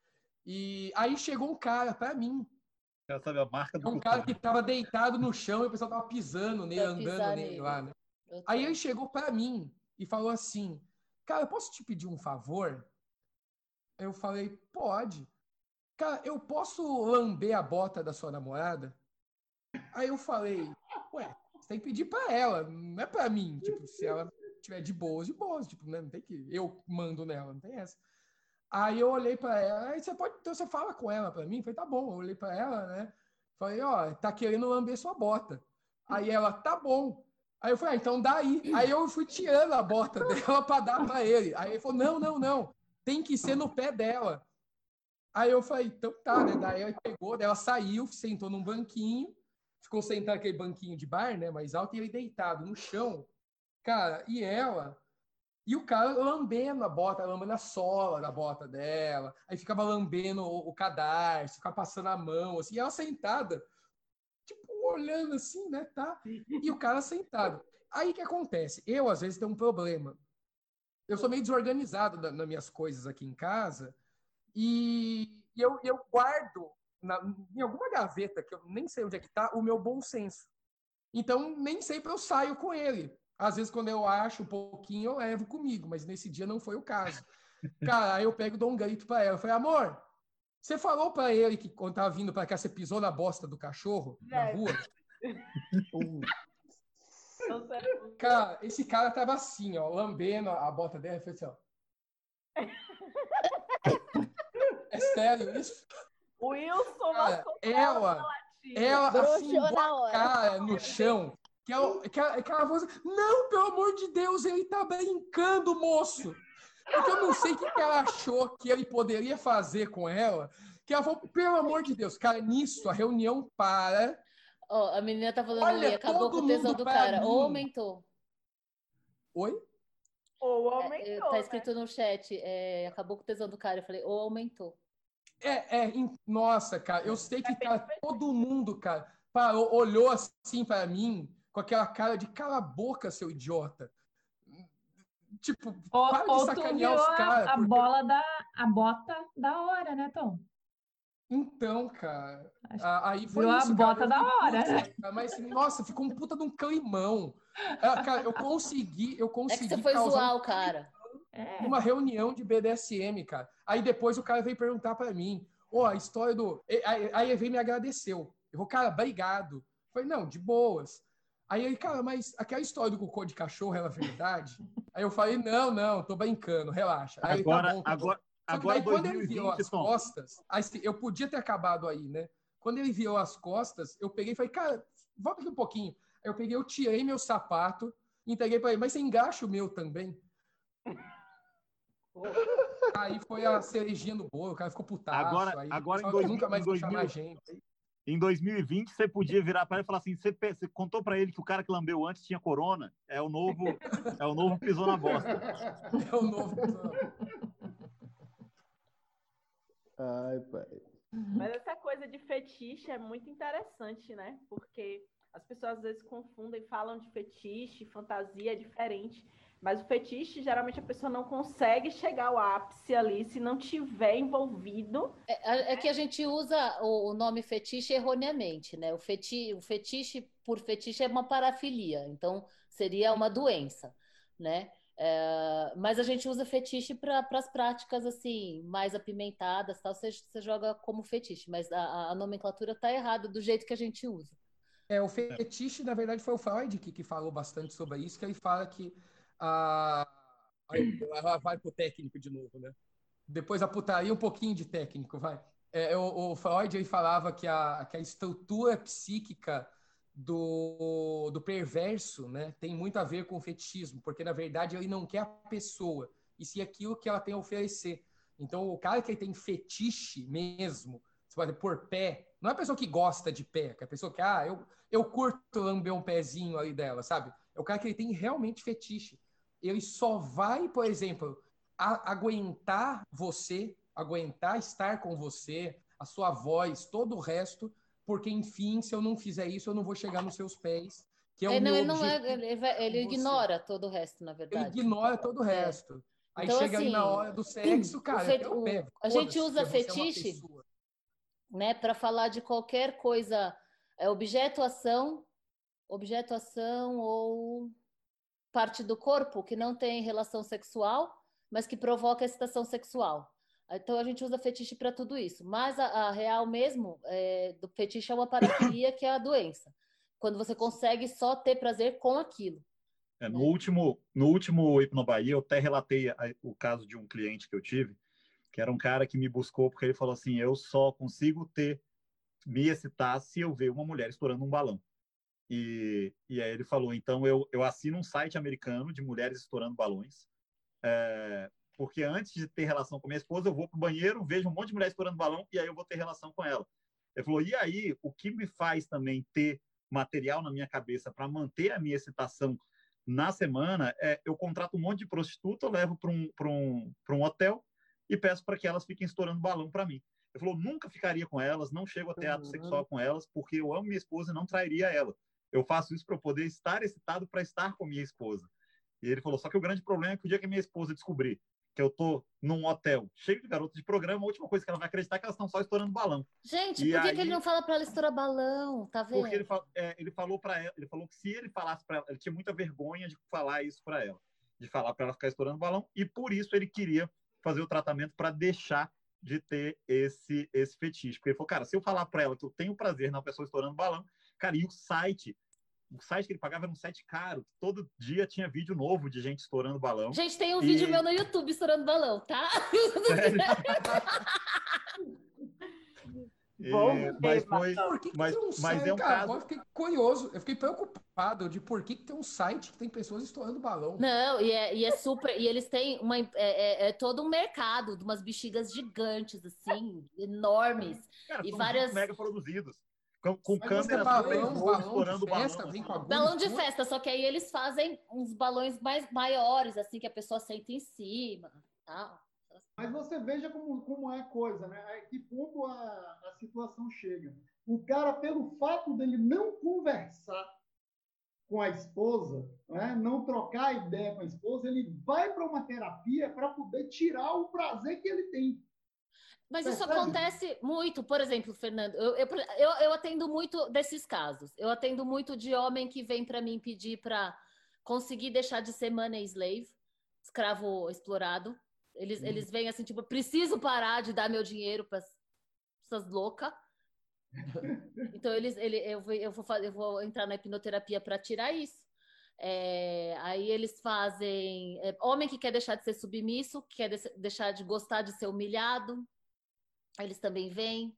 E aí chegou um cara pra mim. Quero saber a marca do um cara que tava deitado no chão e o pessoal tava pisando nele, andando nele lá, né? Aí ele chegou pra mim e falou assim, cara, eu posso te pedir um favor? Eu falei, pode. Cara, eu posso lamber a bota da sua namorada? Aí eu falei, ué, você tem que pedir pra ela, não é pra mim. Tipo, se ela tiver de boas, tipo, né? Não tem que... Eu mando nela, não tem essa. Aí eu olhei pra ela, aí então você fala com ela pra mim? Eu falei, tá bom. Eu olhei pra ela, né? Falei, ó, tá querendo lamber sua bota. Aí ela, tá bom. Aí eu falei, então dá aí. Aí eu fui tirando a bota dela para dar para ele. Aí ele falou, não, tem que ser no pé dela. Aí eu falei, então tá, né? Daí ela pegou, daí ela saiu, sentou num banquinho, ficou sentado naquele banquinho de bar, né? Mais alto, e ele deitado no chão. Cara, e o cara lambendo a bota, lambendo a sola da bota dela, aí ficava lambendo o cadarço, ficava passando a mão, assim, e ela sentada, tipo, olhando assim, né, tá? E o cara sentado. Aí o que acontece? Eu, às vezes, tenho um problema. Eu sou meio desorganizado nas minhas coisas aqui em casa, e eu guardo em alguma gaveta, que eu nem sei onde é que tá, o meu bom senso. Então, nem sempre eu saio com ele. Às vezes, quando eu acho um pouquinho, eu levo comigo, mas nesse dia não foi o caso. Cara, aí eu pego e dou um grito pra ela. Eu falei, amor, você falou pra ele que quando tava vindo pra cá, você pisou na bosta do cachorro na rua? Cara, esse cara tava assim, ó, lambendo a bota dela e foi assim, ó. É sério isso? Wilson, cara, ela afundou a cara no chão. Que ela falou assim, não, pelo amor de Deus, ele tá brincando, moço. Porque eu não sei o que ela achou que ele poderia fazer com ela. Que ela falou, pelo amor de Deus, cara, nisso a reunião para. Oh, a menina tá falando Olha, ali, acabou com o tesão do cara. Ou aumentou. Oi? Ou aumentou. Tá escrito no chat, acabou com o tesão do cara. Eu falei, ou aumentou. Nossa, cara, eu sei que, cara, todo mundo, cara, parou, olhou assim para mim com aquela cara de cala a boca, seu idiota. Tipo, para de sacanear os caras. A bota da hora, né, Tom? Então, cara, aí foi virou isso, a bota da hora, né? Mas, nossa, ficou um puta de um climão. Cara, eu consegui É que você foi zoar o cara. Numa reunião de BDSM, cara. Aí depois o cara veio perguntar pra mim, a história do... Aí ele veio e me agradeceu. Eu falei, cara, obrigado. Eu falei, não, de boas. Aí ele, cara, mas aquela história do cocô de cachorro é verdade? Aí eu falei, não, tô brincando, relaxa. Aí agora, tá bom, tá bom. Agora, quando ele virou as costas, aí, eu podia ter acabado aí, né? Quando ele virou as costas, eu peguei e falei, cara, volta aqui um pouquinho. Aí eu tirei meu sapato, entreguei pra ele, mas você engacha o meu também? Aí foi a cerejinha no bolo, o cara ficou putaço. Agora nunca mais vai chamar a gente. Em 2020, você podia virar para ele e falar assim, você contou para ele que o cara que lambeu antes tinha corona? É o novo pisou na bosta. É o novo pisou na bosta. Ai, pai. Mas essa coisa de fetiche é muito interessante, né? Porque as pessoas às vezes confundem, falam de fetiche, fantasia é diferente. Mas o fetiche, geralmente a pessoa não consegue chegar ao ápice ali se não tiver envolvido. É que a gente usa o nome fetiche erroneamente, né? O fetiche por fetiche é uma parafilia, então seria uma doença, né? Mas a gente usa fetiche para as práticas assim mais apimentadas, tal. Você joga como fetiche, mas a nomenclatura está errada do jeito que a gente usa. O fetiche, na verdade, foi o Freud que falou bastante sobre isso, que ele fala que ela vai pro técnico de novo, né? Depois a putaria, um pouquinho de técnico, vai. O Freud ele falava que a estrutura psíquica do perverso, né, tem muito a ver com o fetichismo, porque na verdade ele não quer a pessoa, e sim aquilo que ela tem a oferecer. Então, o cara que ele tem fetiche mesmo, você pode pôr pé, não é a pessoa que gosta de pé, que é a pessoa que, eu curto lamber um pezinho ali dela, sabe? É o cara que ele tem realmente fetiche. Ele só vai, por exemplo, aguentar você, aguentar estar com você, a sua voz, todo o resto, porque, enfim, se eu não fizer isso, eu não vou chegar nos seus pés, que é o meu objetivo. Ele ignora todo o resto, na verdade. Ele ignora todo o resto. Aí então, chega assim, ali na hora do sexo, cara, a gente usa fetiche, né, para falar de qualquer coisa, objeto-ação ou parte do corpo que não tem relação sexual, mas que provoca excitação sexual. Então a gente usa fetiche para tudo isso. Mas a real mesmo do fetiche é uma parafilia, que é a doença. Quando você consegue só ter prazer com aquilo. No último Hipnobahia, eu até relatei o caso de um cliente que eu tive, que era um cara que me buscou porque ele falou assim, eu só consigo me excitar se eu ver uma mulher estourando um balão. E aí ele falou, então eu assino um site americano de mulheres estourando balões, porque antes de ter relação com minha esposa, eu vou pro banheiro, vejo um monte de mulher estourando balão, e aí eu vou ter relação com ela. Ele falou, e aí, o que me faz também ter material na minha cabeça para manter a minha excitação na semana eu contrato um monte de prostituta, eu levo para um hotel e peço para que elas fiquem estourando balão para mim. Ele falou, nunca ficaria com elas, não chego a ter ato sexual com elas, porque eu amo minha esposa e não trairia ela. Eu faço isso para eu poder estar excitado para estar com minha esposa. E ele falou, só que o grande problema é que o dia que minha esposa descobrir que eu tô num hotel cheio de garotas de programa, a última coisa que ela vai acreditar é que elas estão só estourando balão. Gente, por que ele não fala para ela estourar balão? Tá vendo? Porque ele falou para ela, ele falou que se ele falasse para ela, ele tinha muita vergonha de falar isso para ela, de falar para ela ficar estourando balão, e por isso ele queria fazer o tratamento para deixar de ter esse fetiche. Porque ele falou, cara, se eu falar para ela que eu tenho prazer na pessoa estourando balão, cara, e o site que ele pagava era um site caro, todo dia tinha vídeo novo de gente estourando balão. Gente, tem um vídeo meu no YouTube estourando balão, tá? Sério? Mas é um caso. Eu fiquei curioso, eu fiquei preocupado de por que tem um site que tem pessoas estourando balão. Não, e é super. E eles têm todo um mercado de umas bexigas gigantes, assim, enormes. Cara, e são várias. Mega produzidos. Com câmeras balão de festa, vem com agulha. Balão de festa, só que aí eles fazem uns balões mais maiores, assim, que a pessoa senta em cima. Tal. Mas você veja como é a coisa, né? A que ponto a situação chega. O cara, pelo fato dele não conversar com a esposa, né? Não trocar ideia com a esposa, ele vai para uma terapia para poder tirar o prazer que ele tem. Mas isso acontece muito. Por exemplo, Fernando, eu atendo muito desses casos. Eu atendo muito de homem que vem para mim pedir para conseguir deixar de ser money slave, escravo explorado. Eles vêm assim, tipo, preciso parar de dar meu dinheiro para essas loucas. Então, eu vou entrar na hipnoterapia para tirar isso. Aí eles fazem... homem que quer deixar de ser submisso, que quer deixar de gostar de ser humilhado. Eles também vêm.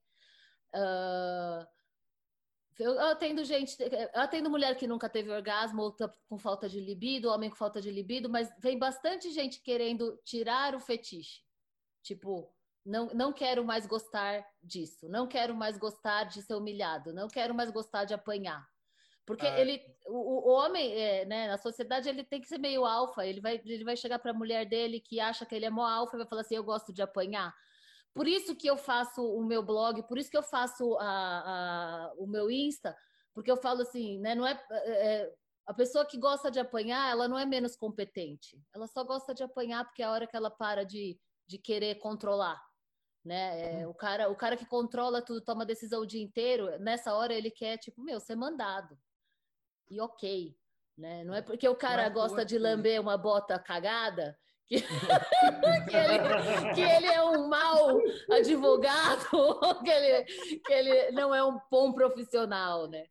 Eu atendo mulher que nunca teve orgasmo, ou tá com falta de libido, homem com falta de libido, mas vem bastante gente querendo tirar o fetiche. Tipo, não quero mais gostar disso, não quero mais gostar de ser humilhado, não quero mais gostar de apanhar. Porque o homem, né, na sociedade, ele tem que ser meio alfa, ele vai chegar para a mulher dele que acha que ele é mó alfa e vai falar assim, eu gosto de apanhar. Por isso que eu faço o meu blog, por isso que eu faço o meu Insta, porque eu falo assim, né, não a pessoa que gosta de apanhar, ela não é menos competente, ela só gosta de apanhar porque é a hora que ela para de querer controlar, né? O cara que controla tudo, toma decisão o dia inteiro, nessa hora ele quer, tipo, ser mandado. E ok, né? Não é porque o cara gosta de lamber uma bota cagada que ele é um mau advogado, que ele não é um bom profissional, né?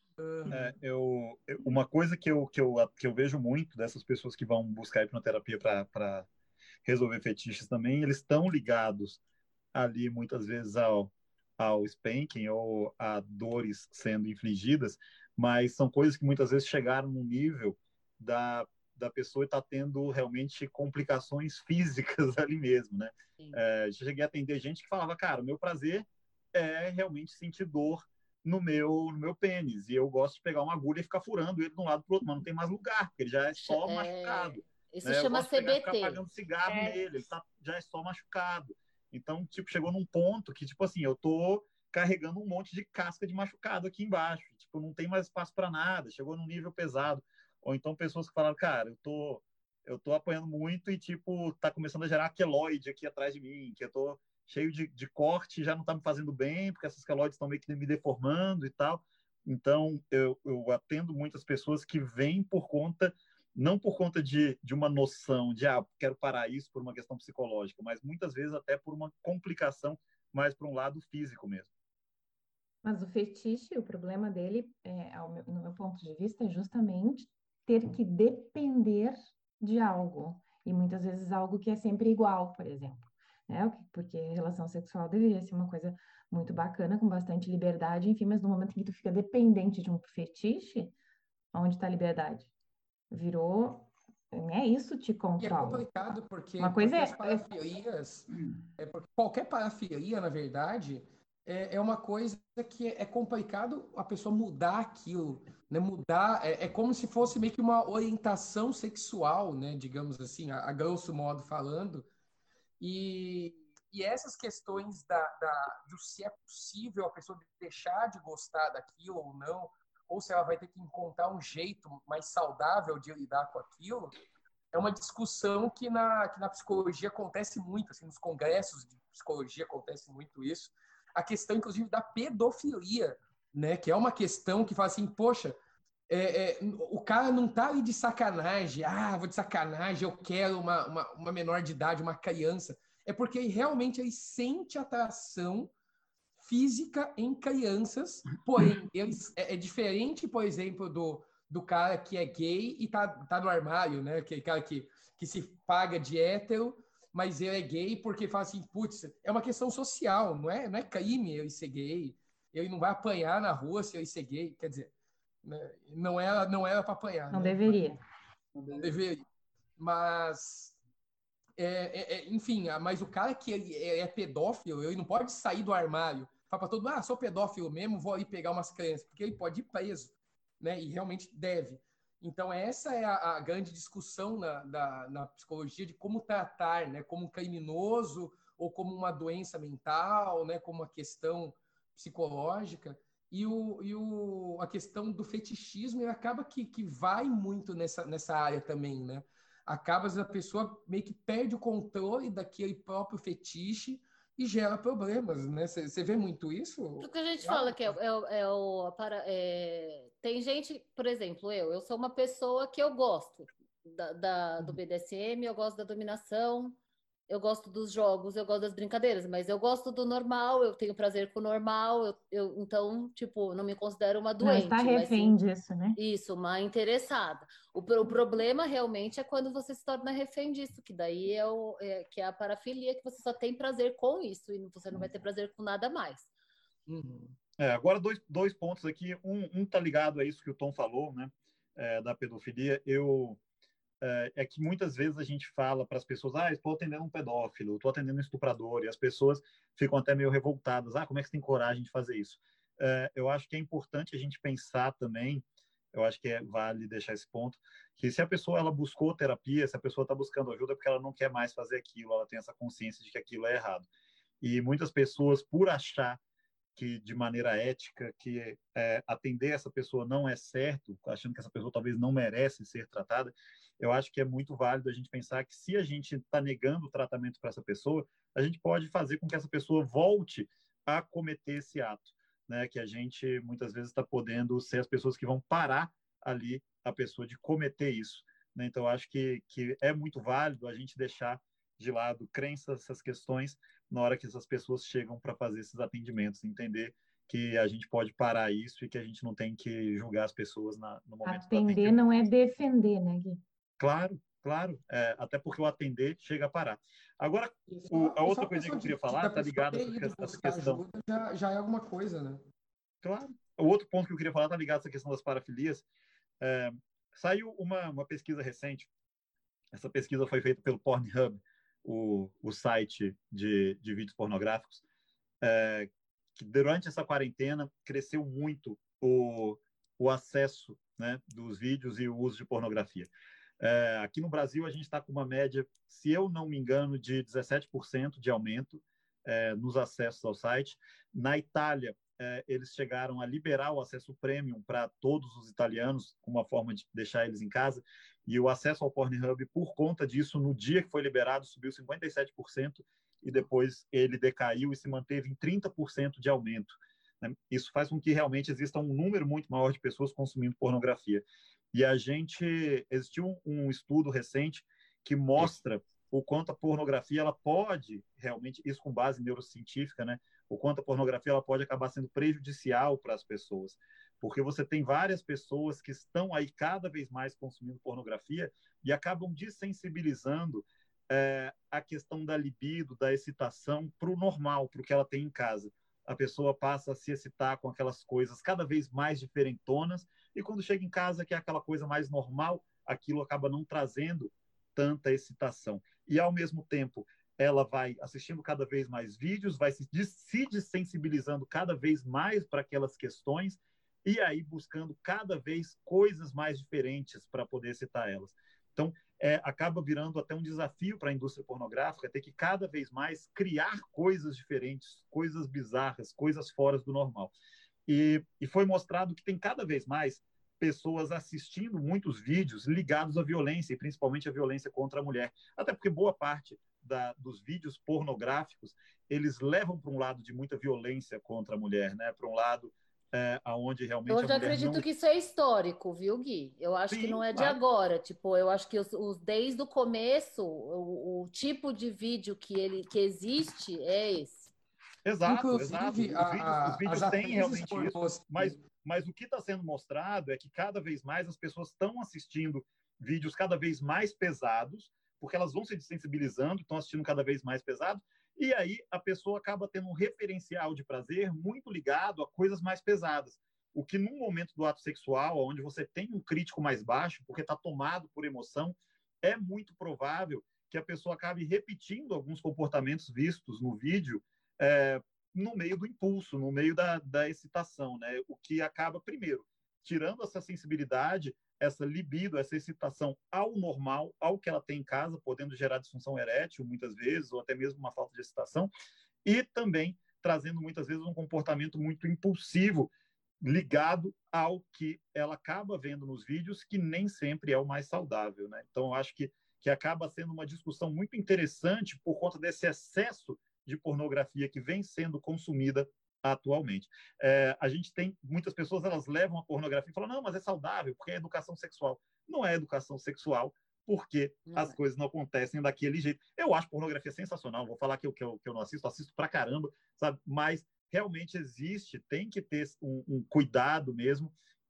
Uma coisa que eu vejo muito dessas pessoas que vão buscar hipnoterapia para resolver fetiches também, eles estão ligados ali muitas vezes ao spanking ou a dores sendo infligidas, mas são coisas que muitas vezes chegaram no nível da pessoa estar tendo realmente complicações físicas ali mesmo, né? Cheguei a atender gente que falava, cara, o meu prazer é realmente sentir dor no meu pênis, e eu gosto de pegar uma agulha e ficar furando ele de um lado para o outro, mas não tem mais lugar, porque ele já é só machucado. Isso chama CBT. Ficar apagando cigarro nele, ele já é só machucado. Então, tipo, chegou num ponto que, tipo assim, eu tô carregando um monte de casca de machucado aqui embaixo. Tipo, não tem mais espaço para nada, chegou num nível pesado. Ou então pessoas que falaram, cara, eu tô apanhando muito e, tipo, tá começando a gerar queloide aqui atrás de mim, que eu tô cheio de corte, já não tá me fazendo bem, porque essas queloides estão meio que me deformando e tal. Então, eu atendo muitas pessoas que vêm por conta, não por conta de uma noção de, quero parar isso por uma questão psicológica, mas muitas vezes até por uma complicação mais para um lado físico mesmo. Mas o fetiche, o problema dele, no meu ponto de vista, é justamente ter que depender de algo. E muitas vezes algo que é sempre igual, por exemplo. né? Porque relação sexual deveria ser uma coisa muito bacana, com bastante liberdade, enfim, mas no momento em que tu fica dependente de um fetiche, onde está a liberdade? Virou, né? Isso te E é controla. complicado porque, Uma coisa as parafilias, porque qualquer parafilia, na verdade, é uma coisa que é complicado a pessoa mudar aquilo, né? Mudar, é como se fosse meio que uma orientação sexual, né? Digamos assim, a grosso modo falando. E, essas questões de se é possível a pessoa deixar de gostar daquilo ou não, ou se ela vai ter que encontrar um jeito mais saudável de lidar com aquilo, é uma discussão que na psicologia acontece muito, assim, nos congressos de psicologia acontece muito isso. A questão, inclusive, da pedofilia, né? Que é uma questão que fala assim, poxa, o cara não tá ali de sacanagem, vou de sacanagem, eu quero uma menor de idade, uma criança. É porque realmente ele sente atração física em crianças, porém, é diferente, por exemplo, do cara que é gay e tá no armário, né? Aquele cara que se paga de hétero, mas ele é gay porque fala assim, putz, é uma questão social, não é crime ele ser gay, ele não vai apanhar na rua se ele ser gay, quer dizer, né? Não era para apanhar, não né? deveria. Não deveria. Mas, enfim, mas o cara que é pedófilo, ele não pode sair do armário, fala para todo mundo, sou pedófilo mesmo, vou ali pegar umas crianças, porque ele pode ir preso, né? E realmente deve. Então, essa é a grande discussão na psicologia de como tratar, né? Como um criminoso ou como uma doença mental, né? Como uma questão psicológica. E a questão do fetichismo ele acaba que vai muito nessa área também, né? Acaba a pessoa meio que perde o controle daquele próprio fetiche e gera problemas, né? Você vê muito isso? O que a gente fala que tem gente, por exemplo, eu sou uma pessoa que eu gosto do BDSM, eu gosto da dominação, eu gosto dos jogos, eu gosto das brincadeiras, mas eu gosto do normal, eu tenho prazer com o normal, então, tipo, não me considero uma Não está doente, mas refém sim, disso, né? isso, uma interessada. O problema realmente é quando você se torna refém disso, que daí que é a parafilia, que você só tem prazer com isso e você não vai ter prazer com nada mais. Agora, dois pontos aqui. Um tá ligado a isso que o Tom falou, né? Da pedofilia. É que muitas vezes a gente fala para as pessoas, estou atendendo um pedófilo, estou atendendo um estuprador, e as pessoas ficam até meio revoltadas. Como é que você tem coragem de fazer isso? Eu acho que é importante a gente pensar também, eu acho que vale deixar esse ponto, que se a pessoa ela buscou terapia, se a pessoa está buscando ajuda, é porque ela não quer mais fazer aquilo, ela tem essa consciência de que aquilo é errado. E muitas pessoas, por achar que de maneira ética, que atender essa pessoa não é certo, achando que essa pessoa talvez não merece ser tratada, eu acho que é muito válido a gente pensar que se a gente está negando o tratamento para essa pessoa, a gente pode fazer com que essa pessoa volte a cometer esse ato, né? Que a gente muitas vezes está podendo ser as pessoas que vão parar ali a pessoa de cometer isso, né? Então, eu acho que é muito válido a gente deixar de lado crenças, essas questões, na hora que essas pessoas chegam para fazer esses atendimentos, entender que a gente pode parar isso e que a gente não tem que julgar as pessoas no momento do atendimento. Atender não é defender, né, Gui? Claro, até porque o atender chega a parar. Agora, a outra coisa que eu queria falar está ligada a essa questão. Já é alguma coisa, né? Claro. O outro ponto que eu queria falar está ligado a essa questão das parafilias. Saiu uma pesquisa recente. Essa pesquisa foi feita pelo Pornhub, o site de vídeos pornográficos, que durante essa quarentena cresceu muito o acesso, né, dos vídeos e o uso de pornografia. Aqui no Brasil, a gente está com uma média, se eu não me engano, de 17% de aumento nos acessos ao site. Na Itália, eles chegaram a liberar o acesso premium para todos os italianos, com uma forma de deixar eles em casa, e o acesso ao Pornhub, por conta disso, no dia que foi liberado, subiu 57%, e depois ele decaiu e se manteve em 30% de aumento, né? Isso faz com que realmente exista um número muito maior de pessoas consumindo pornografia. E existiu um estudo recente que mostra o quanto a pornografia ela pode realmente, isso com base neurocientífica, né? O quanto a pornografia ela pode acabar sendo prejudicial para as pessoas, porque você tem várias pessoas que estão aí cada vez mais consumindo pornografia e acabam desensibilizando a questão da libido, da excitação para o normal, para o que ela tem em casa. A pessoa passa a se excitar com aquelas coisas cada vez mais diferentonas, e quando chega em casa, que é aquela coisa mais normal, aquilo acaba não trazendo tanta excitação. E, ao mesmo tempo, ela vai assistindo cada vez mais vídeos, vai se desensibilizando cada vez mais para aquelas questões, e aí buscando cada vez coisas mais diferentes para poder citar elas. Então, acaba virando até um desafio para a indústria pornográfica ter que cada vez mais criar coisas diferentes, coisas bizarras, coisas fora do normal. E foi mostrado que tem cada vez mais pessoas assistindo muitos vídeos ligados à violência, e principalmente à violência contra a mulher. Até porque boa parte dos vídeos pornográficos, eles levam para um lado de muita violência contra a mulher, né? Para um lado aonde realmente Eu a já mulher acredito não... que isso é histórico, viu, Gui? Eu acho que Sim, não é de claro. agora. Tipo, eu acho que desde o começo, o tipo de vídeo que existe é esse. Exato, exato. Inclusive, Os vídeos as têm atrizes realmente isso, pornôs mas o que está sendo mostrado é que cada vez mais as pessoas estão assistindo vídeos cada vez mais pesados, porque elas vão se desensibilizando, estão assistindo cada vez mais pesado, e aí a pessoa acaba tendo um referencial de prazer muito ligado a coisas mais pesadas. O que, num momento do ato sexual, onde você tem um crítico mais baixo, porque está tomado por emoção, é muito provável que a pessoa acabe repetindo alguns comportamentos vistos no vídeo no meio do impulso, no meio da excitação, né? O que acaba, primeiro, tirando essa sensibilidade, essa libido, essa excitação ao normal, ao que ela tem em casa, podendo gerar disfunção erétil, muitas vezes, ou até mesmo uma falta de excitação, e também trazendo, muitas vezes, um comportamento muito impulsivo, ligado ao que ela acaba vendo nos vídeos, que nem sempre é o mais saudável, né? Então, eu acho que acaba sendo uma discussão muito interessante por conta desse excesso de pornografia que vem sendo consumida atualmente. A gente tem muitas pessoas, elas levam a pornografia e falam, não, mas é saudável, porque é educação sexual. Não é educação sexual, porque as coisas não acontecem daquele jeito. Eu acho pornografia sensacional, vou falar que eu não assisto pra caramba, sabe? Mas realmente existe, tem que ter um cuidado mesmo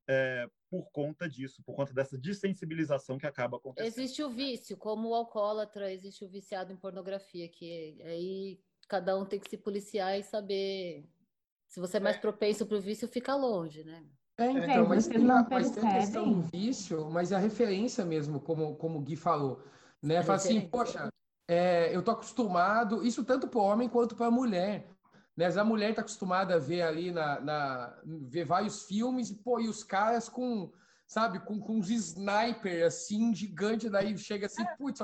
por conta disso, por conta dessa desensibilização que acaba acontecendo. Existe o vício, como o alcoólatra, existe o viciado em pornografia, que aí cada um tem que se policiar e saber. Se você é mais propenso para o vício, fica longe, né? Então, mas vocês tem não a questão do percebem? vício, mas é a referência mesmo, como o Gui falou, né? Fala assim, poxa, eu tô acostumado, isso tanto para o homem quanto para a mulher, né? A mulher está acostumada a ver ali ver vários filmes e pô, e os caras sabe, com uns sniper assim gigante, daí chega assim, putz,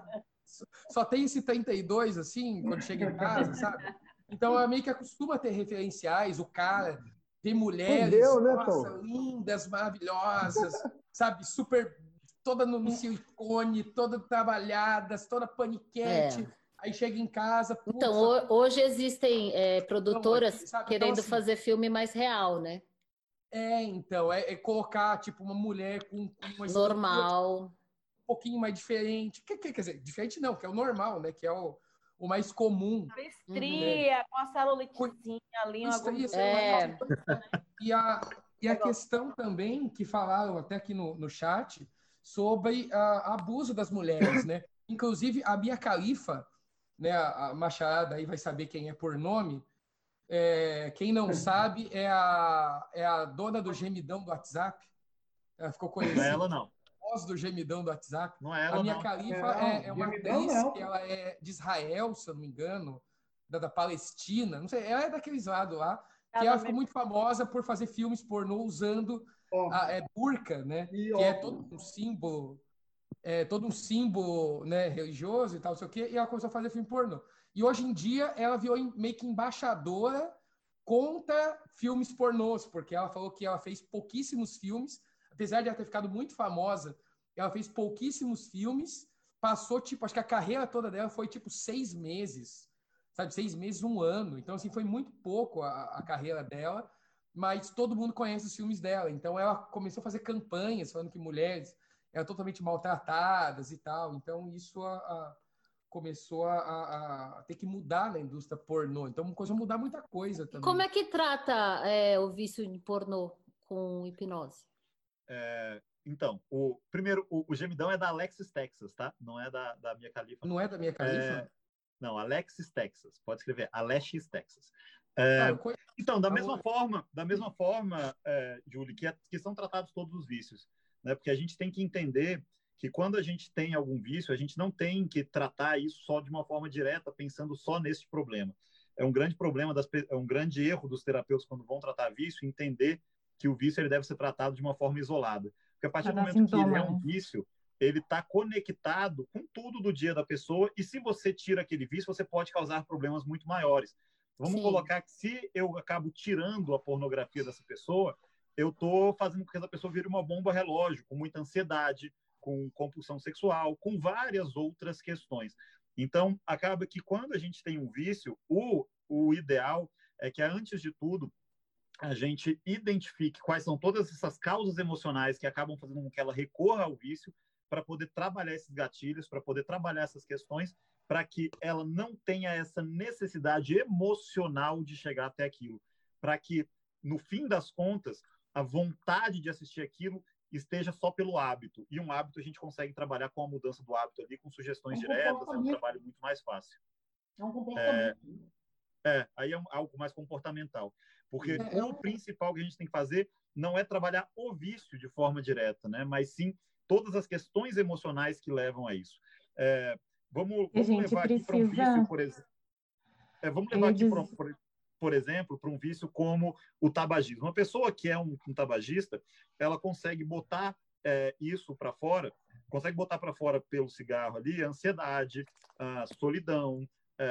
só tem esse 32 assim quando chega em casa, sabe? Então ela meio que acostuma a ter referenciais, o cara tem mulheres, Fudeu, né, nossa, Tom? lindas, maravilhosas, sabe, super toda no silicone, toda trabalhadas, toda paniquete. Aí chega em casa. Putz, então, hoje existem produtoras aqui, sabe? querendo Então, assim, fazer filme mais real, né? Então, colocar tipo uma mulher com uma normal, um pouquinho mais diferente. Quer dizer, diferente não, que é o normal, né? Que é o mais comum. Estria, né? Com a celulitezinha ali, E a questão também que falaram até aqui no chat sobre abuso das mulheres, né? Inclusive, a Mia Khalifa, né, a macharada aí vai saber quem é por nome, quem não sabe é a dona do gemidão do WhatsApp. Ela ficou conhecida. Não é ela, não. Voz do gemidão do WhatsApp. Não é ela, a Mia não. Khalifa é uma atriz que ela é de Israel, se eu não me engano, da Palestina, não sei, ela é daqueles lados lá, que ela ficou muito famosa por fazer filmes pornô usando burca, né? Que é todo um símbolo, né, religioso e tal, não sei o quê, e ela começou a fazer filme pornô. E hoje em dia ela virou meio que embaixadora contra filmes pornôs, porque ela falou que ela fez pouquíssimos filmes, apesar de ela ter ficado muito famosa, ela fez pouquíssimos filmes, passou, tipo, acho que a carreira toda dela foi, tipo, 6 meses, sabe? 6 meses, 1 ano. Então, assim, foi muito pouco a carreira dela, mas todo mundo conhece os filmes dela. Então, ela começou a fazer campanhas falando que mulheres eram totalmente maltratadas e tal. Então, isso começou a ter que mudar na indústria pornô. Então, começou a mudar muita coisa também. Como é que trata o vício em pornô com hipnose? Então, o gemidão é da Alexis Texas, tá? Não é da Mia Khalifa. Não é da Mia Khalifa? Não, Alexis Texas. Pode escrever Alexis Texas. Então, da mesma forma, Julie, que são tratados todos os vícios, né? Porque a gente tem que entender que quando a gente tem algum vício, a gente não tem que tratar isso só de uma forma direta, pensando só nesse problema. É um grande problema, é um grande erro dos terapeutas quando vão tratar vício, entender que o vício ele deve ser tratado de uma forma isolada. Porque a partir do momento que ele é um vício, ele está conectado com tudo do dia da pessoa, e se você tira aquele vício, você pode causar problemas muito maiores. Vamos colocar que se eu acabo tirando a pornografia dessa pessoa, eu estou fazendo com que essa pessoa vire uma bomba relógio, com muita ansiedade, com compulsão sexual, com várias outras questões. Então, acaba que quando a gente tem um vício, o ideal é que, antes de tudo, a gente identifique quais são todas essas causas emocionais que acabam fazendo com que ela recorra ao vício, para poder trabalhar esses gatilhos, para poder trabalhar essas questões, para que ela não tenha essa necessidade emocional de chegar até aquilo, para que, no fim das contas, a vontade de assistir aquilo esteja só pelo hábito. E um hábito a gente consegue trabalhar com a mudança do hábito ali, com sugestões diretas, é um trabalho muito mais fácil. Aí é algo mais comportamental. Porque o principal que a gente tem que fazer não é trabalhar o vício de forma direta, né? Mas sim todas as questões emocionais que levam a isso. Vamos levar aqui para um vício, por exemplo. Vamos levar aqui, por exemplo, para um vício como o tabagismo. Uma pessoa que é um tabagista, ela consegue botar isso para fora, pelo cigarro ali, a ansiedade, a solidão,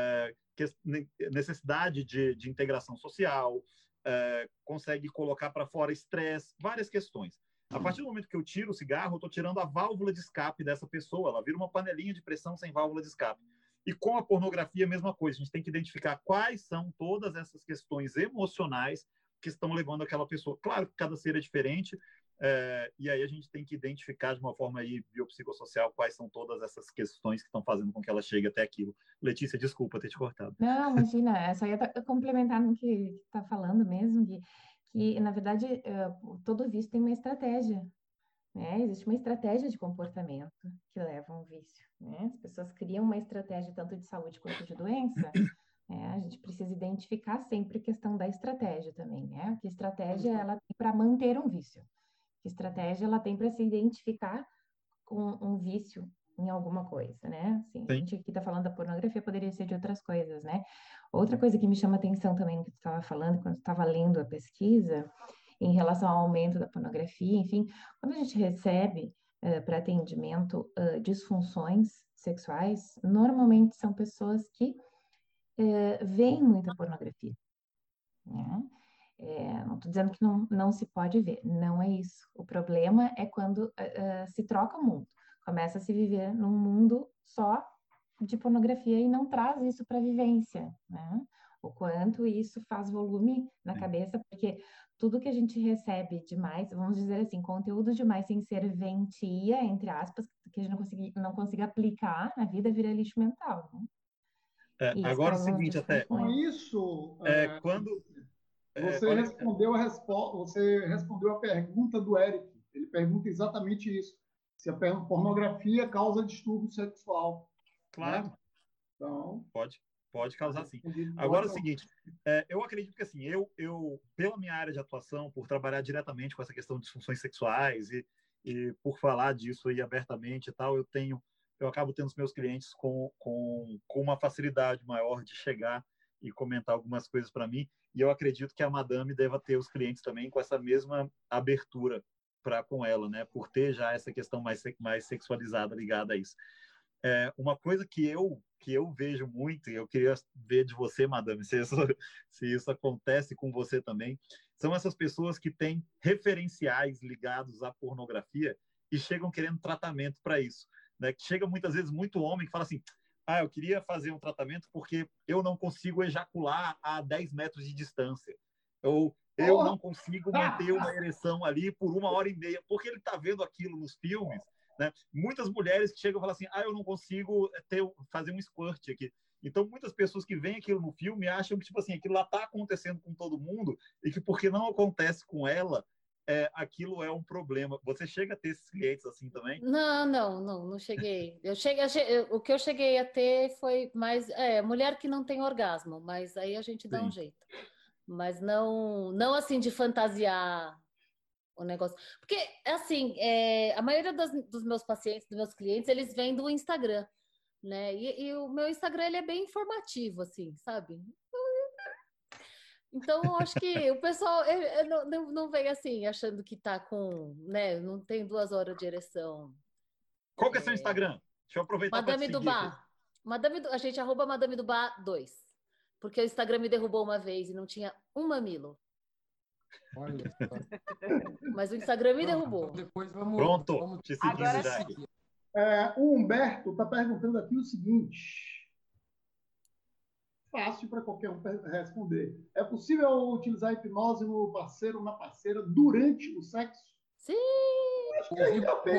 necessidade de integração social, consegue colocar para fora estresse, várias questões. A partir do momento que eu tiro o cigarro, eu estou tirando a válvula de escape dessa pessoa, ela vira uma panelinha de pressão sem válvula de escape. E com a pornografia, a mesma coisa, a gente tem que identificar quais são todas essas questões emocionais que estão levando aquela pessoa. Claro que cada ser é diferente, e aí a gente tem que identificar de uma forma aí biopsicossocial quais são todas essas questões que estão fazendo com que ela chegue até aquilo. Letícia, desculpa ter te cortado. Não, imagina, só ia complementar no que está falando mesmo, que na verdade todo vício tem uma estratégia, né? Existe uma estratégia de comportamento que leva a um vício, né? As pessoas criam uma estratégia tanto de saúde quanto de doença. A gente precisa identificar sempre a questão da estratégia também, né? Que estratégia ela tem para manter um vício? Que estratégia ela tem para se identificar com um vício em alguma coisa, né? Assim, a gente aqui está falando da pornografia, poderia ser de outras coisas, né? Outra coisa que me chama atenção também no que tu estava falando, quando tu estava lendo a pesquisa, em relação ao aumento da pornografia, enfim, quando a gente recebe para atendimento disfunções sexuais, normalmente são pessoas que veem muita pornografia, né? Não estou dizendo que não se pode ver, não é isso. O problema é quando se troca o mundo, começa a se viver num mundo só de pornografia e não traz isso para a vivência, né? O quanto isso faz volume na cabeça, porque tudo que a gente recebe demais, vamos dizer assim, conteúdo demais sem serventia, entre aspas, que a gente não consiga aplicar na vida, vira lixo mental, né? Agora é o seguinte, até... Com isso, quando... você respondeu a pergunta do Eric. Ele pergunta exatamente isso. Se a pornografia causa distúrbio sexual. Claro. Né? Então, pode causar sim. Agora é o seguinte, eu acredito que assim, eu pela minha área de atuação, por trabalhar diretamente com essa questão de disfunções sexuais e por falar disso aí abertamente e tal, eu acabo tendo os meus clientes com uma facilidade maior de chegar e comentar algumas coisas para mim, e eu acredito que a Madame deva ter os clientes também com essa mesma abertura com ela, né, por ter já essa questão mais sexualizada ligada a isso. Uma coisa que eu vejo muito, e eu queria ver de você, Madame, se isso acontece com você também, são essas pessoas que têm referenciais ligados à pornografia e chegam querendo tratamento para isso, né? Que chega muitas vezes muito homem que fala assim, eu queria fazer um tratamento porque eu não consigo ejacular a 10 metros de distância, ou eu não consigo manter uma ereção ali por 1h30, porque ele está vendo aquilo nos filmes, né? Muitas mulheres que chegam e falam assim, eu não consigo fazer um squirt aqui. Então, muitas pessoas que veem aquilo no filme acham que, tipo assim, aquilo lá está acontecendo com todo mundo e que porque não acontece com ela, aquilo é um problema. Você chega a ter esses clientes assim também? Não cheguei. O que eu cheguei a ter foi mais mulher que não tem orgasmo, mas aí a gente dá um jeito. Mas não assim de fantasiar o negócio. Porque, assim, a maioria dos meus pacientes, dos meus clientes, eles vêm do Instagram, né? E o meu Instagram, ele é bem informativo, assim, sabe? Então, eu acho que o pessoal não vem assim, achando que tá com, né? Não tem 2 horas de ereção. Qual que é seu Instagram? Deixa eu aproveitar para te seguir. A gente arroba Madame do Bar 2. Porque o Instagram me derrubou uma vez e não tinha um mamilo. Olha. Mas o Instagram me derrubou. Depois vamos. Pronto, te seguindo já aqui. O Humberto está perguntando aqui o seguinte. Fácil para qualquer um responder. É possível utilizar a hipnose no parceiro ou na parceira durante o sexo? Sim! Acho que ainda bem.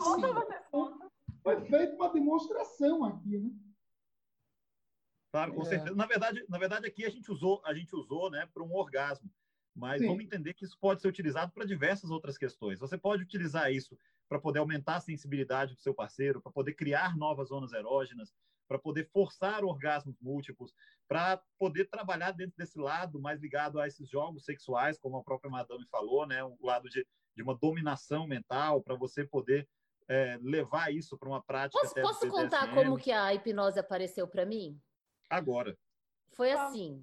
Foi feita uma demonstração aqui, né? Claro, com certeza. Na verdade, aqui a gente usou, né, para um orgasmo. Mas vamos entender que isso pode ser utilizado para diversas outras questões. Você pode utilizar isso para poder aumentar a sensibilidade do seu parceiro, para poder criar novas zonas erógenas, para poder forçar orgasmos múltiplos, para poder trabalhar dentro desse lado mais ligado a esses jogos sexuais, como a própria Madame falou, né, o lado de uma dominação mental, para você poder levar isso para uma prática. Posso contar como que a hipnose apareceu para mim? Agora. Foi assim.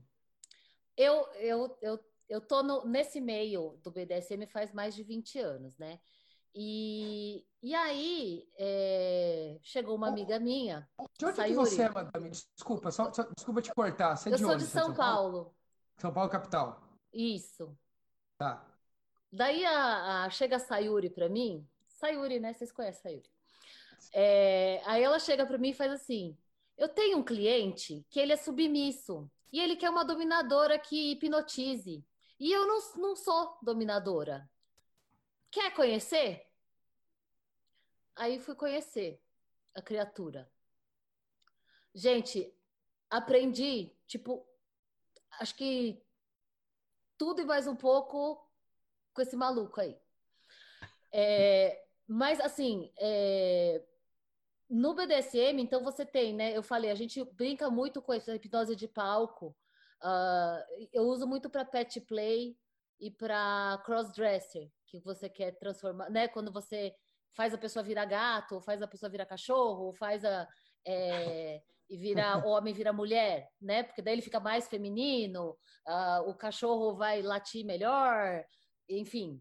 Eu tô nesse meio do BDSM faz mais de 20 anos, né? E aí chegou uma amiga minha. De onde que você é, Madame? Desculpa, desculpa te cortar. Você é eu de sou onde? de São Paulo. São Paulo, capital. Isso. Tá. Daí chega a Sayuri pra mim. Sayuri, né? Vocês conhecem a Sayuri. Aí ela chega pra mim e faz assim: eu tenho um cliente que ele é submisso e ele quer uma dominadora que hipnotize. E eu não sou dominadora. Quer conhecer? Aí fui conhecer a criatura. Gente, aprendi, tipo, acho que tudo e mais um pouco com esse maluco aí. Mas, assim, no BDSM, então você tem, né? Eu falei, a gente brinca muito com essa hipnose de palco. Eu uso muito para pet play e para crossdresser, que você quer transformar, né? Quando você faz a pessoa virar gato, ou faz a pessoa virar cachorro, ou faz e virar homem, vira mulher, né? Porque daí ele fica mais feminino, o cachorro vai latir melhor, enfim,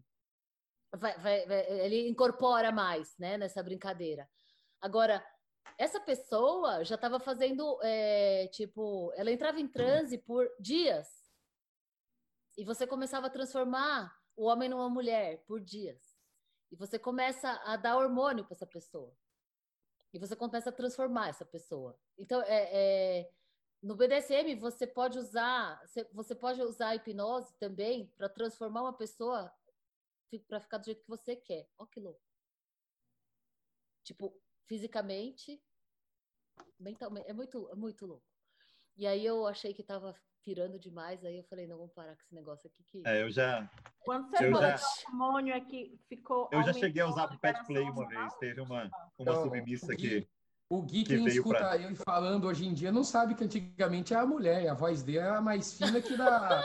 ele incorpora mais, né? Nessa brincadeira. Agora, essa pessoa já estava fazendo, ela entrava em transe por dias. E você começava a transformar o homem numa mulher por dias. E você começa a dar hormônio para essa pessoa. E você começa a transformar essa pessoa. Então, no BDSM, você pode usar a hipnose também para transformar uma pessoa para ficar do jeito que você quer. Ó que louco. Tipo, fisicamente, mentalmente, é muito louco. E aí eu achei que tava pirando demais, aí eu falei, não, vamos parar com esse negócio aqui. Quando você falou que o hormônio aqui ficou... Eu já cheguei a usar pro pet play uma vez, teve uma submissa aqui. O Gui, quem escuta eu falando hoje em dia, não sabe que antigamente era a mulher, e a voz dele era mais fina que da...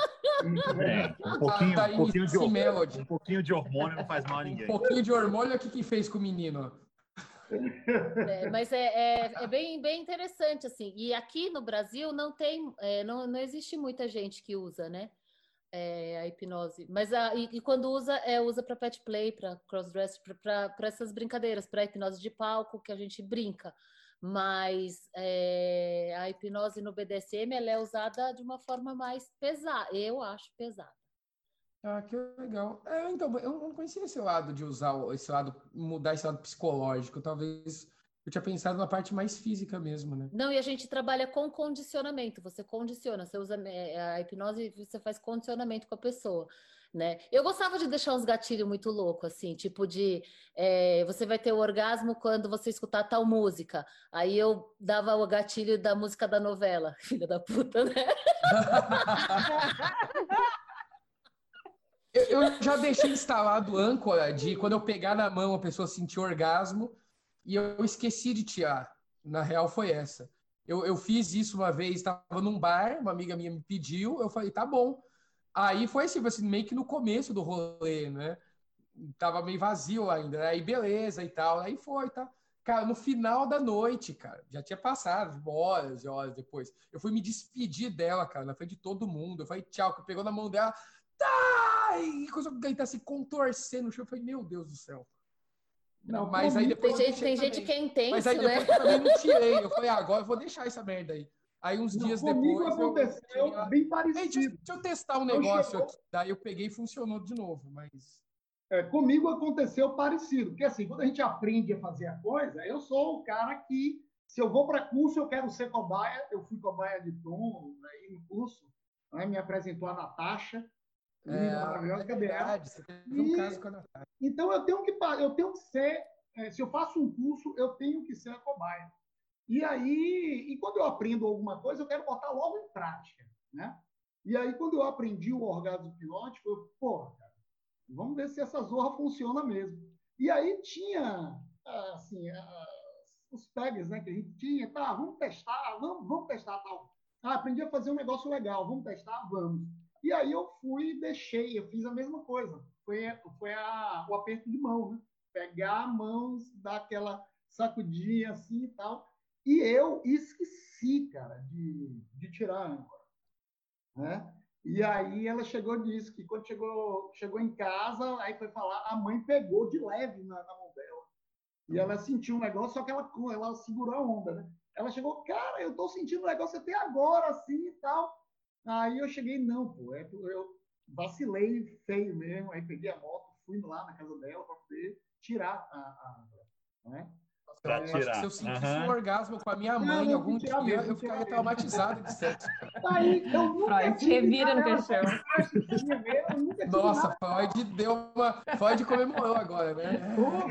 Um pouquinho de hormônio não faz mal a ninguém. Um pouquinho de hormônio é o que fez com o menino. Mas é bem interessante, assim. E aqui no Brasil não tem, não existe muita gente que usa, né? A hipnose. Mas e quando usa para pet play, para crossdress, para essas brincadeiras, para hipnose de palco que a gente brinca. Mas a hipnose no BDSM ela é usada de uma forma mais pesada. Eu acho pesada. Ah, que legal. Então, eu não conhecia esse lado de usar mudar esse lado psicológico. Talvez eu tinha pensado na parte mais física mesmo, né? Não, e a gente trabalha com condicionamento. Você condiciona, você usa a hipnose e você faz condicionamento com a pessoa, né? Eu gostava de deixar uns gatilhos muito loucos, assim, tipo de você vai ter o orgasmo quando você escutar tal música. Aí eu dava o gatilho da música da novela, filha da puta, né? Eu já deixei instalado âncora de quando eu pegar na mão a pessoa sentir orgasmo e eu esqueci de tirar. Na real foi essa. Eu fiz isso uma vez, estava num bar, uma amiga minha me pediu, eu falei, tá bom. Aí foi assim, meio que no começo do rolê, né? Tava meio vazio ainda, aí beleza e tal, aí foi, tá? Cara, no final da noite, cara, já tinha passado tipo, horas e horas depois. Eu fui me despedir dela, cara, na frente de todo mundo. Eu falei, tchau, que pegou na mão dela, tá! E coisa que ele tá se contorcendo no chão. Eu falei, meu Deus do céu. Não, Mas aí depois Tem eu gente, deixei tem gente também. que é intenso, Mas aí né? depois eu também não tirei. Eu falei, agora eu vou deixar essa merda aí. Aí uns não, dias comigo depois eu tirei aconteceu ela. bem Ei, parecido. deixa eu testar um Eu negócio chegou, aqui. Daí eu peguei e funcionou de novo, mas. comigo aconteceu parecido, porque assim, quando a gente aprende a fazer a coisa, eu sou o cara que, se eu vou para curso, eu quero ser cobaia. Eu fui cobaia de Tom aí no curso, né, me apresentou a Natasha, linda, maravilhosa, cadê ela? Verdade, você teve um caso com a Natália. Então eu tenho que ser, se eu faço um curso, eu tenho que ser a cobaia. E aí, quando eu aprendo alguma coisa, eu quero botar logo em prática, né? E aí, quando eu aprendi o orgasmo hipnótico, eu, pô, cara, vamos ver se essa zorra funciona mesmo. E aí tinha, assim, os tags, né, que a gente tinha, tá, vamos testar tal. Ah, aprendi a fazer um negócio legal, vamos testar, vamos. E aí eu fui e deixei, eu fiz a mesma coisa. Foi o aperto de mão, né? Pegar a mão, dar aquela sacudinha assim e tal. E eu esqueci, cara, de tirar a âncora, né? E aí ela chegou e disse que quando chegou em casa, aí foi falar, a mãe pegou de leve na mão dela. E ela sentiu um negócio, só que ela segurou a onda, né? Ela chegou, cara, eu tô sentindo um negócio até agora, assim e tal. Aí eu cheguei, não, pô, eu vacilei feio mesmo. Aí peguei a moto, fui lá na casa dela para poder tirar né? Eu acho que se eu sentisse um orgasmo com a minha Não, mãe não, algum dia, eu ficaria traumatizado de sexo. Aí eu nunca Freud se tive revira no nada, caixão. eu nunca tive Nossa, nada. Freud comemorou agora, né?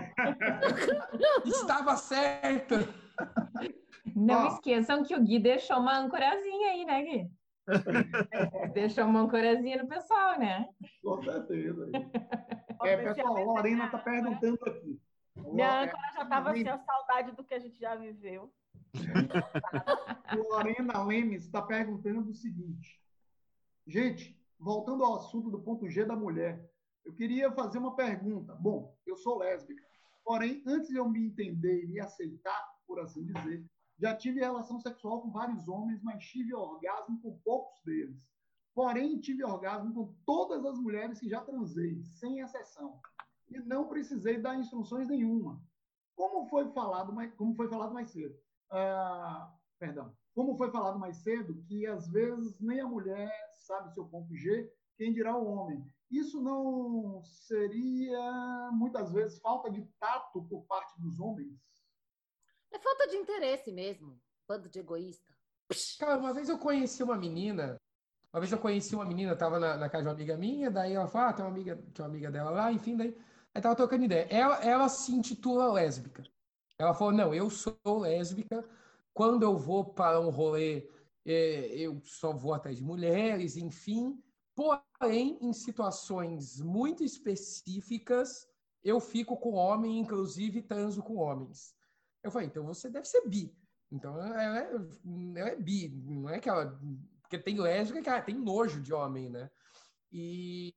Estava certo. Não esqueçam que o Gui deixou uma ancorazinha aí, né, Gui? Deixou uma ancorazinha no pessoal, né? Com certeza. Pessoal, a Lorena está perguntando aqui. Minha âncora já estava assim, a saudade do que a gente já viveu. Lorena Lemes está perguntando o seguinte. Gente, voltando ao assunto do ponto G da mulher, eu queria fazer uma pergunta. Bom, eu sou lésbica, porém, antes de eu me entender e me aceitar, por assim dizer, já tive relação sexual com vários homens, mas tive orgasmo com poucos deles. Porém, tive orgasmo com todas as mulheres que já transei, sem exceção. E não precisei dar instruções nenhuma. Como foi falado mais cedo? Perdão. Como foi falado mais cedo, que às vezes nem a mulher sabe seu ponto G, quem dirá o homem. Isso não seria, muitas vezes, falta de tato por parte dos homens? É falta de interesse mesmo. Bando de egoísta. Cara, uma vez eu conheci uma menina, tava na casa de uma amiga minha, daí ela falou, tinha uma amiga dela lá, enfim, daí tava trocando ideia. Ela se intitula lésbica. Ela falou, não, eu sou lésbica, quando eu vou para um rolê, eu só vou atrás de mulheres, enfim, porém, em situações muito específicas, eu fico com homem, inclusive transo com homens. Eu falei, então você deve ser bi. Então ela é bi, não é que ela... Porque tem lésbica que tem nojo de homem, né? E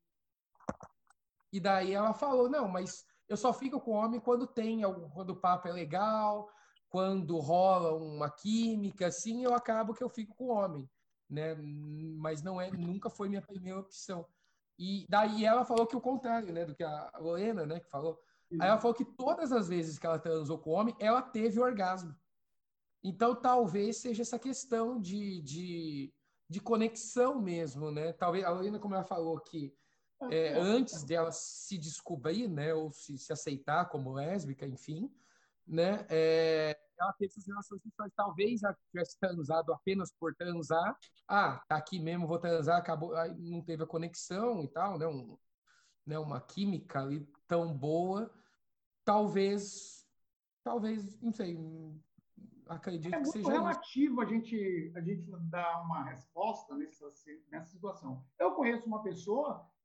daí ela falou, não, mas eu só fico com homem quando quando o papo é legal, quando rola uma química, assim, eu acabo que eu fico com homem, né? Mas nunca foi minha primeira opção. E daí ela falou que o contrário, né? Do que a Lorena, né? Que falou. Aí ela falou que todas as vezes que ela transou com homem, ela teve orgasmo. Então, talvez seja essa questão de conexão mesmo, né? Talvez, a Lorena, como ela falou que antes dela se descobrir, né, ou se aceitar como lésbica, enfim, né, ela teve essas relações sexuais. Talvez ela tivesse transado apenas por transar. Tá aqui mesmo, vou transar, acabou, aí não teve a conexão e tal, né, uma química ali tão boa. Talvez, não sei, acredito que muito seja relativo a gente dar uma resposta nessa situação. Eu conheço uma pessoa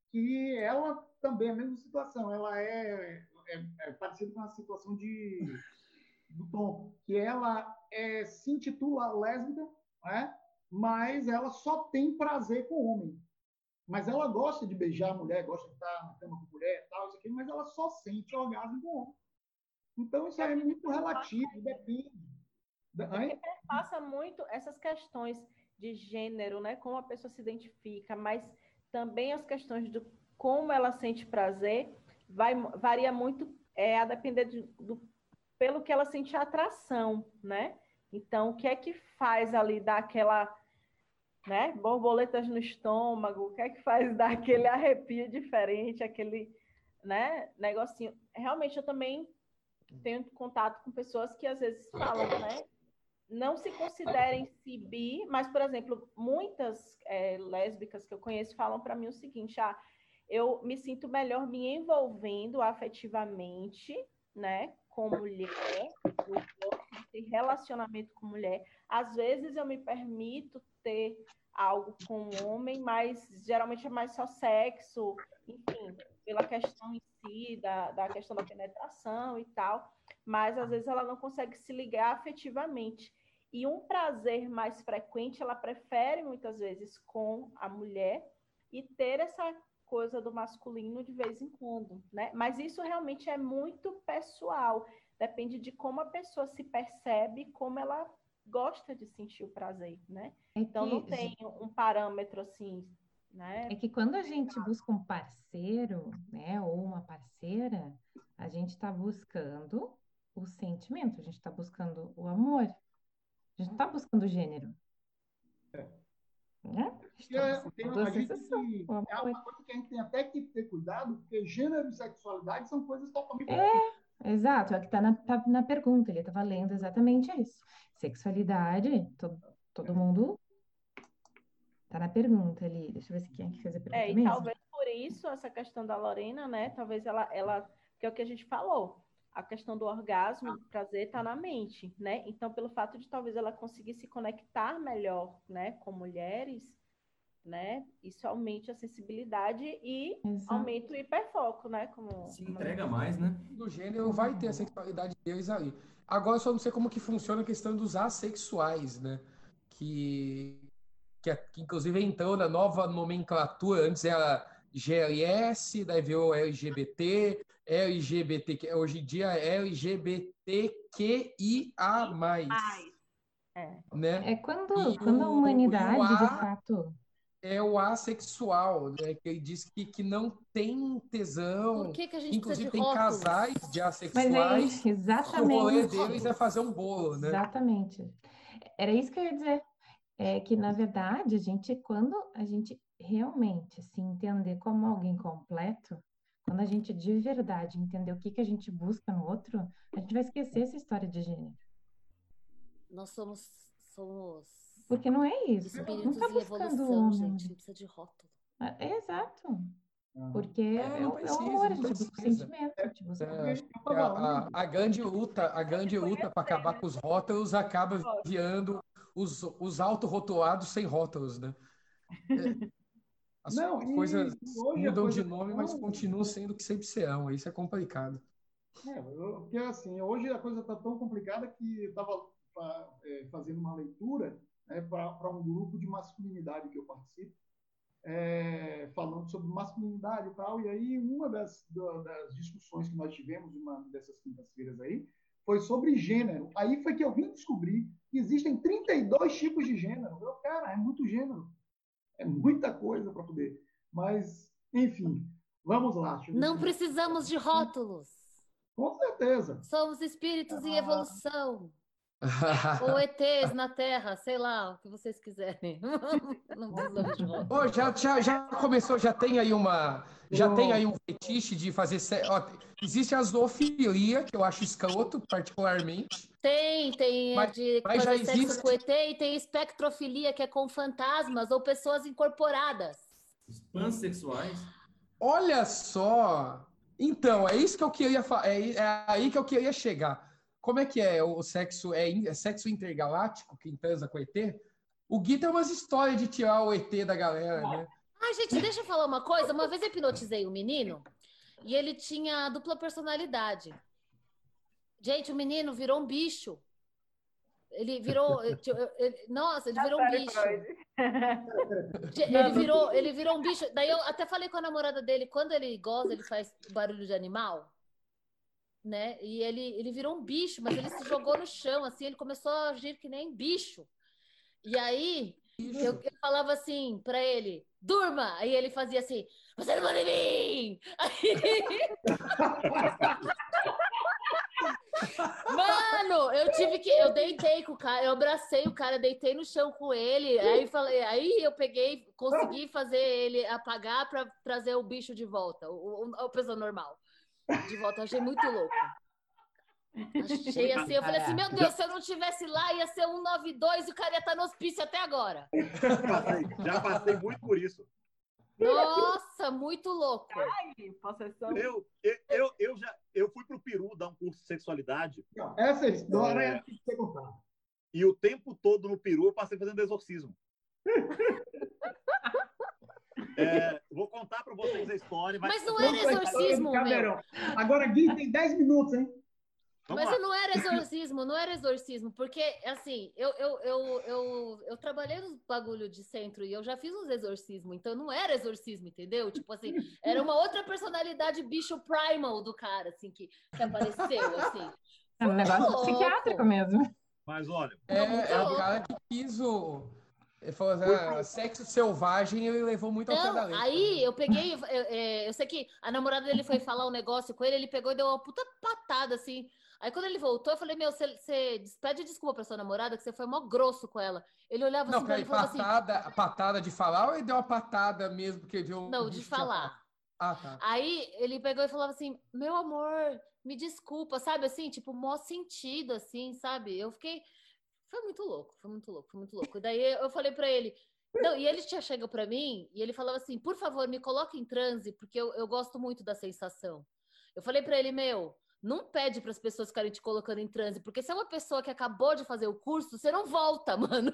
que ela também é a mesma situação. Ela é parecida com a situação do Tom, que ela se intitula lésbica, né? Mas ela só tem prazer com homem. Mas ela gosta de beijar a mulher, gosta de estar na cama com a mulher e tal, isso aqui, mas ela só sente orgasmo com homem. Então, isso é muito relativo, depende. Porque passa muito essas questões de gênero, né? Como a pessoa se identifica, mas também as questões de como ela sente prazer varia muito a depender pelo que ela sente atração, né? Então, o que é que faz ali dar aquela, né, borboletas no estômago, o que é que faz dar aquele arrepio diferente, aquele, né, negocinho. Realmente, eu também tenho contato com pessoas que às vezes falam, né, não se considerem si bi, mas, por exemplo, muitas lésbicas que eu conheço falam para mim o seguinte, eu me sinto melhor me envolvendo afetivamente, né, com mulher, eu gosto de ter relacionamento com mulher. Às vezes eu me permito ter algo com um homem, mas geralmente é mais só sexo, enfim, pela questão em si, da questão da penetração e tal, mas às vezes ela não consegue se ligar afetivamente. E um prazer mais frequente, ela prefere muitas vezes com a mulher e ter essa coisa do masculino de vez em quando, né? Mas isso realmente é muito pessoal, depende de como a pessoa se percebe, como ela gosta de sentir o prazer, né? Então não tem um parâmetro assim, né? É que quando a gente busca um parceiro, né, ou uma parceira, a gente está buscando o sentimento, a gente está buscando o amor, a gente não está buscando o gênero. Né? É uma coisa que a gente tem até que ter cuidado, porque gênero e sexualidade são coisas totalmente diferentes. Exato, é o que está na pergunta, ele estava lendo exatamente isso. Sexualidade, todo mundo está na pergunta ali. Deixa eu ver se quem é que fez a pergunta mesmo. E talvez por isso, essa questão da Lorena, né? Talvez ela que é o que a gente falou, a questão do orgasmo, do prazer está na mente, né? Então, pelo fato de talvez ela conseguir se conectar melhor, né, com mulheres, né? Isso aumenta a sensibilidade e aumenta o hiperfoco, né? Se entrega mais, né? Do gênero vai ter a sexualidade deles ali. Agora, eu só não sei como que funciona a questão dos assexuais, né? Que inclusive entrou na nova nomenclatura. Antes era GLS, daí virou LGBT, hoje em dia é LGBTQIA+. Né? É quando a humanidade, de fato... É o assexual, né? Que ele diz que não tem tesão. Por que a gente inclusive precisa de tem rótulos? casais de assexuais. Exatamente. O rolê deles é fazer um bolo, né? Exatamente. Era isso que eu ia dizer. É que, na verdade, quando a gente realmente se entender como alguém completo, quando a gente de verdade entender o que a gente busca no outro, a gente vai esquecer essa história de gênero. Nós somos porque não é isso. Espíritos não tá em evolução, gente. Não precisa de rótulo. Exato. Porque é o amor, a gente busca o sentimento. A grande luta para acabar com os rótulos acaba virando os autorrotulados sem rótulos, né? As coisas mudam de nome, mas continuam sendo o que sempre serão. Isso é complicado. Porque assim, hoje a coisa está tão complicada que eu estava fazendo uma leitura, né, para um grupo de masculinidade que eu participo, falando sobre masculinidade e tal, e aí uma das discussões que nós tivemos, uma dessas quintas-feiras aí, foi sobre gênero. Aí foi que eu vim descobrir que existem 32 tipos de gênero. Cara, é muito gênero. É muita coisa para poder. Mas, enfim, vamos lá. Não precisamos de rótulos. Com certeza. Somos espíritos em evolução. Ou ETs na Terra, sei lá, o que vocês quiserem. Não precisamos de rótulos. Já começou, já tem aí um fetiche de fazer... existe a zoofilia, que eu acho escroto, particularmente. Tem mas de mas fazer já sexo existe... com ET, e tem espectrofilia, que é com fantasmas ou pessoas incorporadas. Os pansexuais. Olha só! Então, é isso que eu queria falar, é aí que eu queria chegar. Como é que é o sexo? É sexo intergaláctico, quem transa com ET? O Gui tem umas histórias de tirar o ET da galera, né? Ai, gente, deixa eu falar uma coisa. Uma vez eu hipnotizei um menino e ele tinha dupla personalidade. Gente, o menino virou um bicho. Ele virou. Nossa, ele virou um bicho. Ele virou um bicho. Daí eu até falei com a namorada dele, quando ele goza, ele faz barulho de animal, né? E ele virou um bicho, mas ele se jogou no chão, assim, ele começou a agir que nem bicho. E aí eu falava assim pra ele, durma! Aí ele fazia assim, você não manda em mim! Mano, eu deitei com o cara, eu abracei o cara, deitei no chão com ele, aí eu peguei, consegui fazer ele apagar pra trazer o bicho de volta, a pessoa normal, de volta. Eu achei muito louco. Achei assim, eu falei assim, meu Deus, se eu não tivesse lá, ia ser 192 e o cara ia estar no hospício até agora. Já passei muito por isso. Nossa, muito louco. Ai, possessão. Eu fui pro Peru dar um curso de sexualidade. Não, essa história tem que ser contada. E o tempo todo no Peru eu passei fazendo exorcismo. Vou contar para vocês a história. Mas não era exorcismo, meu. Agora, Gui, tem 10 minutos, hein? Mas não era exorcismo, porque, assim, eu trabalhei nos bagulho de centro e eu já fiz uns exorcismos, então não era exorcismo, entendeu? Tipo assim, era uma outra personalidade bicho primal do cara, assim, que apareceu, assim. É um negócio psiquiátrico mesmo. Mas olha... o cara que quis o... Ele falou assim, sexo selvagem, ele levou muito ao pé da letra. Aí eu peguei, eu sei que a namorada dele foi falar um negócio com ele paegou e deu uma puta patada, assim. Aí quando ele voltou, eu falei, meu, você pede desculpa pra sua namorada, que você foi mó grosso com ela. Ele olhava assim pra ele e falava assim... Patada de falar ou ele deu uma patada mesmo porque ele viu... Não, de falar. Ah, tá. Aí ele pegou e falava assim, meu amor, me desculpa, sabe assim? Tipo, mó sentido, assim, sabe? Eu fiquei... Foi muito louco. Daí eu falei pra ele... Não, e ele chegou pra mim e ele falava assim, por favor, me coloque em transe, porque eu gosto muito da sensação. Eu falei pra ele, meu... Não pede para as pessoas ficarem te colocando em transe, porque se é uma pessoa que acabou de fazer o curso, você não volta, mano.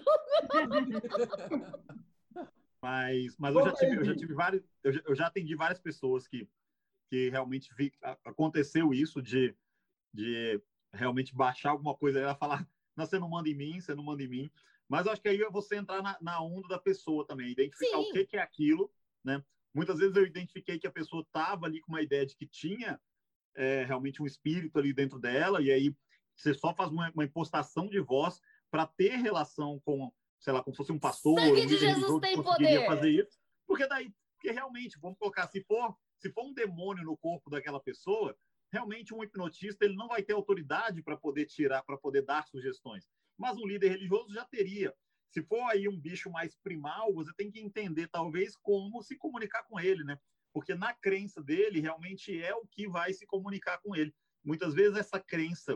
Mas eu já atendi várias pessoas que realmente aconteceu isso de realmente baixar alguma coisa e ela falar, não, você não manda em mim. Mas eu acho que aí é você entrar na onda da pessoa também, identificar o que é aquilo, né? Muitas vezes eu identifiquei que a pessoa estava ali com uma ideia de que tinha realmente um espírito ali dentro dela, e aí você só faz uma impostação de voz para ter relação com, sei lá, como se fosse um pastor, Sangue de Jesus tem poder. Fazer isso, porque realmente, vamos colocar, se for um demônio no corpo daquela pessoa, realmente um hipnotista ele não vai ter autoridade para poder dar sugestões, mas um líder religioso já teria. Se for aí um bicho mais primal, você tem que entender talvez como se comunicar com ele, né? Porque na crença dele, realmente é o que vai se comunicar com ele. Muitas vezes essa crença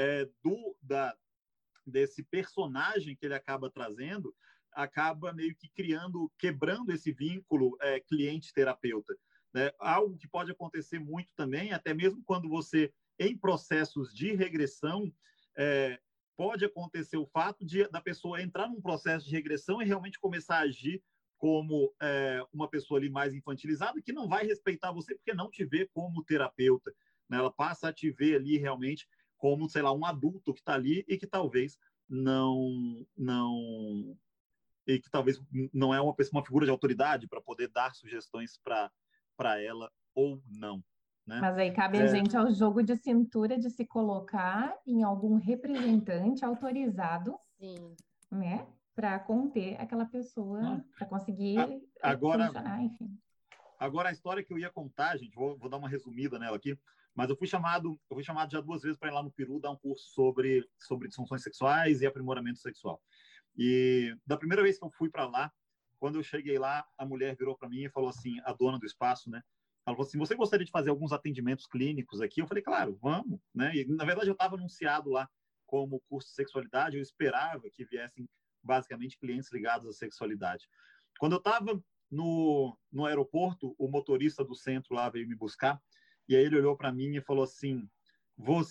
desse personagem que ele acaba trazendo, acaba meio que quebrando esse vínculo cliente-terapeuta. Né? Algo que pode acontecer muito também, até mesmo quando você, em processos de regressão, pode acontecer o fato da pessoa entrar num processo de regressão e realmente começar a agir como uma pessoa ali mais infantilizada, que não vai respeitar você porque não te vê como terapeuta, né? Ela passa a te ver ali realmente como, sei lá, um adulto que está ali e que talvez não é uma figura de autoridade para poder dar sugestões para ela ou não. Né? Mas aí cabe a gente ao jogo de cintura de se colocar em algum representante autorizado, né? Para conter aquela pessoa, para conseguir funcionar, enfim. Agora, a história que eu ia contar, gente, vou dar uma resumida nela aqui, mas eu fui chamado já 2 vezes para ir lá no Peru dar um curso sobre disfunções sexuais e aprimoramento sexual. E da primeira vez que eu fui para lá, quando eu cheguei lá, a mulher virou para mim e falou assim, a dona do espaço, né? Ela falou assim, você gostaria de fazer alguns atendimentos clínicos aqui? Eu falei, claro, vamos, né? E, na verdade, eu estava anunciado lá como curso de sexualidade, eu esperava que viessem basicamente clientes ligados à sexualidade. Quando eu estava no aeroporto, o motorista do centro lá veio me buscar e aí ele olhou para mim e falou assim,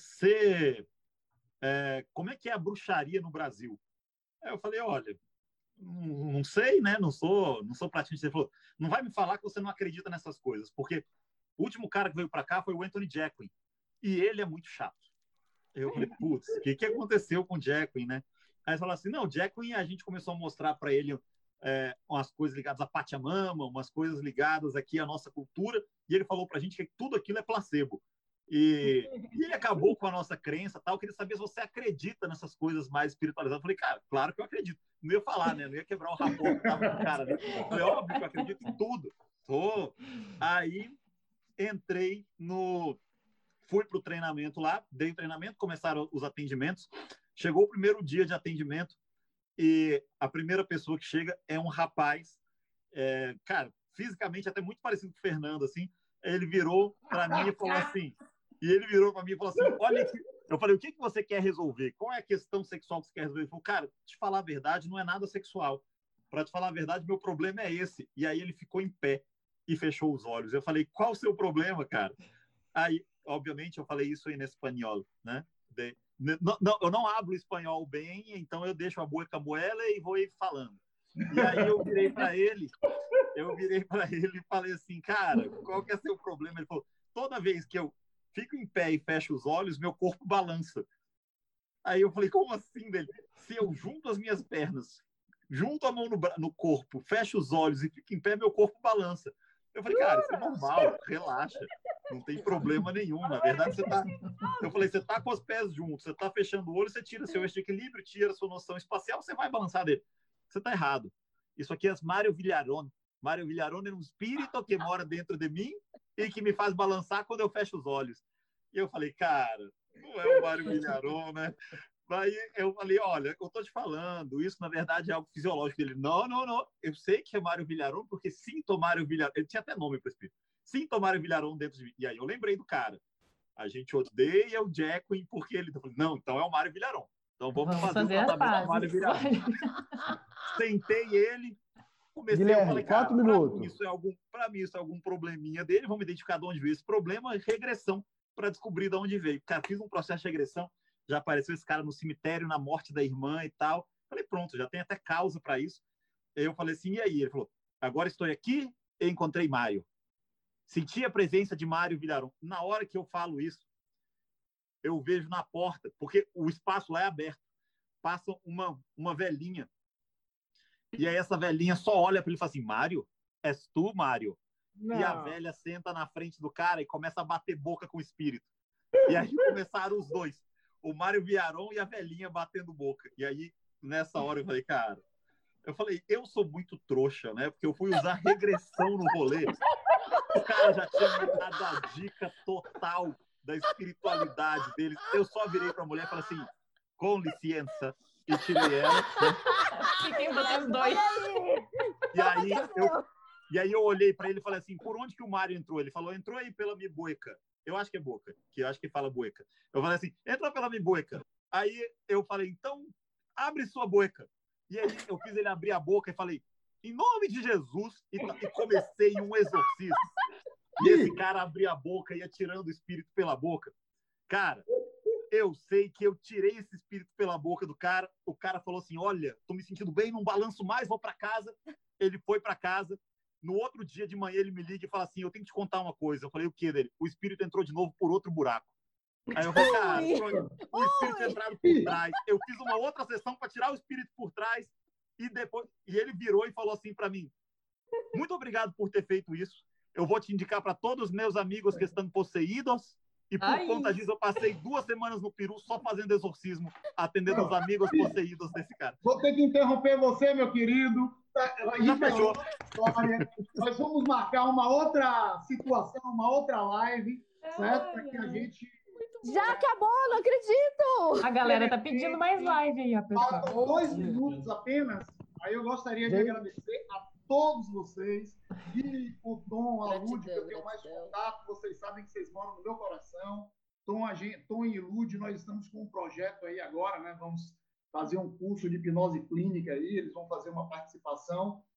como é que é a bruxaria no Brasil? Aí eu falei, olha, não sei, né? Não sou praticante. Ele falou, não vai me falar que você não acredita nessas coisas, porque o último cara que veio para cá foi o Anthony Jacquin, e ele é muito chato. Eu falei, putz, o que aconteceu com o Jacquin, né? Aí ele falou assim, não, o Jacquin, a gente começou a mostrar para ele umas coisas ligadas à Pachamama, umas coisas ligadas aqui à nossa cultura, e ele falou para a gente que tudo aquilo é placebo. E ele acabou com a nossa crença, tal. Eu queria saber se você acredita nessas coisas mais espiritualizadas. Eu falei, cara, claro que eu acredito. Não ia falar, né? Não ia quebrar o rapport que tava com o cara, né? Eu falei, óbvio que eu acredito em tudo. Aí entrei fui para o treinamento lá, dei o treinamento, começaram os atendimentos. Chegou o primeiro dia de atendimento e a primeira pessoa que chega é um rapaz, cara, fisicamente até muito parecido com o Fernando, assim. Ele virou para mim e falou assim, olha aqui. Eu falei, o que você quer resolver? Qual é a questão sexual que você quer resolver? Ele falou, cara, te falar a verdade, não é nada sexual. Para te falar a verdade, meu problema é esse. E aí ele ficou em pé e fechou os olhos. Eu falei, qual o seu problema, cara? Aí, obviamente, eu falei isso em espanhol, né? Eu não hablo espanhol bem, então eu deixo a boca moela e vou falando. E aí eu virei para ele e falei assim, cara, qual que é seu problema? Ele falou, toda vez que eu fico em pé e fecho os olhos, meu corpo balança. Aí eu falei, como assim, dele? Se eu junto as minhas pernas, junto a mão no corpo, fecho os olhos e fico em pé, meu corpo balança. Eu falei, cara, isso é normal, relaxa, não tem problema nenhum. Na verdade, eu falei, você tá com os pés juntos, você tá fechando o olho, você tira seu eixo de equilíbrio, tira sua noção espacial, você vai balançar dele. Você tá errado. Isso aqui é Mário Villarone. Mário Villarone é um espírito que mora dentro de mim e que me faz balançar quando eu fecho os olhos. E eu falei, cara, não é o Mário Villarone, né? Aí eu falei, olha, eu tô te falando, isso na verdade é algo fisiológico dele. Não, eu sei que é Mário Villarone, porque sinto Mário Villarone, ele tinha até nome para o espírito. Sinto Mário Villarone dentro de mim. E aí eu lembrei do cara. A gente odeia o Jacquin porque ele... Não, então é o Mário Villarone. Então vamos fazer o tratamento do Mário Villarone. Sentei ele, comecei Guilherme, a falar, cara, 4 minutos. Para mim isso é algum probleminha dele, vamos identificar de onde veio esse problema, regressão, para descobrir de onde veio. Cara, fiz um processo de regressão, já apareceu esse cara no cemitério, na morte da irmã e tal. Falei, pronto, já tem até causa para isso. Eu falei assim, e aí? Ele falou, agora estou aqui e encontrei Mário. Senti a presença de Mário Villarone. Na hora que eu falo isso, eu vejo na porta, porque o espaço lá é aberto, passa uma velhinha. E aí essa velhinha só olha para ele e fala assim, Mário? És tu, Mário? Não. E a velha senta na frente do cara e começa a bater boca com o espírito. E aí começaram os dois, o Mário Villarone e a velhinha batendo boca. E aí, nessa hora, eu falei, cara, eu sou muito trouxa, né? Porque eu fui usar regressão no rolê. O cara já tinha me dado a dica total da espiritualidade deles. Eu só virei pra mulher e falei assim, com licença, e tirei ela. Fiquem vocês dois. E aí eu olhei pra ele e falei assim, por onde que o Mário entrou? Ele falou, entrou aí pela minha boca. Eu acho que é boca, que eu acho que fala boca. Eu falei assim, entra pela minha boca. Aí eu falei, então, abre sua boca. E aí eu fiz ele abrir a boca e falei, em nome de Jesus, e comecei um exorcismo. E esse cara abria a boca e ia tirando o espírito pela boca. Cara, eu sei que eu tirei esse espírito pela boca do cara. O cara falou assim, olha, tô me sentindo bem, não balanço mais, vou para casa. Ele foi para casa. No outro dia de manhã ele me liga e fala assim, eu tenho que te contar uma coisa. Eu falei, o que dele? O espírito entrou de novo por outro buraco. Aí eu falei, cara, o espírito entrado por trás. Eu fiz uma outra sessão para tirar o espírito por trás e ele virou e falou assim para mim, muito obrigado por ter feito isso. Eu vou te indicar para todos os meus amigos que estão possuídos. E por conta disso, eu passei 2 semanas no Peru só fazendo exorcismo, atendendo os amigos possuídos desse cara. Vou ter que interromper você, meu querido. Já fechou. Nós vamos marcar uma outra situação, uma outra live, certo? Para que a gente... Já acabou, não acredito! A galera tá pedindo mais live aí, pessoal. Faltam 2 minutos apenas. Aí eu gostaria de agradecer a todos vocês. E o Tom, a Lud, que eu tenho mais contato, vocês sabem que vocês moram no meu coração. Tom e Lud, nós estamos com um projeto aí agora, né? Vamos fazer um curso de hipnose clínica aí, eles vão fazer uma participação.